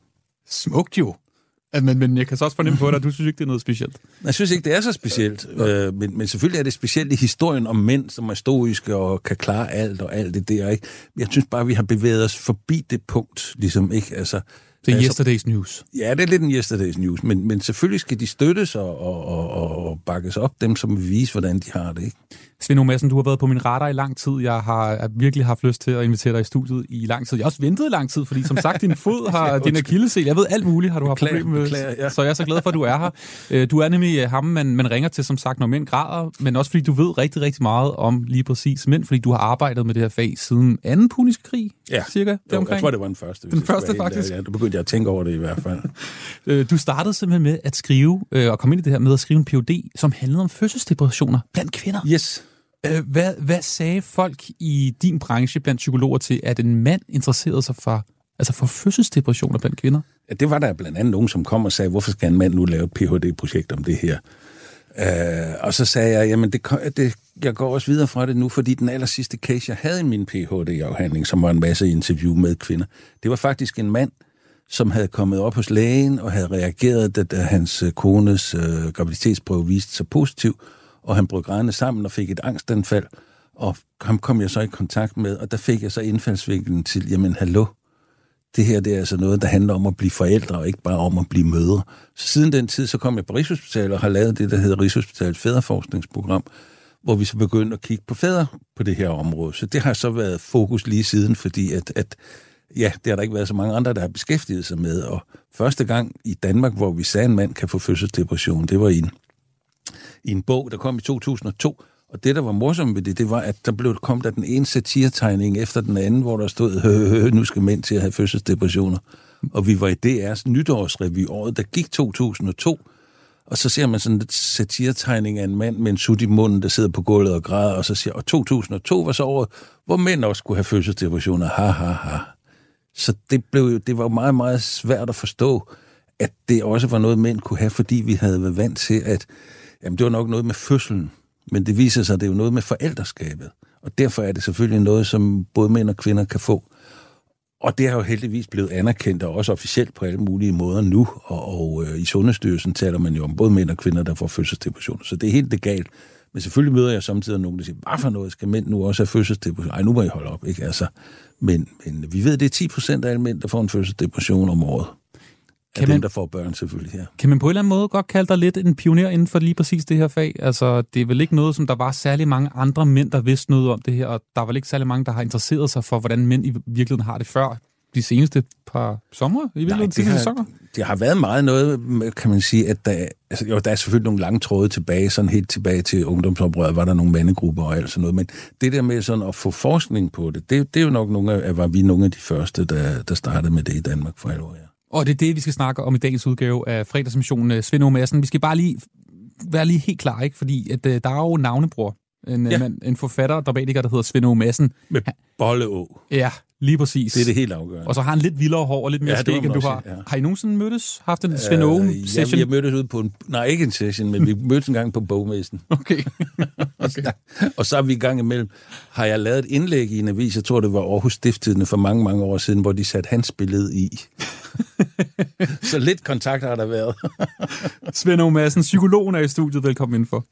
Smukt jo. Men jeg kan så også fornemme på dig, at du synes ikke, det er noget specielt. Jeg synes ikke, det er så specielt. Men selvfølgelig er det specielt i historien om mænd, som er stoiske og kan klare alt og alt det der, ikke? Jeg synes bare, vi har bevæget os forbi det punkt, ligesom, ikke? Altså, det er yesterday's news. Ja, det er lidt en yesterday's news, men selvfølgelig skal de støttes og bakkes op, dem som vil vise, hvordan de har det, ikke? Svend Åge Madsen, du har været på min radar i lang tid. Jeg har virkelig haft lyst til at invitere dig i studiet i lang tid. Jeg har også ventet i lang tid, fordi som sagt, din fod har din akillesel. Jeg ved alt muligt, har du haft problemer med. Ja. Så jeg er så glad for, at du er her. Du er nemlig ham, man ringer til, som sagt, når mænd græder, men også fordi du ved rigtig, rigtig meget om lige præcis mænd, fordi du har arbejdet med det her fag siden anden puniske krig, cirka. Jo, jeg tror, det var den første. Den første, faktisk. Ja, du begyndte at tænke over det i hvert fald. Du startede simpelthen med at skrive, og komme ind i det her med at skrive en Ph.D., som handlede om fødselsdepressioner blandt kvinder. Yes. Hvad sagde folk i din branche blandt psykologer til, at en mand interesserede sig for fødselsdepressioner blandt kvinder? Ja, det var der blandt andet nogen, som kom og sagde, hvorfor skal en mand nu lave et Ph.D.-projekt om det her? Og så sagde jeg, jamen jeg går også videre fra det nu, fordi den aller sidste case, jeg havde i min PhD-afhandling, som var en masse interview med kvinder, det var faktisk en mand, som havde kommet op hos lægen og havde reageret, da hans kones graviditetsprøve viste sig positiv, og han brød grædende sammen og fik et angstanfald, og ham kom jeg så i kontakt med, og der fik jeg så indfaldsvinklen til, jamen hallo, det her det er altså noget, der handler om at blive forældre, og ikke bare om at blive mødre. Så siden den tid, så kom jeg på Rigshospitalet og har lavet det, der hedder Rigshospitalets Fædreforskningsprogram, hvor vi så begyndte at kigge på fædre på det her område. Så det har så været fokus lige siden, fordi at det har der ikke været så mange andre, der har beskæftiget sig med. Og første gang i Danmark, hvor vi sagde, at en mand kan få fødselsdepression, det var i en bog, der kom i 2002. Og det, der var morsomt ved det var, at kom der den ene satiretegning efter den anden, hvor der stod, nu skal mænd til at have fødselsdepressioner. Og vi var i DR's nytårsrevy året, der gik 2002. Og så ser man sådan en satiretegning af en mand med en sut i munden, der sidder på gulvet og græder, og så siger, og 2002 var så året, hvor mænd også kunne have fødselsdepressioner. Ha, ha, ha. Så det var meget, meget svært at forstå, at det også var noget, mænd kunne have, fordi vi havde været vant til, at jamen, det var nok noget med fødslen. Men det viser sig, at det er jo noget med forældreskabet. Og derfor er det selvfølgelig noget, som både mænd og kvinder kan få. Og det har jo heldigvis blevet anerkendt, og også officielt på alle mulige måder nu. Og i Sundhedsstyrelsen taler man jo om både mænd og kvinder, der får fødselsdepression. Så det er helt legalt. Men selvfølgelig møder jeg samtidig nogen, der siger, hvad for noget skal mænd nu også have fødselsdepression? Ej, nu må I holde op, ikke? Altså, men vi ved, det er 10% af alle mænd, der får en fødselsdepression om året. Kan dem, der får børn selvfølgelig her. Kan man på en eller anden måde godt kalde dig lidt en pioner inden for lige præcis det her fag? Altså, det er vel ikke noget, som der var særlig mange andre mænd, der vidste noget om det her, og der er vel ikke særlig mange, der har interesseret sig for, hvordan mænd i virkeligheden har det før de seneste par sommer? Det har været meget noget, kan man sige, at der er selvfølgelig nogle lange tråde tilbage, sådan helt tilbage til ungdomsoprøret, var der nogle mandegrupper og alt sådan noget, men det der med sådan at få forskning på det er jo nok var vi nogle af de første, der startede med det i Danmark for alvor, ja. Og det er det, vi skal snakke om i dagens udgave af Fredagsmissionen. Svend Aage Madsen, vi skal bare lige være lige helt klar, ikke? Fordi at, der er jo navnebror. En forfatter og dramatiker, der hedder Svend Aage Madsen. Med Bolleå. Ja, lige præcis. Det er det helt afgørende. Og så har han lidt vildere hår og lidt mere skæg, end du har. Ja. Har I nogensinde mødtes? Haft en Svend Aage-session? Ja, vi har mødtes ude på ikke en session, men vi mødtes en gang på bogmessen. Okay. Og så har vi i gang imellem, har jeg lavet et indlæg i en avis, jeg tror det var Aarhus Stiftstidende for mange, mange år siden, hvor de satte hans billede i. Så lidt kontakt har der været. Svend Aage Madsen, psykologen er i studiet. Velkommen indenfor.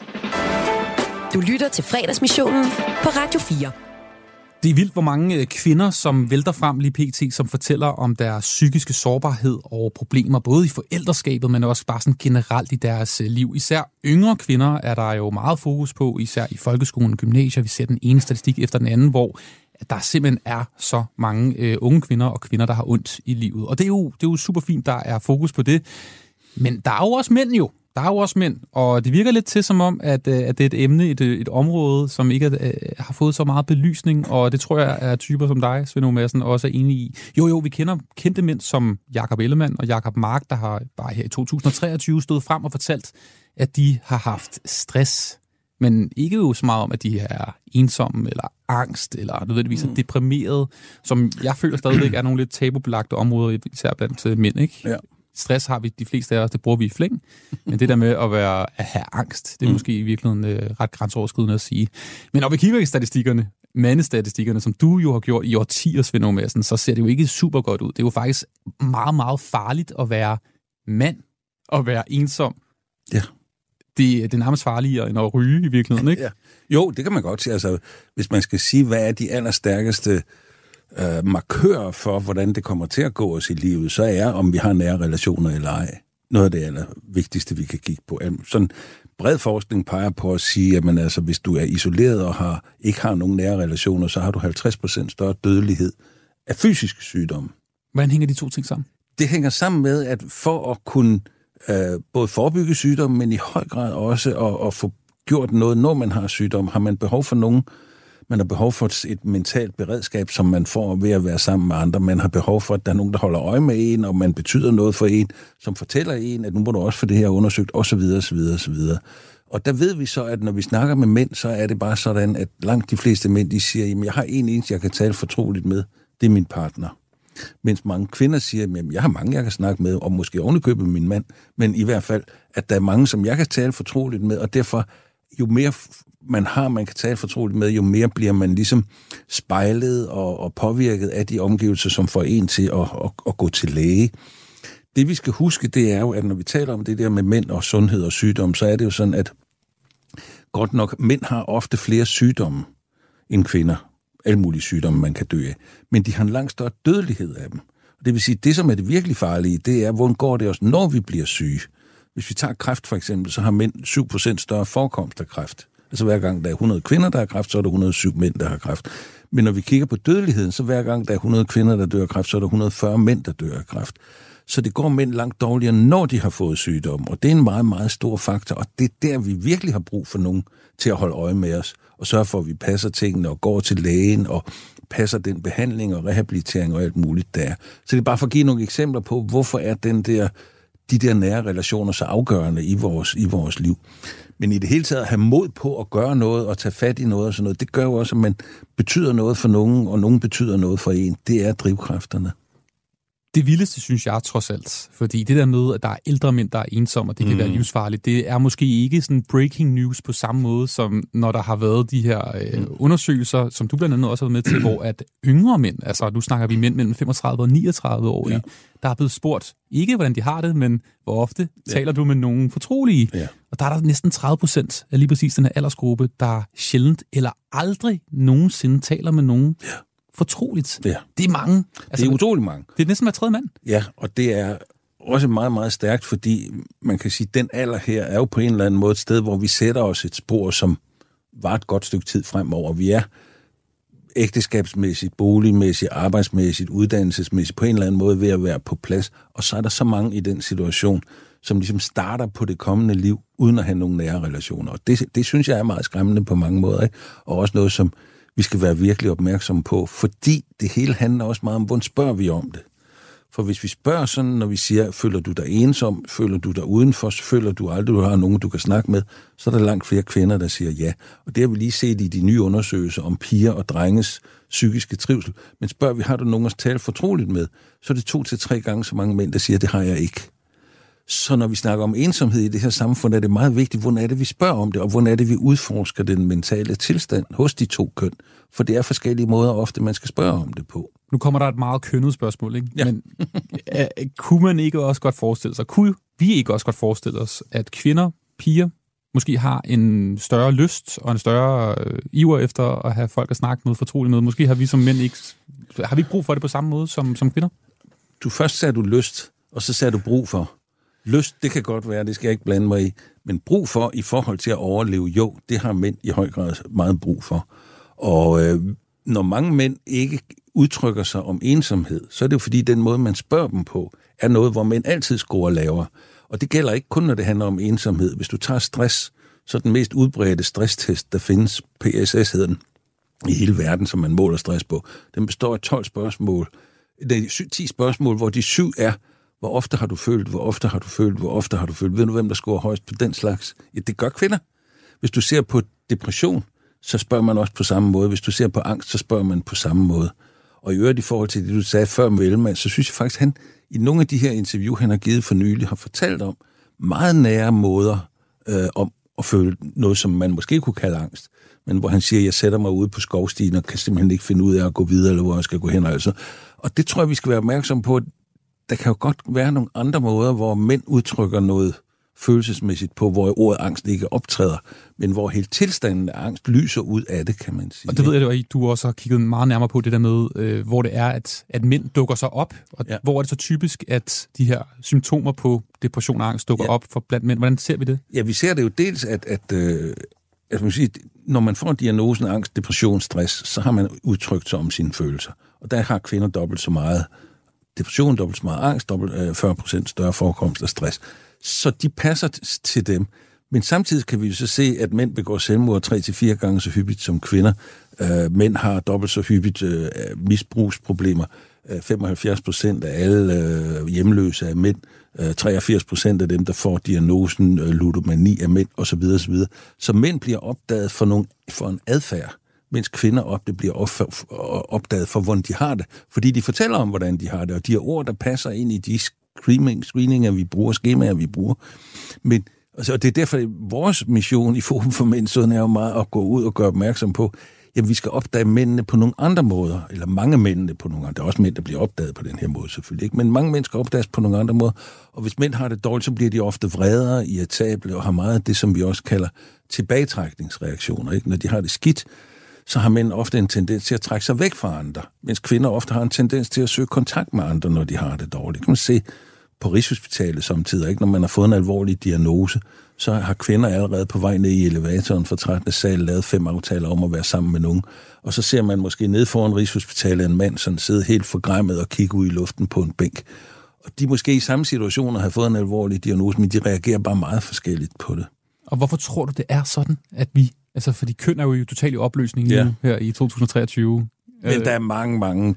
Du lytter til Fredagsmissionen på Radio 4. Det er vildt, hvor mange kvinder, som vælter frem lige pt., som fortæller om deres psykiske sårbarhed og problemer, både i forældreskabet, men også bare sådan generelt i deres liv. Især yngre kvinder er der jo meget fokus på, især i folkeskolen og gymnasier. Vi ser den ene statistik efter den anden, hvor der simpelthen er så mange unge kvinder og kvinder, der har ondt i livet. Og det er jo super fint, der er fokus på det. Men der er jo også mænd jo. Der er jo også mænd, og det virker lidt til som om, at det er et emne, et område, som ikke har fået så meget belysning, og det tror jeg er typer som dig, Svend Aage Madsen, også er enig i. Jo, vi kender kendte mænd som Jakob Ellemann og Jakob Mark, der har bare her i 2023 stået frem og fortalt, at de har haft stress, men ikke jo så meget om, at de er ensomme eller angst, eller nødvendigvis er deprimeret, som jeg føler stadigvæk er nogle lidt tabubelagte områder, især blandt mænd, ikke? Ja. Stress har vi de fleste af os, det bruger vi i flæng. Men det der med at have angst, det er måske i virkeligheden ret grænseoverskridende at sige. Men når vi kigger i statistikkerne, mandestatistikkerne, som du jo har gjort i årtier, Svend Aage Madsen, så ser det jo ikke super godt ud. Det er jo faktisk meget, meget farligt at være mand og være ensom. Ja. Det er nærmest farligere end at ryge i virkeligheden, ikke? Ja. Jo, det kan man godt sige. Altså, hvis man skal sige, hvad er de allerstærkeste markører for, hvordan det kommer til at gå os i livet, så er, om vi har nære relationer eller ej. Noget af det allervigtigste, vi kan kigge på. Sådan bred forskning peger på at sige, at altså, hvis du er isoleret og ikke har nogen nære relationer, så har du 50% større dødelighed af fysiske sygdomme. Hvordan hænger de to ting sammen? Det hænger sammen med, at for at kunne både forebygge sygdomme, men i høj grad også at få gjort noget, når man har sygdom, har man behov for nogen. Man har behov for et mentalt beredskab, som man får ved at være sammen med andre. Man har behov for, at der er nogen, der holder øje med en, og man betyder noget for en, som fortæller en, at nu må du også få det her undersøgt, osv. osv. Og der ved vi så, at når vi snakker med mænd, så er det bare sådan, at langt de fleste mænd, de siger, jamen jeg har en eneste, jeg kan tale fortroligt med, det er min partner. Mens mange kvinder siger, at jeg har mange, jeg kan snakke med, og måske ovenikøbet min mand, men i hvert fald, at der er mange, som jeg kan tale fortroligt med, og derfor, jo mere man kan tale fortroligt med, jo mere bliver man ligesom spejlet og påvirket af de omgivelser, som får en til at gå til læge. Det vi skal huske, det er jo, at når vi taler om det der med mænd og sundhed og sygdom, så er det jo sådan, at godt nok, mænd har ofte flere sygdomme end kvinder. Alle mulige sygdomme, man kan dø af. Men de har en langt større dødelighed af dem. Det vil sige, det som er det virkelig farlige, det er, hvordan går det også, når vi bliver syge. Hvis vi tager kræft for eksempel, så har mænd 7% større forekomst af kræft. Altså hver gang der er 100 kvinder, der har kræft, så er der 107 mænd, der har kræft. Men når vi kigger på dødeligheden, så hver gang der er 100 kvinder, der dør af kræft, så er der 140 mænd, der dør af kræft. Så det går mænd langt dårligere, når de har fået sygdom. Og det er en meget, meget stor faktor, og det er der, vi virkelig har brug for nogen til at holde øje med os, og sørge for, at vi passer tingene og går til lægen og passer den behandling og rehabilitering og alt muligt der. Så det er bare for at give nogle eksempler på, hvorfor er de der nære relationer så afgørende i vores liv. Men i det hele taget at have mod på at gøre noget og tage fat i noget og sådan noget, det gør jo også, at man betyder noget for nogen, og nogen betyder noget for en. Det er drivkræfterne. Det vildeste, synes jeg, trods alt. Fordi det der med, at der er ældre mænd, der er ensomme, og det kan være livsfarligt, det er måske ikke sådan breaking news på samme måde, som når der har været de her undersøgelser, som du blandt andet også har været med til, hvor at yngre mænd, altså nu snakker vi mænd mellem 35 og 39 år, der er blevet spurgt, ikke hvordan de har det, men hvor ofte taler du med nogen fortrolige. Ja. Og der er der næsten 30% af lige præcis den her aldersgruppe, der sjældent eller aldrig nogensinde taler med nogen fortroligt. Ja. Det er mange. Altså, det er utrolig mange. Det er næsten hver tredje mand. Ja, og det er også meget, meget stærkt, fordi man kan sige, at den alder her er jo på en eller anden måde et sted, hvor vi sætter os et spor, som var et godt stykke tid fremover. Vi er ægteskabsmæssigt, boligmæssigt, arbejdsmæssigt, uddannelsesmæssigt på en eller anden måde ved at være på plads. Og så er der så mange i den situation, som ligesom starter på det kommende liv, uden at have nogle nære relationer. Og det synes jeg er meget skræmmende på mange måder, ikke? Og også noget, som vi skal være virkelig opmærksomme på, fordi det hele handler også meget om, hvordan spørger vi om det. For hvis vi spørger sådan, når vi siger, føler du dig ensom, føler du dig udenfor, føler du aldrig, du har nogen, du kan snakke med, så er der langt flere kvinder, der siger ja. Og det har vi lige set i de nye undersøgelser om piger og drenges psykiske trivsel. Men spørger vi, har du nogen at tale fortroligt med, så er det 2 til 3 gange så mange mænd, der siger, det har jeg ikke. Så når vi snakker om ensomhed i det her samfund, er det meget vigtigt, hvordan er det, vi spørger om det, og hvordan er det, vi udforsker den mentale tilstand hos de to køn. For det er forskellige måder ofte, man skal spørge om det på. Nu kommer der et meget kønnet spørgsmål, ikke? Ja. Men kunne man ikke også godt forestille sig, kunne vi ikke også godt forestille os, at kvinder, piger, måske har en større lyst og en større iver efter at have folk at snakke med, fortroligt med? Måske har vi som mænd ikke brug for det på samme måde som kvinder? Først sagde du lyst, og så sagde du brug for. Lyst, det kan godt være, det skal jeg ikke blande mig i, men brug for i forhold til at overleve, jo, det har mænd i høj grad meget brug for. Og når mange mænd ikke udtrykker sig om ensomhed, så er det jo fordi, den måde, man spørger dem på, er noget, hvor mænd altid scorer lavere. Og det gælder ikke kun, når det handler om ensomhed. Hvis du tager stress, så er den mest udbredte stresstest, der findes, PSS hedder den, i hele verden, som man måler stress på. Den består af 12 spørgsmål. Det er 10 spørgsmål, hvor de 7 er, hvor ofte har du følt, hvor ofte har du følt, hvor ofte har du følt. Ved du, hvem der scorer højst på den slags? Ja, det gør kvinder. Hvis du ser på depression, så spørger man også på samme måde. Hvis du ser på angst, så spørger man på samme måde. Og i øvrigt i forhold til det, du sagde før med Ellemann, så synes jeg faktisk, han i nogle af de her interview, han har givet for nylig, har fortalt om meget nære måder om at føle noget, som man måske kunne kalde angst. Men hvor han siger, jeg sætter mig ude på skovstien og kan simpelthen ikke finde ud af at gå videre, eller hvor jeg skal gå hen. Altså. Og det tror jeg, vi skal være opmærksom på. Der kan jo godt være nogle andre måder, hvor mænd udtrykker noget følelsesmæssigt på, hvor ordet angst ikke optræder, men hvor hele tilstanden af angst lyser ud af det, kan man sige. Og det ved jeg, at du også har kigget meget nærmere på, det der med, hvor det er, at mænd dukker sig op, og hvor er det så typisk, at de her symptomer på depression og angst dukker op for blandt mænd. Hvordan ser vi det? Ja, vi ser det jo dels, at man sige, når man får diagnosen angst, depression, stress, så har man udtrykt sig om sine følelser. Og der har kvinder dobbelt så meget depression, dobbelt så meget angst, 40% større forekomst af stress. Så de passer til dem. Men samtidig kan vi jo så se, at mænd begår selvmord 3-4 gange så hyppigt som kvinder. Mænd har dobbelt så hyppigt misbrugsproblemer. 75% af alle hjemløse er mænd. 83% af dem, der får diagnosen ludomani, er mænd, osv. osv. Så mænd bliver opdaget for en adfærd, mens kvinder ofte bliver opdaget for, hvordan de har det. Fordi de fortæller om, hvordan de har det, og de har ord, der passer ind i de screeninger, vi bruger, skemaer, vi bruger. Men og det er derfor, at vores mission i Forum for Mænd, sådan er jo meget at gå ud og gøre opmærksom på, jamen vi skal opdage mændene på nogle andre måder, eller mange mændene på nogle andre. Der er også mænd, der bliver opdaget på den her måde selvfølgelig, ikke? Men mange mænd skal opdages på nogle andre måder, og hvis mænd har det dårligt, så bliver de ofte vredere, irritable og har meget af det, som vi også kalder tilbagetrækningsreaktioner, ikke? Når de har det skidt, så har mænd ofte en tendens til at trække sig væk fra andre, mens kvinder ofte har en tendens til at søge kontakt med andre, når de har det dårligt. Kan man se på Rigshospitalet samtidig, ikke? Når man har fået en alvorlig diagnose, så har kvinder allerede på vej ned i elevatoren fra 13. sal lavet 5 aftaler om at være sammen med nogen. Og så ser man måske ned foran Rigshospitalet en mand, som sidder helt forgræmmet og kigger ud i luften på en bænk. Og de måske i samme situationer har fået en alvorlig diagnose, men de reagerer bare meget forskelligt på det. Og hvorfor tror du, det er sådan, at vi... Altså, fordi køn er jo totalt i opløsning nu her i 2023. Men der er mange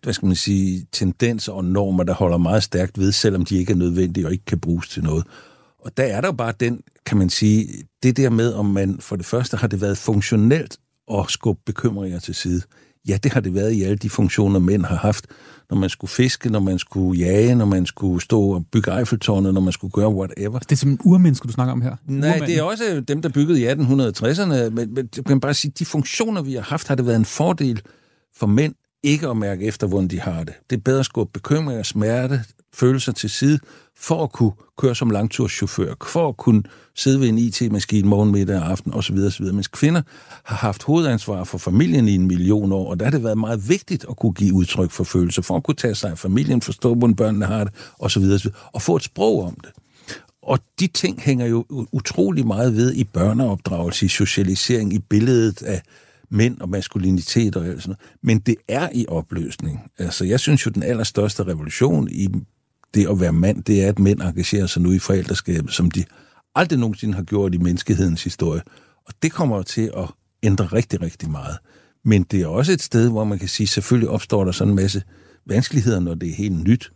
tendenser og normer, der holder meget stærkt ved, selvom de ikke er nødvendige og ikke kan bruges til noget. Og der er der jo bare den, kan man sige, det der med, om man for det første har det været funktionelt at skubbe bekymringer til side. Ja, det har det været i alle de funktioner, mænd har haft. Når man skulle fiske, når man skulle jage, når man skulle stå og bygge Eiffeltårnet, når man skulle gøre whatever. Det er simpelthen urmennesker, du snakker om her? Nej, det er også dem, der byggede i 1860'erne. Men jeg kan bare sige, de funktioner, vi har haft, har det været en fordel for mænd ikke at mærke efter, hvordan de har det. Det er bedre at skubbe bekymringer, smerte, følelser til side, for at kunne køre som langturschauffør, for at kunne sidde ved en IT-maskine morgen, middag og aften osv. Mens kvinder har haft hovedansvar for familien i 1 million år, og der har det været meget vigtigt at kunne give udtryk for følelser, for at kunne tage sig af familien, forstå, hvordan børnene har det osv. Og få et sprog om det. Og de ting hænger jo utrolig meget ved i børneopdragelse, i socialisering, i billedet af mænd og maskulinitet og alt sådan noget. Men det er i opløsning. Altså, jeg synes jo, den allerstørste revolution i det at være mand, det er, at mænd engagerer sig nu i forældreskabet, som de aldrig nogensinde har gjort i menneskehedens historie. Og det kommer jo til at ændre rigtig, rigtig meget. Men det er også et sted, hvor man kan sige, selvfølgelig opstår der sådan en masse vanskeligheder, når det er helt nyt.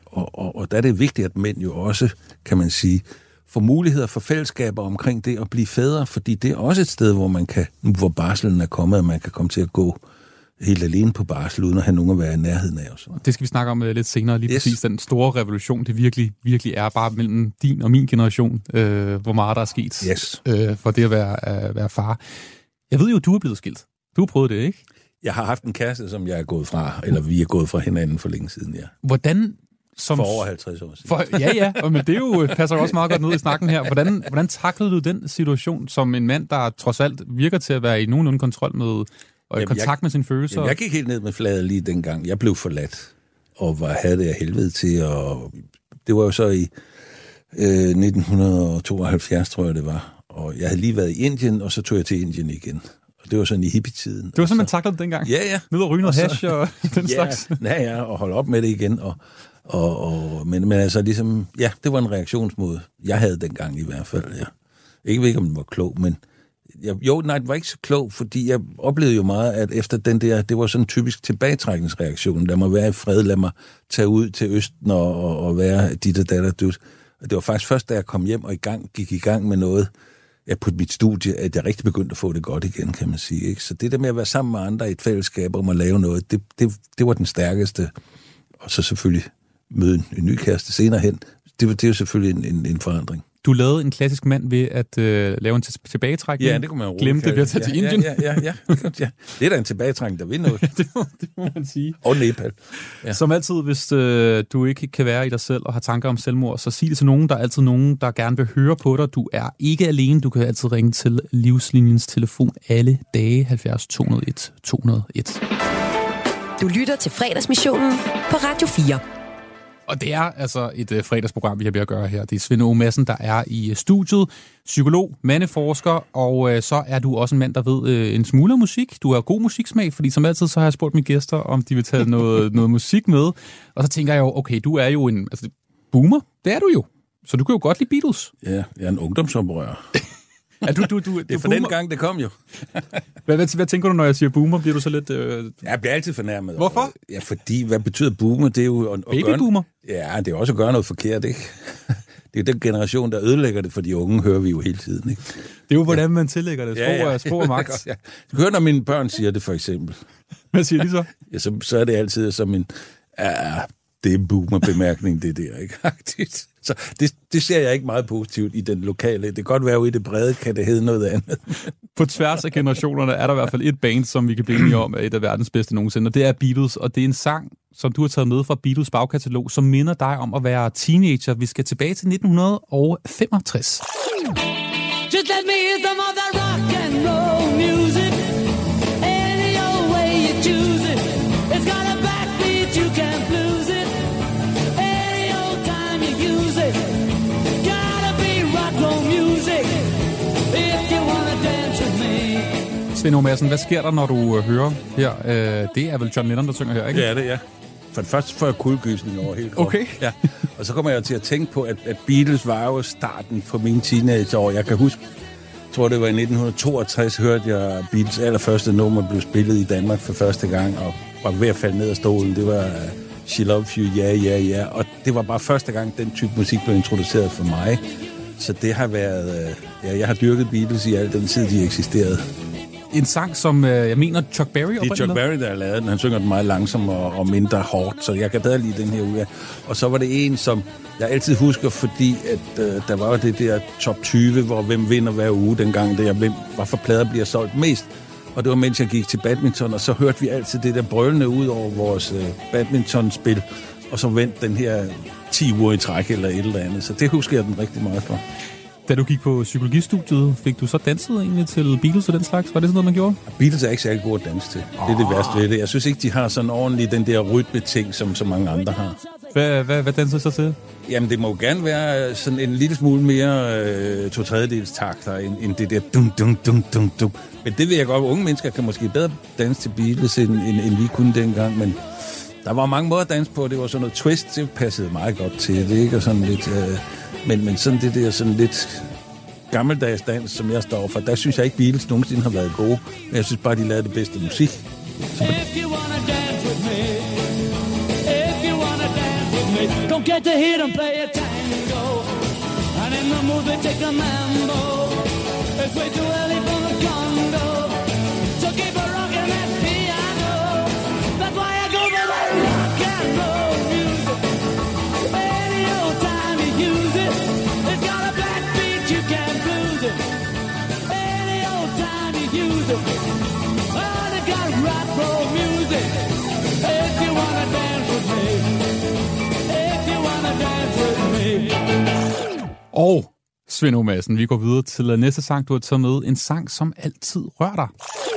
Og der er det vigtigt, at mænd jo også, kan man sige, får muligheder for fællesskaber omkring det at blive fædre, fordi det er også et sted, hvor man kan, nu hvor barselen er kommet, at man kan komme til at gå helt alene på barsel, uden at have nogen at være i nærheden af os. Det skal vi snakke om lidt senere, lige præcis den store revolution, det virkelig er bare mellem din og min generation, hvor meget der er sket for det at være far. Jeg ved jo, du er blevet skilt. Du har prøvet det, ikke? Jeg har haft en kæreste, som jeg er gået fra, eller vi er gået fra hinanden for længe siden, ja. Hvordan... For over 50 år siden. Ja, men det jo passer også meget godt ned i snakken her. Hvordan taklede du den situation som en mand, der trods alt virker til at være i nogenlunde kontrol med og i kontakt med sine følelser? Jamen, jeg gik helt ned med fladet lige dengang. Jeg blev forladt og havde det af helvede til. Og det var jo så i 1972, tror jeg det var. Og jeg havde lige været i Indien, og så tog jeg til Indien igen. Og det var sådan i hippietiden. Det var sådan, man taklede det dengang? Ja. Ned og ryge noget hash og den slags? Ja, og holde op med det igen. Men altså ligesom, ja, det var en reaktionsmåde. Jeg havde dengang i hvert fald, ja. Ikke ved, om den var klog, men den var ikke så klog, fordi jeg oplevede jo meget, at efter den der, det var sådan en typisk tilbagetrækningsreaktion. Lad mig være i fred, lad mig tage ud til Østen og være dit og datter. Det var faktisk først, da jeg kom hjem og gik i gang med noget på mit studie, at jeg rigtig begyndte at få det godt igen, kan man sige. Ikke? Så det der med at være sammen med andre i et fællesskab om at lave noget, det var den stærkeste. Og så selvfølgelig møde en ny kæreste senere hen. Det er jo selvfølgelig en forandring. Du lavede en klassisk mand ved at lave en tilbagetrækning. Ja, det kunne man roligt. Glemte ved at tage til Indien. Ja. Det er da en tilbagetrækning, der vil noget. det må man sige. Og Nepal. Ja. Som altid, hvis du ikke kan være i dig selv og har tanker om selvmord, så sig det til nogen. Der er altid nogen, der gerne vil høre på dig. Du er ikke alene. Du kan altid ringe til Livslinjens telefon alle dage 70 201 201. Du lytter til Fredagsmissionen på Radio 4. Og det er altså et fredagsprogram, vi har ved at gøre her. Det er Svend Åge Madsen, der er i studiet. Psykolog, mandeforsker, og så er du også en mand, der ved en smule musik. Du har god musiksmag, fordi som altid så har jeg spurgt mine gæster, om de vil tage noget musik med. Og så tænker jeg jo, okay, du er jo en boomer. Det er du jo. Så du kan jo godt lide Beatles. Ja, jeg er en ungdomsoprører. Ja, du det er for den gang, det kom jo. Hvad tænker du, når jeg siger boomer? Bliver du så lidt... Jeg bliver altid fornærmet. Hvorfor? Ja, fordi, hvad betyder boomer? Det er jo... Babyboomer? Ja, det er også at gøre noget forkert, ikke? det er den generation, der ødelægger det, for de unge hører vi jo hele tiden. Ikke? Det er jo, hvordan man tillægger det. Sprog og magt. Ja. Du hører, når mine børn siger det, for eksempel. Hvad siger de så? Ja, så er det altid som en... det er en boomer-bemærkning, det der, ikke? Så det ser jeg ikke meget positivt i den lokale. Det kan godt være, jo i det brede kan det hedde noget andet. På tværs af generationerne er der i hvert fald et band, som vi kan blive enige om, er et af verdens bedste nogensinde, og det er Beatles, og det er en sang, som du har taget med fra Beatles bagkatalog, som minder dig om at være teenager. Vi skal tilbage til 1965. Just let me hear some of that rock and roll music. Any old way you choose it. It's got a backbeat, you can't lose it. Any old time you use it. Gotta be rock and roll music. If you wanna dance with me. Svend O. Madsen, hvad sker der, når du hører her? Det er vel John Lennon, der synger her, ikke? Det er det, ja. For det første får jeg kuldegysning over hele kroppen. Okay. Ja. Og så kommer jeg til at tænke på, at Beatles var jo starten på mine teenageår. Jeg kan huske, jeg tror det var i 1962, hørte jeg Beatles allerførste nummer blev spillet i Danmark for første gang, og var ved at falde ned af stolen. Det var She Loves You, ja. Og det var bare første gang, den type musik blev introduceret for mig. Så det har været... jeg har dyrket Beatles i al den tid, de eksisterede. En sang, som jeg mener Chuck Berry oprindeligt. Det er Chuck Berry, der har lavet den. Han synger den meget langsomt og mindre hårdt, så jeg kan bedre lide den her uge. Og så var det en, som jeg altid husker, fordi at, der var det der top 20, hvor hvem vinder hver uge dengang, da jeg var for plader bliver solgt mest. Og det var, mens jeg gik til badminton, og så hørte vi altid det der brølende ud over vores badmintonspil, og så vendte den her 10 uger i træk eller et eller andet. Så det husker jeg den rigtig meget for. Da du gik på psykologistudiet, fik du så danset egentlig til Beatles og den slags? Var det sådan noget, man gjorde? Beatles er ikke særlig gode at danse til. Det er det værste ved det. Jeg synes ikke, de har sådan ordentligt den der rytme-ting, som så mange andre har. Hvad danser så til? Jamen, det må gerne være sådan en lille smule mere 2/3 takter, end det der dum. Men det ved jeg godt, unge mennesker kan måske bedre danse til Beatles, end vi kunne dengang, men der var mange måder at danse på. Det var sådan noget twist, det passede meget godt til det, ikke? Og sådan lidt... Men sådan det der sådan lidt gammeldags dans, som jeg står for, der synes jeg ikke, Beatles nogensinde har været gode. Men jeg synes bare, de lavede det bedste musik. Don't get the hit and play a tango. And in the mood they take a mambo. It's way too early for the Congo. So keep a rockin' that piano. That's why I go for the rock and roll music. Any old time you use it. It's got a black beat, you can't lose it. Any old time you use it. Oh, they got rock and roll music. If you wanna dance with me. Og Svend O. Madsen, vi går videre til næste sang, du har taget med. En sang, som altid rører dig.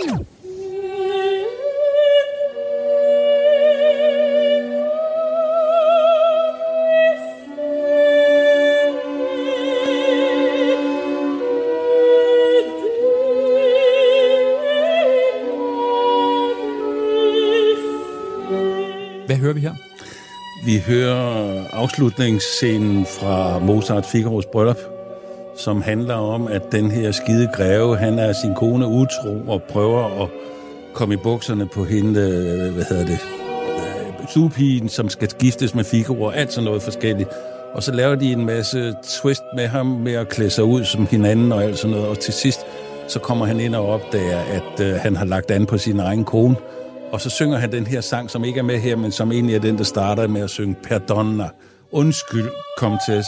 Hvad hører vi her? Vi hører afslutningsscenen fra Mozart Figaros bryllup, som handler om, at den her skide greve, han er sin kone utro og prøver at komme i bukserne på hende, stuepigen, som skal giftes med Figaro og alt sådan noget forskelligt. Og så laver de en masse twist med ham med at klæde sig ud som hinanden og alt sådan noget. Og til sidst, så kommer han ind og opdager, at han har lagt an på sin egen kone. Og så synger han den her sang, som ikke er med her, men som egentlig er den, der starter med at synge Perdona. Undskyld, komtesse.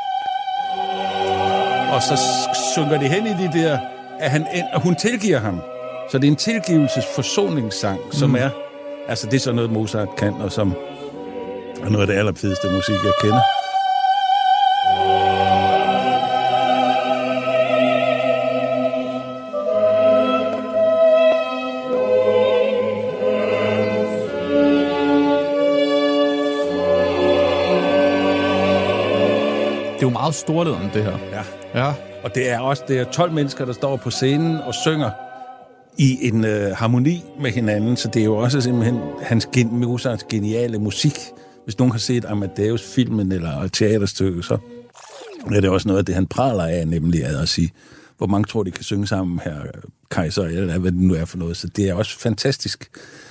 Og så synger det hen i de der, at hun tilgiver ham. Så det er en tilgivelses-forsoningssang, som er, altså det er sådan noget, Mozart kan, og som er noget af det allerfedeste musik, jeg kender. Det er jo meget storledende, det her. Ja. Og det er 12 mennesker, der står på scenen og synger i en harmoni med hinanden, så det er jo også simpelthen Mozarts geniale musik. Hvis nogen har set Amadeus-filmen eller teaterstykket, så er det også noget af det, han praler af, nemlig at sige, hvor mange tror, de kan synge sammen her, Kaiser, eller hvad det nu er for noget. Så det er også fantastisk.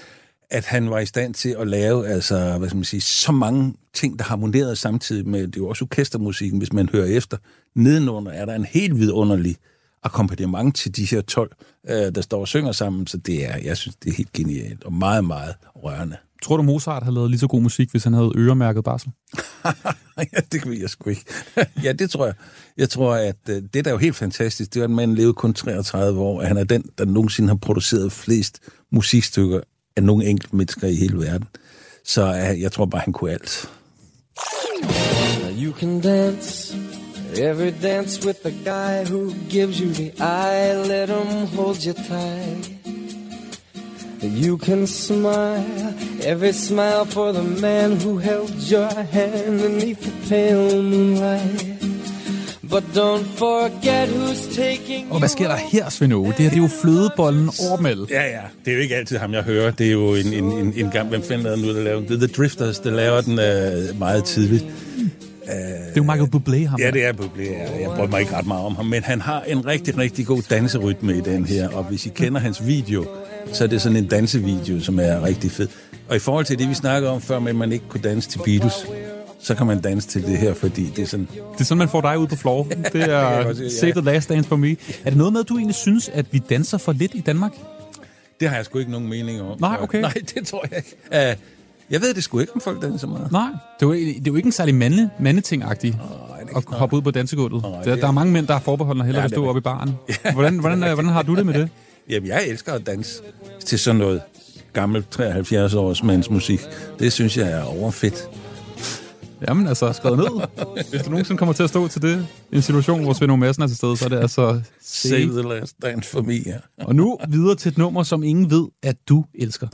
at han var i stand til at lave, altså, hvad skal man sige, så mange ting, der harmonerede samtidig med, det er jo også orkestermusikken, hvis man hører efter. Nedenunder er der en helt vidunderlig akkompagnement til de her 12, der står og synger sammen, så jeg synes, det er helt genialt og meget, meget rørende. Tror du, Mozart havde lavet lige så god musik, hvis han havde øremærket barsel? Ja, det ved jeg sgu ikke. Ja, det tror jeg. Jeg tror, at det, der er jo helt fantastisk, det er, at man levede kun 33 år, at han er den, der nogensinde har produceret flest musikstykker af nogle enkelte mennesker i hele verden. Så jeg tror bare, han kunne alt. You can dance, every dance with the guy who gives you the eye, let him hold you tight. You can smile, every smile for the man who held your hand beneath the pale moonlight. But don't forget who's taking. Og hvad sker der her, Svend Åge? Det er jo flødebollen Ormel. Ja. Det er jo ikke altid ham, jeg hører. Det er jo en gang, hvem fanden er der nu, der laver den? Det er The Drifters, der laver den meget tidligt. Det er jo Michael Bublé, ham. Ja, det er Bublé. Jeg prøver mig ikke ret meget om ham, men han har en rigtig, rigtig god danserytme i den her, og hvis I kender hans video, så er det sådan en dansevideo, som er rigtig fed. Og i forhold til det, vi snakkede om før, med at man ikke kunne danse til Beatles, så kan man danse til det her, fordi det er sådan... Det er sådan, man får dig ud på floor. Det er Save the Last Dance for Me. Er det noget med, at du egentlig synes, at vi danser for lidt i Danmark? Det har jeg sgu ikke nogen mening om. Nej, okay. Nej, det tror jeg ikke. Jeg ved det sgu ikke, om folk danser meget. Nej, det er jo ikke en særlig mandeting-agtig at hoppe ud på dansegulvet. Der er mange mænd, der har forbeholdt og hellere vil stå oppe i baren. Hvordan har du det med det? Jamen, jeg elsker at danse til sådan noget gammelt 73-års mandsmusik. Det synes jeg er overfedt. Jamen, altså, skrevet ned. Hvis du nogensinde kommer til at stå til det, i en situation, hvor Svend Åge Madsen er til stede, så er det altså... Save the Last Dance for Me, ja. Og nu videre til et nummer, som ingen ved, at du elsker.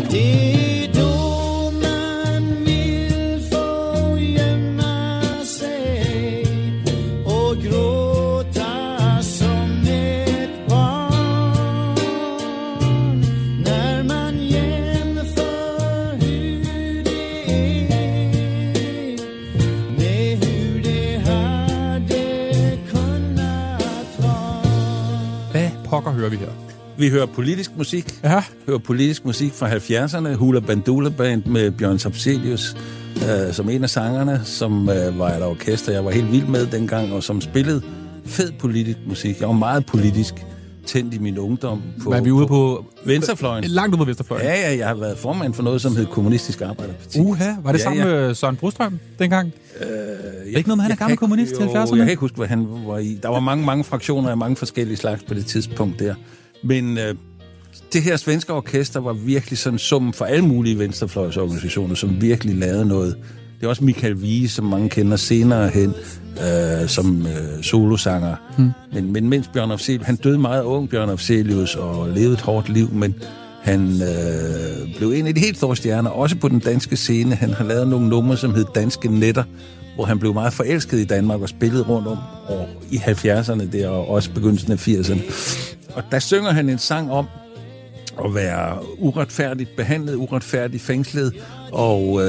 Pokker hører vi her. Vi hører politisk musik. Ja. Hører politisk musik fra 70'erne. Hula Bandula Band med Bjørn Sapselius som en af sangerne, som var et orkester, jeg var helt vild med dengang, og som spillede fed politisk musik. Jeg var meget politisk tændt i min ungdom. Var vi ude på venstrefløjen? Langt ude på venstrefløjen? Ja, jeg har været formand for noget, som hed Kommunistisk Arbejderparti. Var det sammen med Søren Brostrøm dengang? Ikke noget med, han er gammel kommunist til 70'erne? Jeg kan ikke huske, hvad han var i. Der var mange fraktioner af mange forskellige slags på det tidspunkt der. Men det her svenske orkester var virkelig sådan summen for alle mulige venstrefløjsorganisationer, som virkelig lavede noget. Det er også Michael Wiese, som mange kender senere hen, som solosanger. Men mens Bjørn Afzelius, han døde meget ung, Bjørn Afzelius, og levede et hårdt liv, men han blev en af de helt store stjerner, også på den danske scene. Han har lavet nogle numre, som hed Danske Netter, hvor han blev meget forelsket i Danmark og spillede rundt om i 70'erne der, og også begyndelsen af 80'erne. Og der synger han en sang om at være uretfærdigt behandlet, uretfærdigt fængslet, og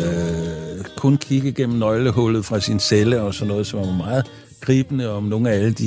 kun kigge gennem nøglehullet fra sin celle og sådan noget, som var meget gribende om nogle af alle de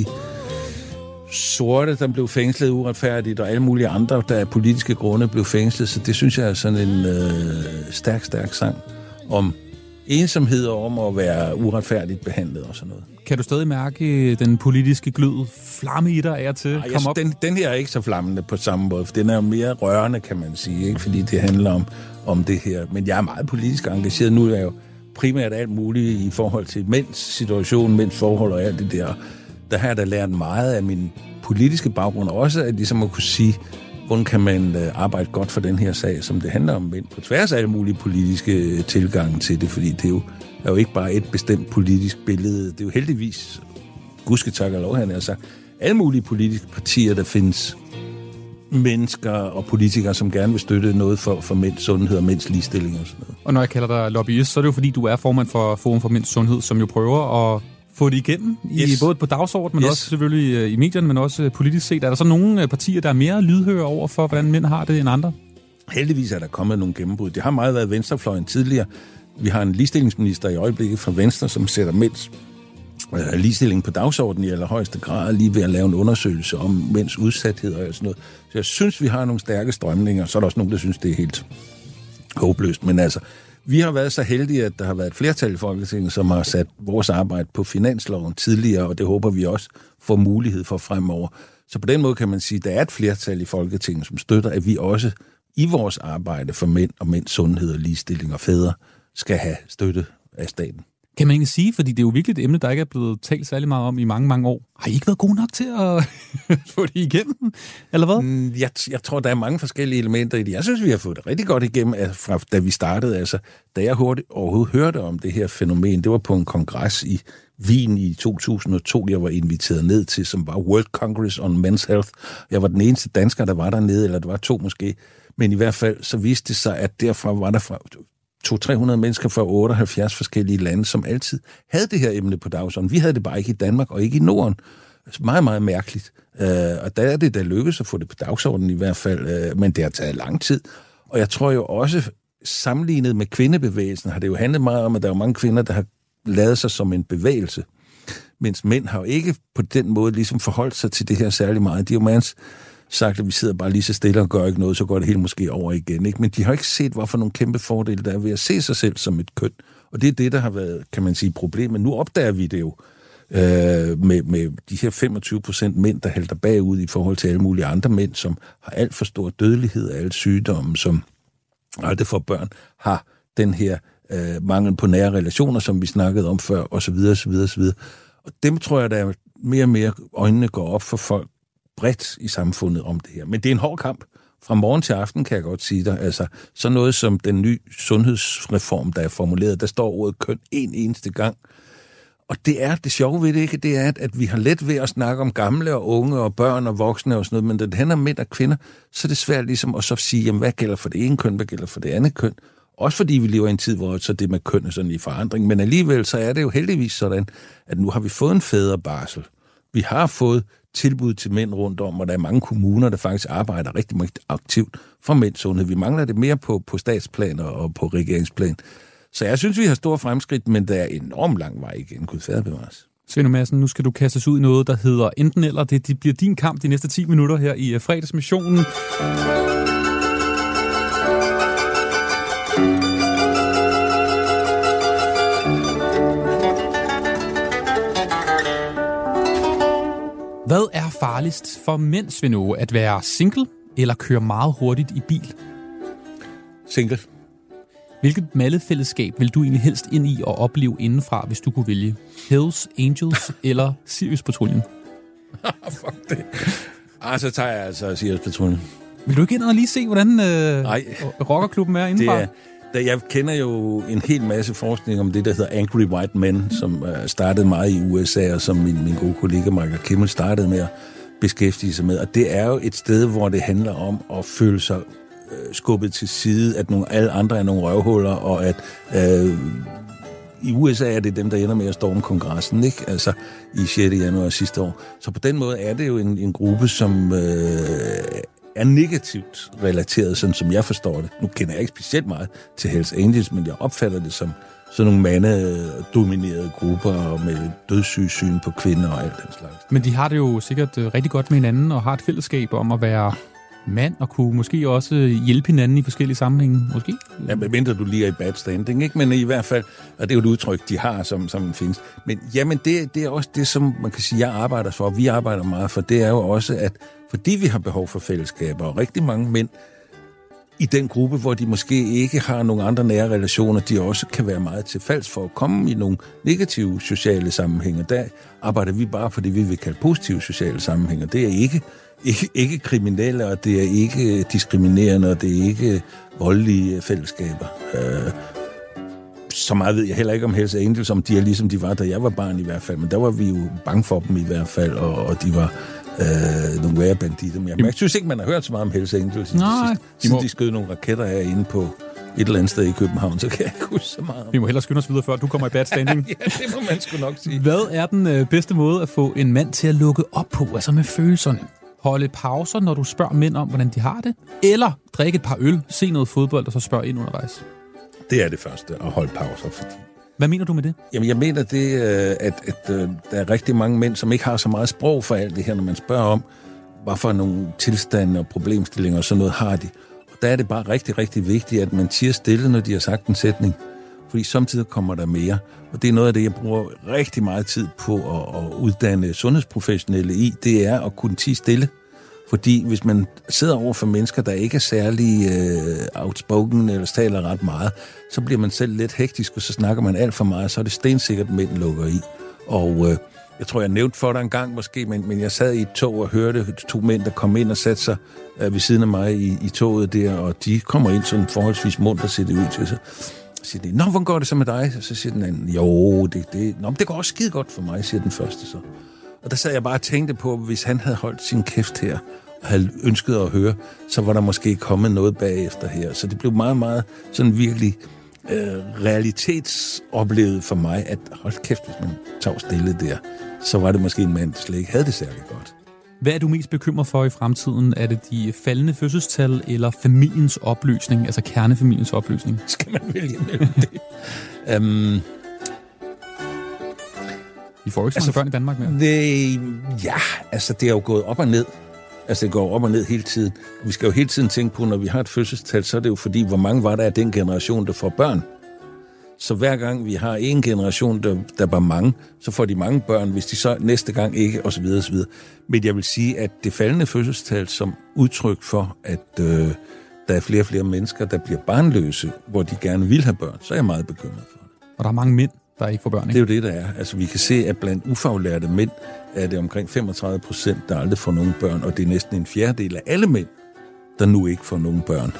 sorte, der blev fængslet uretfærdigt, og alle mulige andre, der af politiske grunde blev fængslet. Så det synes jeg er sådan en stærk sang om ensomhed og om at være uretfærdigt behandlet og sådan noget. Kan du stadig mærke den politiske glød flamme i dig af til? Den her er ikke så flammende på samme måde, for den er jo mere rørende, kan man sige, ikke? Fordi det handler om det her. Men jeg er meget politisk engageret. Nu er jeg jo primært alt muligt i forhold til mænds situation, mænds forhold og alt det der. Der har jeg da lært meget af min politiske baggrund, også at ligesom at kunne sige, hvordan kan man arbejde godt for den her sag, som det handler om mænd, på tværs af alle mulige politiske tilgange til det, fordi det er jo ikke bare et bestemt politisk billede. Det er jo heldigvis, gudsketak og lov, han har sagt, alle mulige politiske partier, der findes mennesker og politikere, som gerne vil støtte noget for mænds sundhed og mænds ligestilling og sådan noget. Og når jeg kalder dig lobbyist, så er det jo fordi, du er formand for Forum for Mænds Sundhed, som jo prøver at få det igennem, både på dagsordenen, men også selvfølgelig i medierne, men også politisk set. Er der så nogle partier, der er mere lydhøre over for, hvordan mænd har det end andre? Heldigvis er der kommet nogle gennembrud. Det har meget været venstrefløjen tidligere. Vi har en ligestillingsminister i øjeblikket fra Venstre, som sætter mænds ligestilling på dagsordenen i allerhøjeste grad, lige ved at lave en undersøgelse om mænds udsathed og sådan noget. Så jeg synes, vi har nogle stærke strømninger. Så er der også nogen, der synes, det er helt håbløst. Men altså, vi har været så heldige, at der har været et flertal i Folketinget, som har sat vores arbejde på finansloven tidligere, og det håber vi også får mulighed for fremover. Så på den måde kan man sige, at der er et flertal i Folketinget, som støtter, at vi også i vores arbejde for mænd og mænds sundhed og ligestilling og fædre skal have støtte af staten. Kan man ikke sige, fordi det er jo virkelig et emne, der ikke er blevet talt særlig meget om i mange, mange år. Har I ikke været gode nok til at få det igennem, eller hvad? Jeg tror, der er mange forskellige elementer i det. Jeg synes, vi har fået det rigtig godt igennem, fra da vi startede. Altså, da jeg overhovedet hørte om det her fænomen, det var på en kongres i Wien i 2002, jeg var inviteret ned til, som var World Congress on Men's Health. Jeg var den eneste dansker, der var dernede, eller det var 2 måske. Men i hvert fald, så viste det sig, at derfra var der fra 200-300 mennesker fra 78 forskellige lande, som altid havde det her emne på dagsordenen. Vi havde det bare ikke i Danmark og ikke i Norden. Altså meget, meget mærkeligt. Og der er det, der lykkedes at få det på dagsordenen i hvert fald, men det har taget lang tid. Og jeg tror jo også, sammenlignet med kvindebevægelsen, har det jo handlet meget om, at der er mange kvinder, der har lavet sig som en bevægelse, mens mænd har jo ikke på den måde ligesom forholdt sig til det her særlig meget. De har jo sagt, at vi sidder bare lige så stille og gør ikke noget, så går det helt måske over igen. Ikke? Men de har ikke set, hvorfor nogle kæmpe fordele der er ved at se sig selv som et køn. Og det er det, der har været, kan man sige, problemet. Nu opdager vi det jo med de her 25% mænd, der halter bagud i forhold til alle mulige andre mænd, som har alt for stor dødelighed af alle sygdomme, som aldrig får børn, har den her mangel på nære relationer, som vi snakkede om før, osv. osv. Og dem tror jeg, der er mere og mere øjnene går op for folk bredt i samfundet om det her. Men det er en hård kamp. Fra morgen til aften, kan jeg godt sige dig. Altså, så noget som den nye sundhedsreform, der er formuleret, der står ordet køn en eneste gang. Og det sjove ved det ikke, det er, at vi har let ved at snakke om gamle og unge og børn og voksne og sådan noget, men når det handler om mænd og kvinder, så er det svært ligesom at så sige, jamen, hvad gælder for det ene køn, hvad gælder for det andet køn. Også fordi vi lever i en tid, hvor så det med køn er sådan i forandring. Men alligevel så er det jo heldigvis sådan, at nu har vi fået en fædrebarsel. Vi har fået tilbud til mænd rundt om, og der er mange kommuner, der faktisk arbejder rigtig meget aktivt for mænds sundhed. Vi mangler det mere på statsplan og på regeringsplan. Så jeg synes, vi har store fremskridt, men der er enormt lang vej igen. Gud fader bevares. Svend Madsen, nu skal du kastes ud i noget, der hedder enten eller. Det bliver din kamp de næste 10 minutter her i fredagsmissionen. Hvad er farligst for mænd, Svend Åge? At være single eller køre meget hurtigt i bil? Single. Hvilket mandefællesskab vil du egentlig helst ind i og opleve indenfra, hvis du kunne vælge? Hells Angels eller Sirius-patruljen? Fuck det. Så tager jeg altså Sirius-patruljen. Vil du ikke ind og lige se, hvordan rockerklubben er indenfra? Jeg kender jo en hel masse forskning om det, der hedder Angry White Men, som startede meget i USA, og som min gode kollega Michael Kimmel startede med at beskæftige sig med. Og det er jo et sted, hvor det handler om at føle sig skubbet til side, at alle andre er nogle røvhuller, og at i USA er det dem, der ender med at storme kongressen, ikke? Altså i 6. januar sidste år. Så på den måde er det jo en gruppe, som er negativt relateret, sådan som jeg forstår det. Nu kender jeg ikke specielt meget til Hells Angels, men jeg opfatter det som sådan nogle mandedominerede grupper med dødssyge syn på kvinder og alt den slags. Men de har det jo sikkert rigtig godt med hinanden og har et fællesskab om at være mand og kunne måske også hjælpe hinanden i forskellige sammenhænge, måske? Ja, medmindre du lige er i bad standing, ikke? Men i hvert fald, og det er jo et udtryk, de har, som findes. Men jamen, det er også det, som man kan sige, jeg arbejder for, og vi arbejder meget for, det er jo også, at fordi vi har behov for fællesskaber, og rigtig mange mænd i den gruppe, hvor de måske ikke har nogen andre nære relationer, de også kan være meget tilfalds for at komme i nogle negative sociale sammenhænge. Der arbejder vi bare for det, vi vil kalde positive sociale sammenhænge. Det er ikke kriminelle, og det er ikke diskriminerende, og det er ikke voldelige fællesskaber. Så meget ved jeg heller ikke om Hells Angels, om de er ligesom de var, da jeg var barn i hvert fald, men der var vi jo bange for dem i hvert fald, og de var nogle værre banditter. Men jeg synes ikke, man har hørt så meget om Hells Angels. De skød nogle raketter herinde på et eller andet sted i København, så kan jeg ikke huske så meget. Vi må hellere skynde os videre, før du kommer i bad standing. Ja, det må man sgu nok sige. Hvad er den bedste måde at få en mand til at lukke op på, altså med følelserne? Holde pauser, når du spørger mænd om, hvordan de har det? Eller drikke et par øl, se noget fodbold, og så spørge ind undervejs? Det er det første, at holde pauser, fordi Hvad mener du med det? Jamen, jeg mener det, at der er rigtig mange mænd, som ikke har så meget sprog for alt det her, når man spørger om, hvad for nogle tilstande og problemstillinger og sådan noget har de. Og der er det bare rigtig, rigtig vigtigt, at man tiger stille, når de har sagt en sætning. Fordi samtidig kommer der mere. Og det er noget af det, jeg bruger rigtig meget tid på at uddanne sundhedsprofessionelle i. Det er at kunne tie stille. Fordi hvis man sidder over for mennesker, der ikke er særlig outspoken eller taler ret meget, så bliver man selv lidt hektisk, og så snakker man alt for meget, så er det stensikkert, mænd lukker i. Og jeg tror, jeg nævnte for dig en gang måske, men jeg sad i et tog og hørte 2 mænd, der kom ind og satte sig ved siden af mig i toget der, og de kommer ind sådan forholdsvis mundt og ser det ud til sig. Så siger de, nå, hvordan går det så med dig? Så siger den anden, jo, det går også skide godt for mig, siger den første så. Og der sad jeg bare og tænkte på, hvis han havde holdt sin kæft her, og havde ønsket at høre, så var der måske kommet noget bagefter her. Så det blev meget, meget sådan virkelig realitetsoplevet for mig, at hold kæft, hvis man tager stille der, så var det måske en mand, der slet ikke havde det særlig godt. Hvad er du mest bekymret for i fremtiden? Er det de faldende fødselstal eller familiens opløsning, altså kernefamiliens opløsning? Skal man vælge mellem det? I får ikke så mange børn i Danmark mere? Det er jo gået op og ned. Altså, det går op og ned hele tiden. Vi skal jo hele tiden tænke på, når vi har et fødselstal, så er det jo fordi, hvor mange var der af den generation, der får børn. Så hver gang vi har en generation, der var mange, så får de mange børn, hvis de så næste gang ikke, osv. osv. Men jeg vil sige, at det faldende fødselstal som udtryk for, at der er flere og flere mennesker, der bliver barnløse, hvor de gerne vil have børn, så er jeg meget bekymret for det. Og der er mange mænd, der ikke får børn, ikke? Det er jo det, der er. Altså, vi kan se, at blandt ufaglærte mænd er det omkring 35%, der aldrig får nogen børn, og det er næsten en fjerdedel af alle mænd, der nu ikke får nogen børn.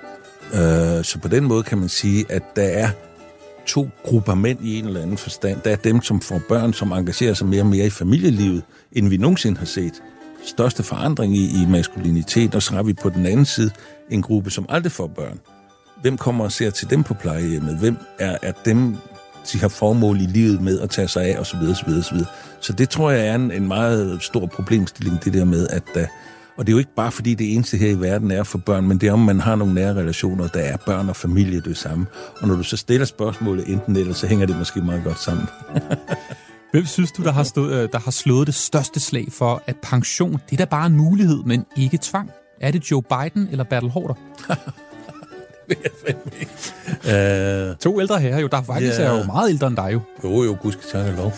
Så på den måde kan man sige, at der er 2 grupper mænd i en eller anden forstand. Der er dem, som får børn, som engagerer sig mere og mere i familielivet, end vi nogensinde har set. Største forandring i maskulinitet, og så har vi på den anden side en gruppe, som aldrig får børn. Hvem kommer og ser til dem på plejehjemmet? Hvem er dem, de har formål i livet med at tage sig af, osv. osv. Så det tror jeg er en meget stor problemstilling, det der med, at og det er jo ikke bare fordi det eneste her i verden er for børn, men det er om man har nogle nære relationer, der er børn og familie det samme. Og når du så stiller spørgsmålet enten eller, så hænger det måske meget godt sammen. Hvem synes du, der har slået det største slag for, at pension, det er da bare en mulighed, men ikke tvang? Er det Joe Biden eller Bertel Haarder? Det er fandme ikke. 2 ældre herrer jo, der faktisk er jo meget ældre end dig jo. Jo, gud skal tage lov.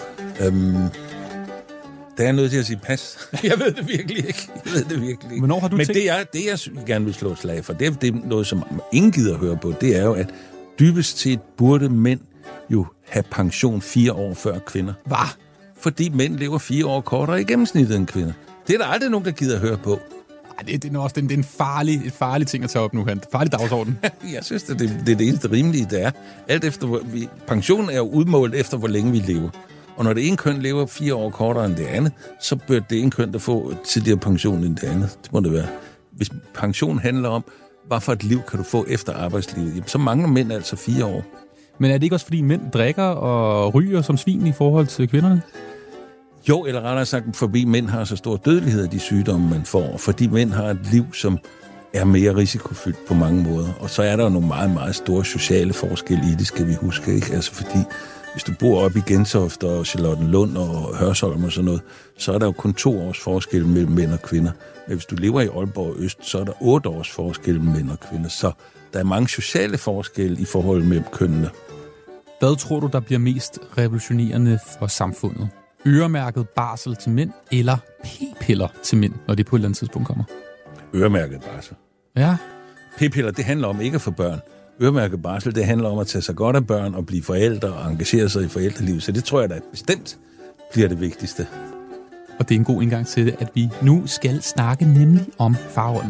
Der er nødt til at sige pas. Jeg ved det virkelig ikke. Hvornår har du tænkt? Det jeg gerne vil slå et slag for, det er noget, som ingen gider at høre på, det er jo, at dybest set burde mænd jo have pension 4 år før kvinder. Hvad? Fordi mænd lever 4 år kortere i gennemsnittet end kvinder. Det er der aldrig nogen, der gider at høre på. Det er en farlig ting at tage op nu, han. Farlig dagsorden. Jeg synes, det er det eneste rimelige, det er. Alt efter, pensionen er jo udmålt efter, hvor længe vi lever. Og når det ene køn lever 4 år kortere end det andet, så bør det ene køn, der få tidligere pension end det andet. Det må det være. Hvis pension handler om, hvad for et liv kan du få efter arbejdslivet, så mangler mænd altså 4 år. Men er det ikke også, fordi mænd drikker og ryger som svin i forhold til kvinderne? Jo, eller rettere sagt, fordi mænd har så stor dødelighed af de sygdomme, man får. Fordi mænd har et liv, som er mere risikofyldt på mange måder. Og så er der jo nogle meget, meget store sociale forskelle i det, skal vi huske, ikke? Altså fordi, hvis du bor oppe i Gentofte og Charlottenlund og Hørsholm og sådan noget, så er der jo kun 2 års forskel mellem mænd og kvinder. Men hvis du lever i Aalborg Øst, så er der 8 års forskel mellem mænd og kvinder. Så der er mange sociale forskelle i forhold mellem kønnene. Hvad tror du, der bliver mest revolutionerende for samfundet? Øremærket barsel til mænd eller p-piller til mænd, når det på et eller andet tidspunkt kommer? Øremærket barsel. Ja. P-piller, det handler om ikke at få børn. Øremærket barsel, det handler om at tage sig godt af børn og blive forældre og engagere sig i forældrelivet. Så det tror jeg da bestemt bliver det vigtigste. Og det er en god indgang til det, at vi nu skal snakke nemlig om farrollen.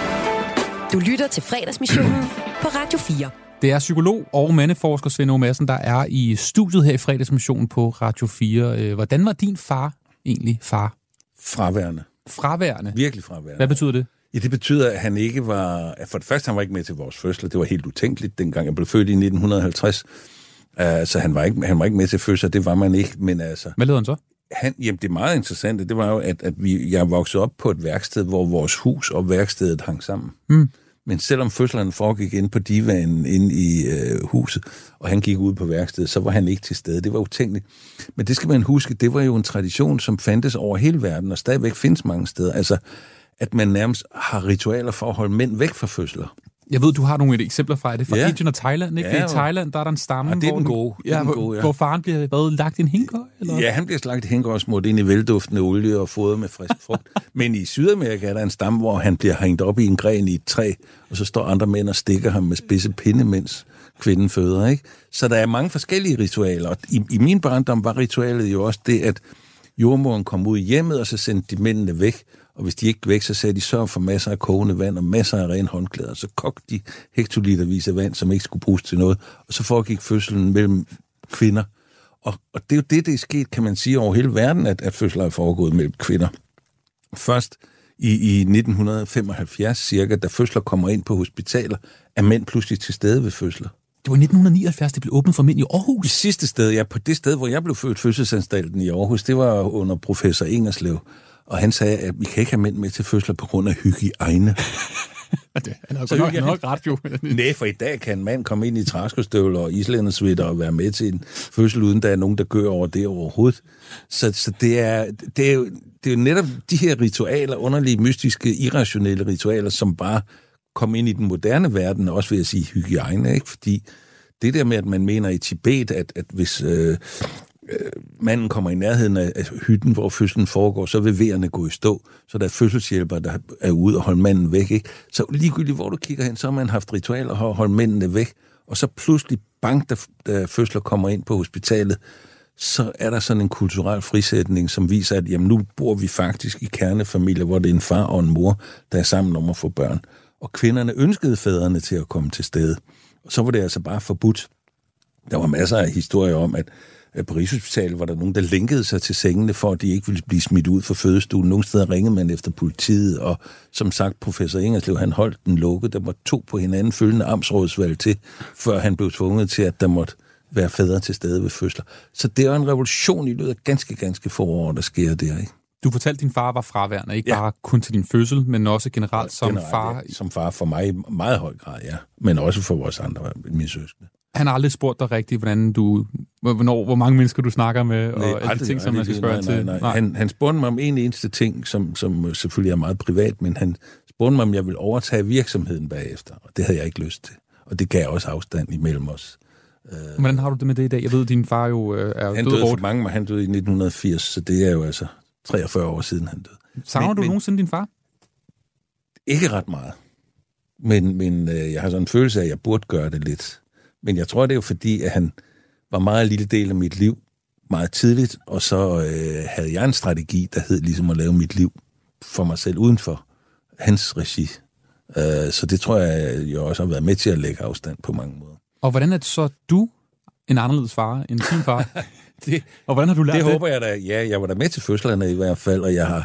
Du lytter til Fredagsmissionen på Radio 4. Det er psykolog og mandeforsker Svend Aage Madsen, der er i studiet her i Fredagsmissionen på Radio 4. Hvordan var din far egentlig, far? Fraværende. Fraværende? Virkelig fraværende. Hvad betyder det? Ja, det betyder, at han ikke var... For det første, han var ikke med til vores fødsel. Det var helt utænkeligt, dengang jeg blev født i 1950. Så han var ikke med til fødsel, det var man ikke. Men altså... Hvad lavede han så? Jamen, det meget interessante, det var jo, at jeg voksede op på et værksted, hvor vores hus og værkstedet hang sammen. Men selvom fødslerne foregik inde på divanen inde i huset, og han gik ud på værkstedet, så var han ikke til stede. Det var utænkeligt. Men det skal man huske, det var jo en tradition, som fandtes over hele verden, og stadigvæk findes mange steder. Altså, at man nærmest har ritualer for at holde mænd væk fra fødsler. Jeg ved, du har nogle eksempler fra det. Fra Indien og Thailand, ikke? Ja, i Thailand, der er der en stamme, det er den gode. Hvor faren bliver lagt i en hængekøj? Eller? Ja, han bliver lagt i hængekøj og smurt ind i velduftende olie og fodret med frisk frugt. Men i Sydamerika er der en stamme, hvor han bliver hængt op i en gren i et træ, og så står andre mænd og stikker ham med spidse pinde, mens kvinden føder, ikke? Så der er mange forskellige ritualer. Og i min barndom var ritualet jo også det, at jordmoren kom ud i hjemmet, og så sendte de mændene væk. Og hvis de ikke væk, så sagde de, sørg for masser af kogende vand og masser af rene håndklæder. Så kogte de hektolitervis af vand, som ikke skulle bruges til noget. Og så foregik fødslen mellem kvinder. Og det er jo det er sket, kan man sige, over hele verden, at fødsler er foregået mellem kvinder. Først i 1975 cirka, da fødsler kommer ind på hospitaler, er mænd pludselig til stede ved fødsler. Det var i 1979, det blev åbnet for mænd i Aarhus. Det sidste sted, ja, på det sted, hvor jeg blev født, fødselsanstalten i Aarhus, det var under professor Ingerslev. Og han sagde, at vi kan ikke have mænd med til fødsler på grund af hygiejne. Han har nok ret, jo. Nej, for i dag kan en mand komme ind i træskostøvler og islændersvitter og være med til en fødsel, uden der er nogen, der gør over det overhovedet. Så det er jo netop de her ritualer, underlige, mystiske, irrationelle ritualer, som bare kom ind i den moderne verden, også vil jeg sige hygiejne, ikke? Fordi det der med, at man mener i Tibet, at hvis manden kommer i nærheden af hytten, hvor fødslen foregår, så vil vejerne gå i stå, så der er fødselshjælpere, der er ude og holde manden væk, ikke? Så ligegyldigt, hvor du kigger hen, så har man haft ritualer for at holde mændene væk, og så pludselig, da fødsler kommer ind på hospitalet, så er der sådan en kulturel frisætning, som viser, at jamen, nu bor vi faktisk i kernefamilier, hvor det er en far og en mor, der er sammen om at få børn. Og kvinderne ønskede fædrene til at komme til stede. Og så var det altså bare forbudt. Der var masser af historier om, at på Rigshospitalet var der nogen, der linkede sig til sengene, for at de ikke ville blive smidt ud fra fødestuen. Nogle steder ringede man efter politiet, og som sagt, professor Ingerslev, han holdt den lukket. Der var 2 på hinanden følgende amtsrådsvalg til, før han blev tvunget til, at der måtte være fædre til stede ved fødsler. Så det er en revolution i løbet af ganske få år, der sker der, ikke? Du fortalte, at din far var fraværende, ikke bare kun til din fødsel, men også generelt som far. Ja, som far for mig i meget høj grad, ja. Men også for vores andre, mine søskende. Han har aldrig spurgt dig rigtigt, hvor mange mennesker du snakker med, og alle de ting, som man skal spørge til. Nej. Han spurgte mig om en eneste ting, som selvfølgelig er meget privat, men han spurgte mig, om jeg ville overtage virksomheden bagefter, og det havde jeg ikke lyst til. Og det gav også afstand imellem os. Hvordan har du det med det i dag? Jeg ved, at din far jo er død. Han døde for mange, men han døde i 1980, så det er jo altså 43 år siden, han døde. Savner du nogensinde din far? Ikke ret meget. Men jeg har sådan en følelse af, at jeg burde gøre det lidt. Men jeg tror, det er jo fordi, at han var meget lille del af mit liv meget tidligt, og så havde jeg en strategi, der hed ligesom at lave mit liv for mig selv uden for hans regi. Så det tror jeg også har været med til at lægge afstand på mange måder. Og hvordan er det så du en anderledes far end din far? Og hvordan har du lært det? Det håber jeg da. Ja, jeg var der med til fødslerne i hvert fald, og jeg har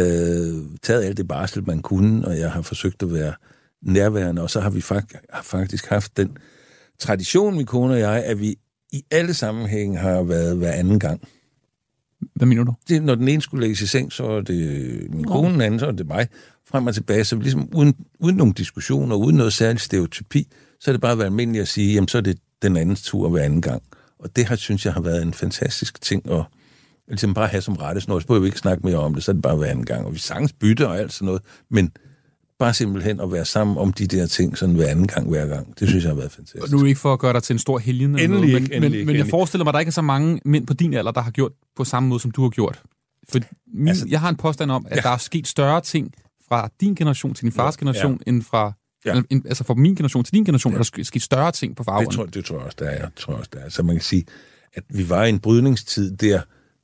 taget alt det barsel, man kunne, og jeg har forsøgt at være nærværende, og så har vi faktisk haft den tradition, min kone og jeg, at vi i alle sammenhænge har været hver anden gang. Hvad mener du? Det, når den ene skulle lægges i seng, så var det min kone, den anden, så var det mig. Frem og tilbage, så ligesom uden nogen diskussioner, uden noget særligt stereotypi, så er det bare været almindeligt at sige, jamen så er det den andens tur hver anden gang. Og det synes jeg har været en fantastisk ting at ligesom bare have som rettesnor. Så behøver vi ikke snakke mere om det, så er det bare hver anden gang. Og vi sagtens bytte og alt sådan noget, men bare simpelthen at være sammen om de der ting, sådan hver anden gang, hver gang. Det synes jeg har været fantastisk. Og nu er ikke for at gøre dig til en stor helgen, men jeg forestiller mig, at der ikke er så mange mænd på din alder, der har gjort på samme måde, som du har gjort. For jeg har en påstand om, at der er sket større ting fra din generation til din fars generation, end fra altså fra min generation til din generation, er der sket større ting på farverne. Det tror jeg også, der er. Så man kan sige, at vi var i en brydningstid der.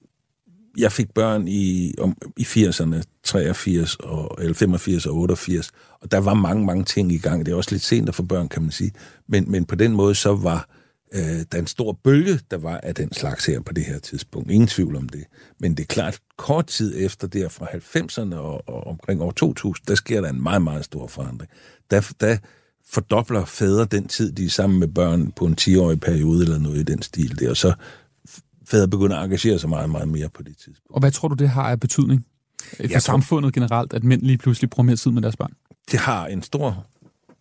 Jeg fik børn i 80'erne, 83 eller 85 og 88, og der var mange ting i gang. Det er også lidt sent at få børn, kan man sige. Men på den måde, så var der en stor bølge, der var af den slags her på det her tidspunkt. Ingen tvivl om det. Men det er klart, kort tid efter der fra 90'erne og omkring år 2000, der sker der en meget, meget stor forandring. Der fordobler fædre den tid, de er sammen med børn på en 10-årig periode eller noget i den stil der, og så fædre begynder at engagere sig meget, meget mere på det tidspunkt. Og hvad tror du, det har af betydning for samfundet generelt, at mænd lige pludselig bruger mere tid med deres børn? Det har en stor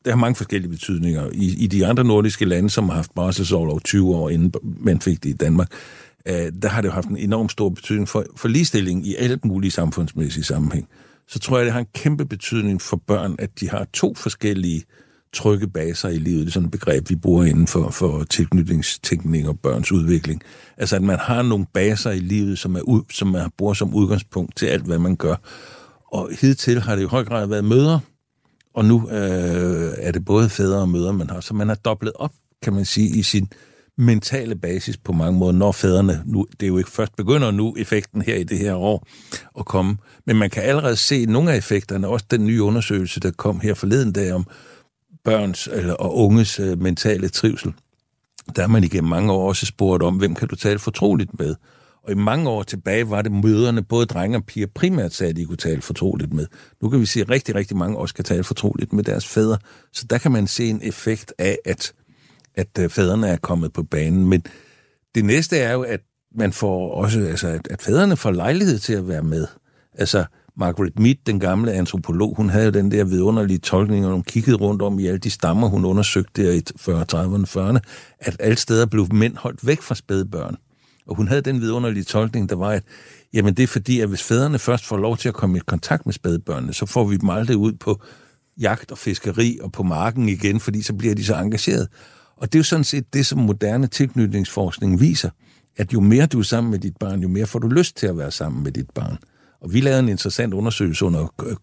har mange forskellige betydninger. I de andre nordiske lande, som har haft barselsorlov 20 år inden man fik det i Danmark, der har det jo haft en enorm stor betydning for ligestilling i alle mulige samfundsmæssige sammenhæng. Så tror jeg, det har en kæmpe betydning for børn, at de har 2 forskellige trygge baser i livet. Det er sådan et begreb, vi bruger inden for tilknytningsteknik og børns udvikling. Altså, at man har nogle baser i livet, som man bruger som udgangspunkt til alt, hvad man gør. Og hidtil har det i høj grad været mødre, og nu er det både fædre og mødre, man har. Så man har dobblet op, kan man sige, i sin mentale basis på mange måder, når fædrene, nu, det er jo ikke først begynder nu, effekten her i det her år at komme, men man kan allerede se nogle af effekterne, også den nye undersøgelse, der kom her forleden dag om børns og unges mentale trivsel. Der har man igennem mange år også spurgt om, hvem kan du tale fortroligt med? Og i mange år tilbage var det mødrene, både drenge og piger, primært sagde, at de kunne tale fortroligt med. Nu kan vi se, at rigtig, rigtig mange også kan tale fortroligt med deres fædre. Så der kan man se en effekt af, at fædrene er kommet på banen. Men det næste er jo, at man får også, altså, at fædrene får lejlighed til at være med. Altså, Margaret Mead, den gamle antropolog, hun havde jo den der vidunderlige tolkning, og hun kiggede rundt om i alle de stammer, hun undersøgte der i 30'erne, 40'erne, at alle steder blev mænd holdt væk fra spædbørn. Og hun havde den vidunderlige tolkning, der var, at jamen det er fordi, at hvis fædrene først får lov til at komme i kontakt med spædbørnene, så får vi dem aldrig ud på jagt og fiskeri og på marken igen, fordi så bliver de så engageret. Og det er jo sådan set det, som moderne tilknytningsforskning viser, at jo mere du er sammen med dit barn, jo mere får du lyst til at være sammen med dit barn. Og vi lavede en interessant undersøgelse under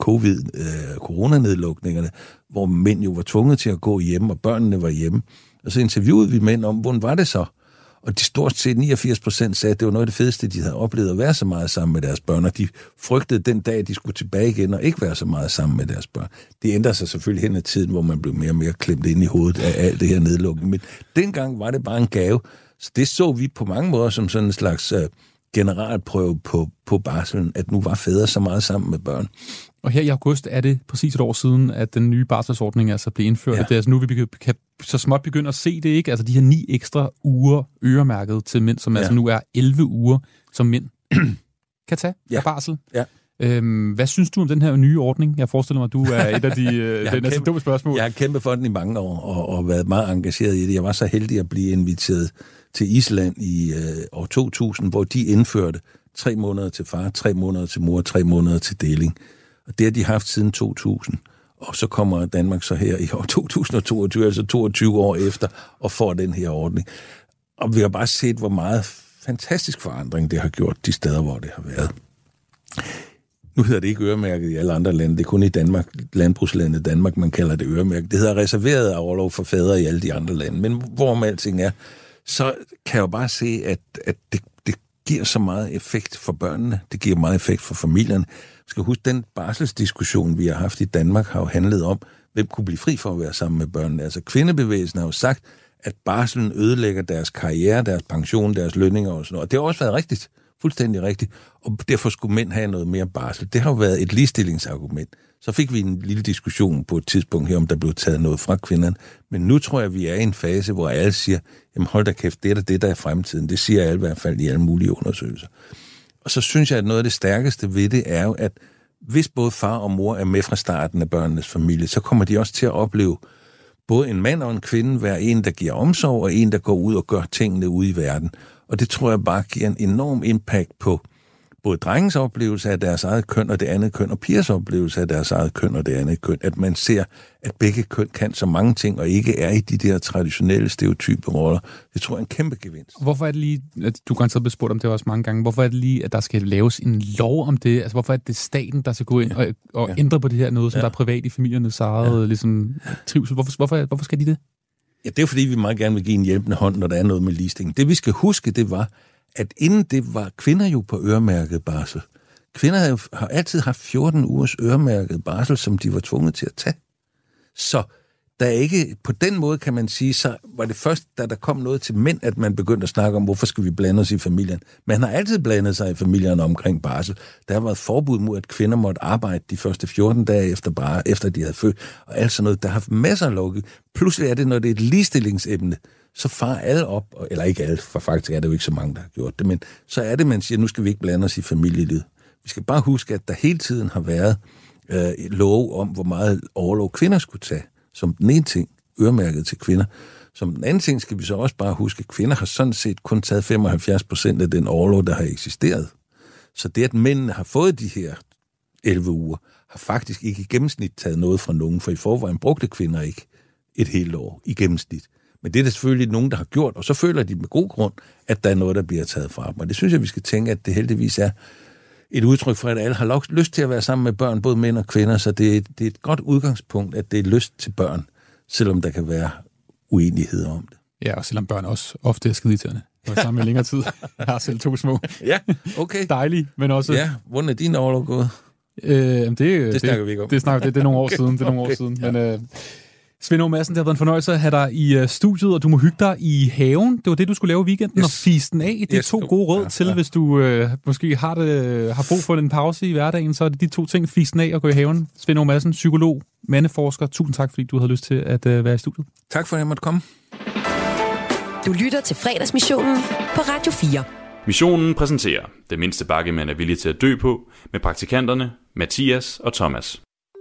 coronanedlukningerne, hvor mænd jo var tvunget til at gå hjem, og børnene var hjemme. Og så interviewede vi mænd om, hvordan var det så? Og de stort set 89% sagde, at det var noget af det fedeste, de havde oplevet at være så meget sammen med deres børn, og de frygtede den dag, at de skulle tilbage igen og ikke være så meget sammen med deres børn. Det ændrer sig selvfølgelig hen ad tiden, hvor man blev mere og mere klemt ind i hovedet af alt det her nedlukning. Men dengang var det bare en gave. Så det så vi på mange måder som sådan en slags generalprøve på barselen, at nu var fædre så meget sammen med børn. Og her i august er det præcis et år siden, at den nye barselsordning altså blev indført. Ja. Det er altså nu, vi kan så småt begynde at se det, ikke? Altså de her 9 ekstra uger øremærket til mænd, som altså nu er 11 uger, som mænd kan tage af barsel. Ja. Hvad synes du om den her nye ordning? Jeg forestiller mig, at du er et af de dumme spørgsmål. Jeg har kæmpet for den i mange år, og været meget engageret i det. Jeg var så heldig at blive inviteret til Island i år 2000, hvor de indførte 3 måneder til far, 3 måneder til mor, 3 måneder til deling. Og det har de haft siden 2000. Og så kommer Danmark så her i år 2022, altså 22 år efter, og får den her ordning. Og vi har bare set, hvor meget fantastisk forandring det har gjort de steder, hvor det har været. Nu hedder det ikke øremærket i alle andre lande. Det er kun i Danmark, landbrugslandet Danmark, man kalder det øremærket. Det hedder reserveret af orlov for fædre i alle de andre lande. Men hvorom alting er, så kan jeg jo bare se, at det giver så meget effekt for børnene. Det giver meget effekt for familierne. Jeg skal huske, den barselsdiskussion, vi har haft i Danmark, har jo handlet om, hvem kunne blive fri for at være sammen med børnene. Altså kvindebevægelsen har jo sagt, at barselen ødelægger deres karriere, deres pension, deres lønninger og sådan noget. Og det har også været rigtigt. Fuldstændig rigtigt. Og derfor skulle mænd have noget mere barsel. Det har jo været et ligestillingsargument. Så fik vi en lille diskussion på et tidspunkt her, om der blev taget noget fra kvinderne. Men nu tror jeg, vi er i en fase, hvor alle siger, jamen hold da kæft, det er det, der er fremtiden. Det siger alle i hvert fald i alle mulige undersøgelser. Og så synes jeg, at noget af det stærkeste ved det er jo, at hvis både far og mor er med fra starten af børnenes familie, så kommer de også til at opleve både en mand og en kvinde være en, der giver omsorg, og en, der går ud og gør tingene ude i verden. Og det tror jeg bare giver en enorm impact på både drengens oplevelse af deres eget køn og det andet køn, og pigers oplevelse af deres eget køn og det andet køn. At man ser, at begge køn kan så mange ting, og ikke er i de der traditionelle stereotype roller. Det tror jeg er en kæmpe gevinst. Hvorfor er det lige, at du kan blive spurgt om det også mange gange, hvorfor er det lige, at der skal laves en lov om det? Altså hvorfor er det staten, der skal gå ind og ændre på det her noget, som der er privat i familiernes eget ligesom, trivsel? Hvorfor skal de det? Ja, det er jo fordi, vi meget gerne vil give en hjælpende hånd, når der er noget med ligestilling. Det vi skal huske, det var, at inden det var kvinder jo på øremærket barsel. Kvinder har altid haft 14 ugers øremærket barsel, som de var tvunget til at tage. Så der ikke, på den måde kan man sige, så var det først, da der kom noget til mænd, at man begyndte at snakke om, hvorfor skal vi blande os i familien. Man har altid blandet sig i familierne omkring barsel. Der har været forbud mod, at kvinder måtte arbejde de første 14 dage efter de havde født, og alt sådan noget. Der har haft masser af lovgivning. Pludselig er det, når det er et ligestillingsemne, så farer alle op, eller ikke alle, for faktisk er det jo ikke så mange, der har gjort det, men så er det, man siger, nu skal vi ikke blande os i familielivet. Vi skal bare huske, at der hele tiden har været love om, hvor meget orlov kvinder skulle tage. som den ene ting, øremærket til kvinder. Som den anden ting skal vi så også bare huske, at kvinder har sådan set kun taget 75% af den orlov, der har eksisteret. Så det, at mændene har fået de her 11 uger, har faktisk ikke i gennemsnit taget noget fra nogen, for i forvejen brugte kvinder ikke et helt år i gennemsnit. Men det er der selvfølgelig nogen, der har gjort, og så føler de med god grund, at der er noget, der bliver taget fra dem. Og det synes jeg, vi skal tænke, at det heldigvis er et udtryk for, at alle har lyst til at være sammen med børn, både mænd og kvinder, så det er et godt udgangspunkt, at det er lyst til børn, selvom der kan være uenigheder om det. Ja, og selvom børn også ofte er skideirriterende. Jeg var sammen i længere tid. Jeg har selv 2 små. Ja, okay. Dejlige, men også... Ja, hvordan er din overlov gået? Det snakker vi ikke om. Det er nogle år siden. Det er nogle år siden. Ja. Men Svend Aage Madsen, det har været en fornøjelse at have dig i studiet, og du må hygge dig i haven. Det var det, du skulle lave i weekenden, og fise den af. Det er 2 gode råd til, hvis du måske har brug for en pause i hverdagen, så er det de 2 ting, fise den af og gå i haven. Svend Aage Madsen, psykolog, mandeforsker. Tusind tak, fordi du havde lyst til at være i studiet. Tak for, at jeg måtte komme. Du lytter til Fredagsmissionen på Radio 4. Missionen præsenterer Det mindste bakke, man er villig til at dø på, med praktikanterne Mathias og Thomas.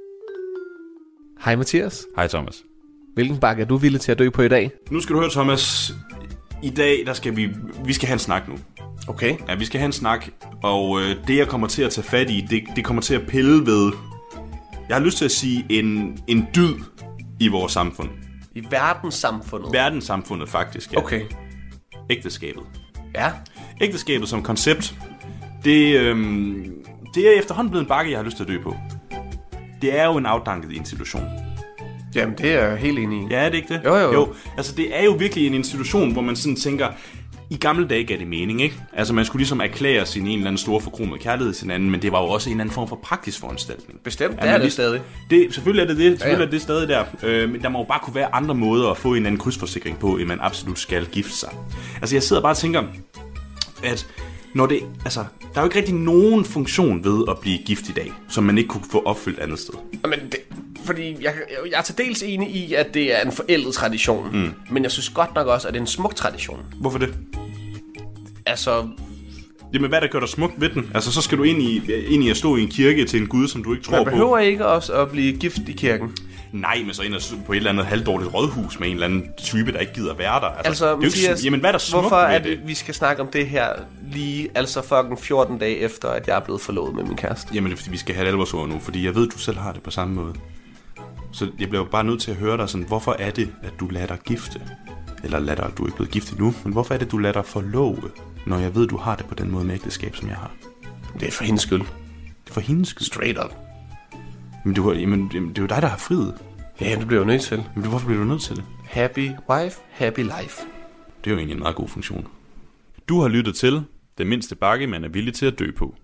Hej Mathias. Hej Thomas. Hvilken bakke er du villig til at dø på i dag? Nu skal du høre, Thomas. I dag der skal vi skal have en snak nu. Okay. Ja, vi skal have en snak, og det jeg kommer til at tage fat i, det kommer til at pille ved, jeg har lyst til at sige, en dyd i vores samfund. I verdenssamfundet? Verdenssamfundet faktisk, ja. Okay. Ægteskabet. Ja. Ægteskabet som koncept, det er efterhånden blevet en bakke, jeg har lyst til at dø på. Det er jo en afdanket institution. Jamen, det er jeg helt enig i. Ja, er det ikke det? Jo. Altså, det er jo virkelig en institution, hvor man sådan tænker, i gamle dage gav det mening, ikke? Altså, man skulle ligesom erklære sin en eller anden store forkromet kærlighed til hinanden, men det var jo også en eller anden form for praktisk foranstaltning. Bestemt, det er det stadig. Selvfølgelig er det det. Selvfølgelig er det stadig der. Men der må jo bare kunne være andre måder at få en anden krydsforsikring på, end man absolut skal gifte sig. Altså, jeg sidder bare og tænker, at når det, altså, der er jo ikke rigtig nogen funktion ved at blive gift i dag, som man ikke kunne få opfyldt andet sted. Men fordi jeg er til dels enig i, at det er en forældet tradition, men jeg synes godt nok også, at det er en smuk tradition. Hvorfor det? Altså... Jamen, hvad der gør dig smukt ved den? Altså, så skal du ind i at stå i en kirke til en gud, som du ikke tror på. Man behøver ikke også at blive gift i kirken. Nej, men så ind på et eller andet halvdårligt rådhus med en eller anden type, der ikke gider være der. Altså Mathias, jamen, hvad er der smukt hvorfor er det? Vi skal snakke om det her lige, altså fucking 14 dage efter, at jeg er blevet forlovet med min kæreste? Jamen, det er fordi, vi skal have et alvorsord nu, fordi jeg ved, du selv har det på samme måde. Så jeg bliver bare nødt til at høre dig sådan, hvorfor er det, at du lader dig gifte? Eller lader du er ikke blevet gift endnu, men hvorfor er det, du lader dig forlove, når jeg ved, du har det på den måde med ægteskab, som jeg har? Det er for hendes skyld. Det er for hendes skyld? Straight up. Men det er jo dig, der har friet. Ja, det bliver jo nødt til. Men hvorfor bliver du nødt til det? Happy wife, happy life. Det er jo egentlig en meget god funktion. Du har lyttet til Det mindste bakke, man er villig til at dø på.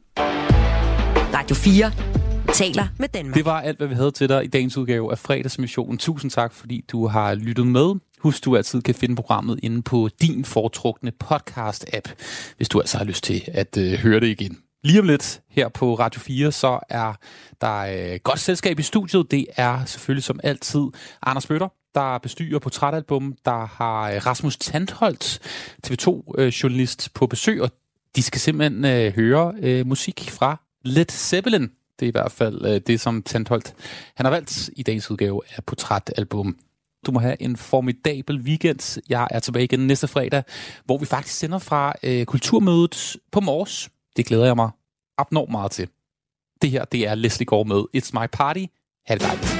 Radio 4 taler med Danmark. Det var alt, hvad vi havde til dig i dagens udgave af Fredagsmissionen. Tusind tak, fordi du har lyttet med. Husk, du altid kan finde programmet inde på din foretrukne podcast-app, hvis du altså har lyst til at høre det igen. Lige om lidt her på Radio 4, så er der godt selskab i studiet. Det er selvfølgelig som altid Anders Bøtter, der bestyrer portrætalbum. Der har Rasmus Tandholt, TV2-journalist, på besøg, og de skal simpelthen høre musik fra Led Zeppelin. Det er i hvert fald det, som Tandholt han har valgt i dagens udgave af portrætalbum. Du må have en formidabel weekend. Jeg er tilbage igen næste fredag, hvor vi faktisk sender fra Kulturmødet på Mors. Det glæder jeg mig abnormt meget til. Det her, det er Leslie Gore med It's My Party. Ha' det dejligt.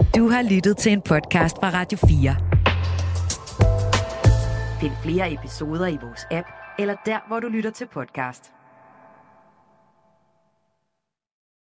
Du har lyttet til en podcast fra Radio 4. Find flere episoder i vores app, eller der, hvor du lytter til podcast.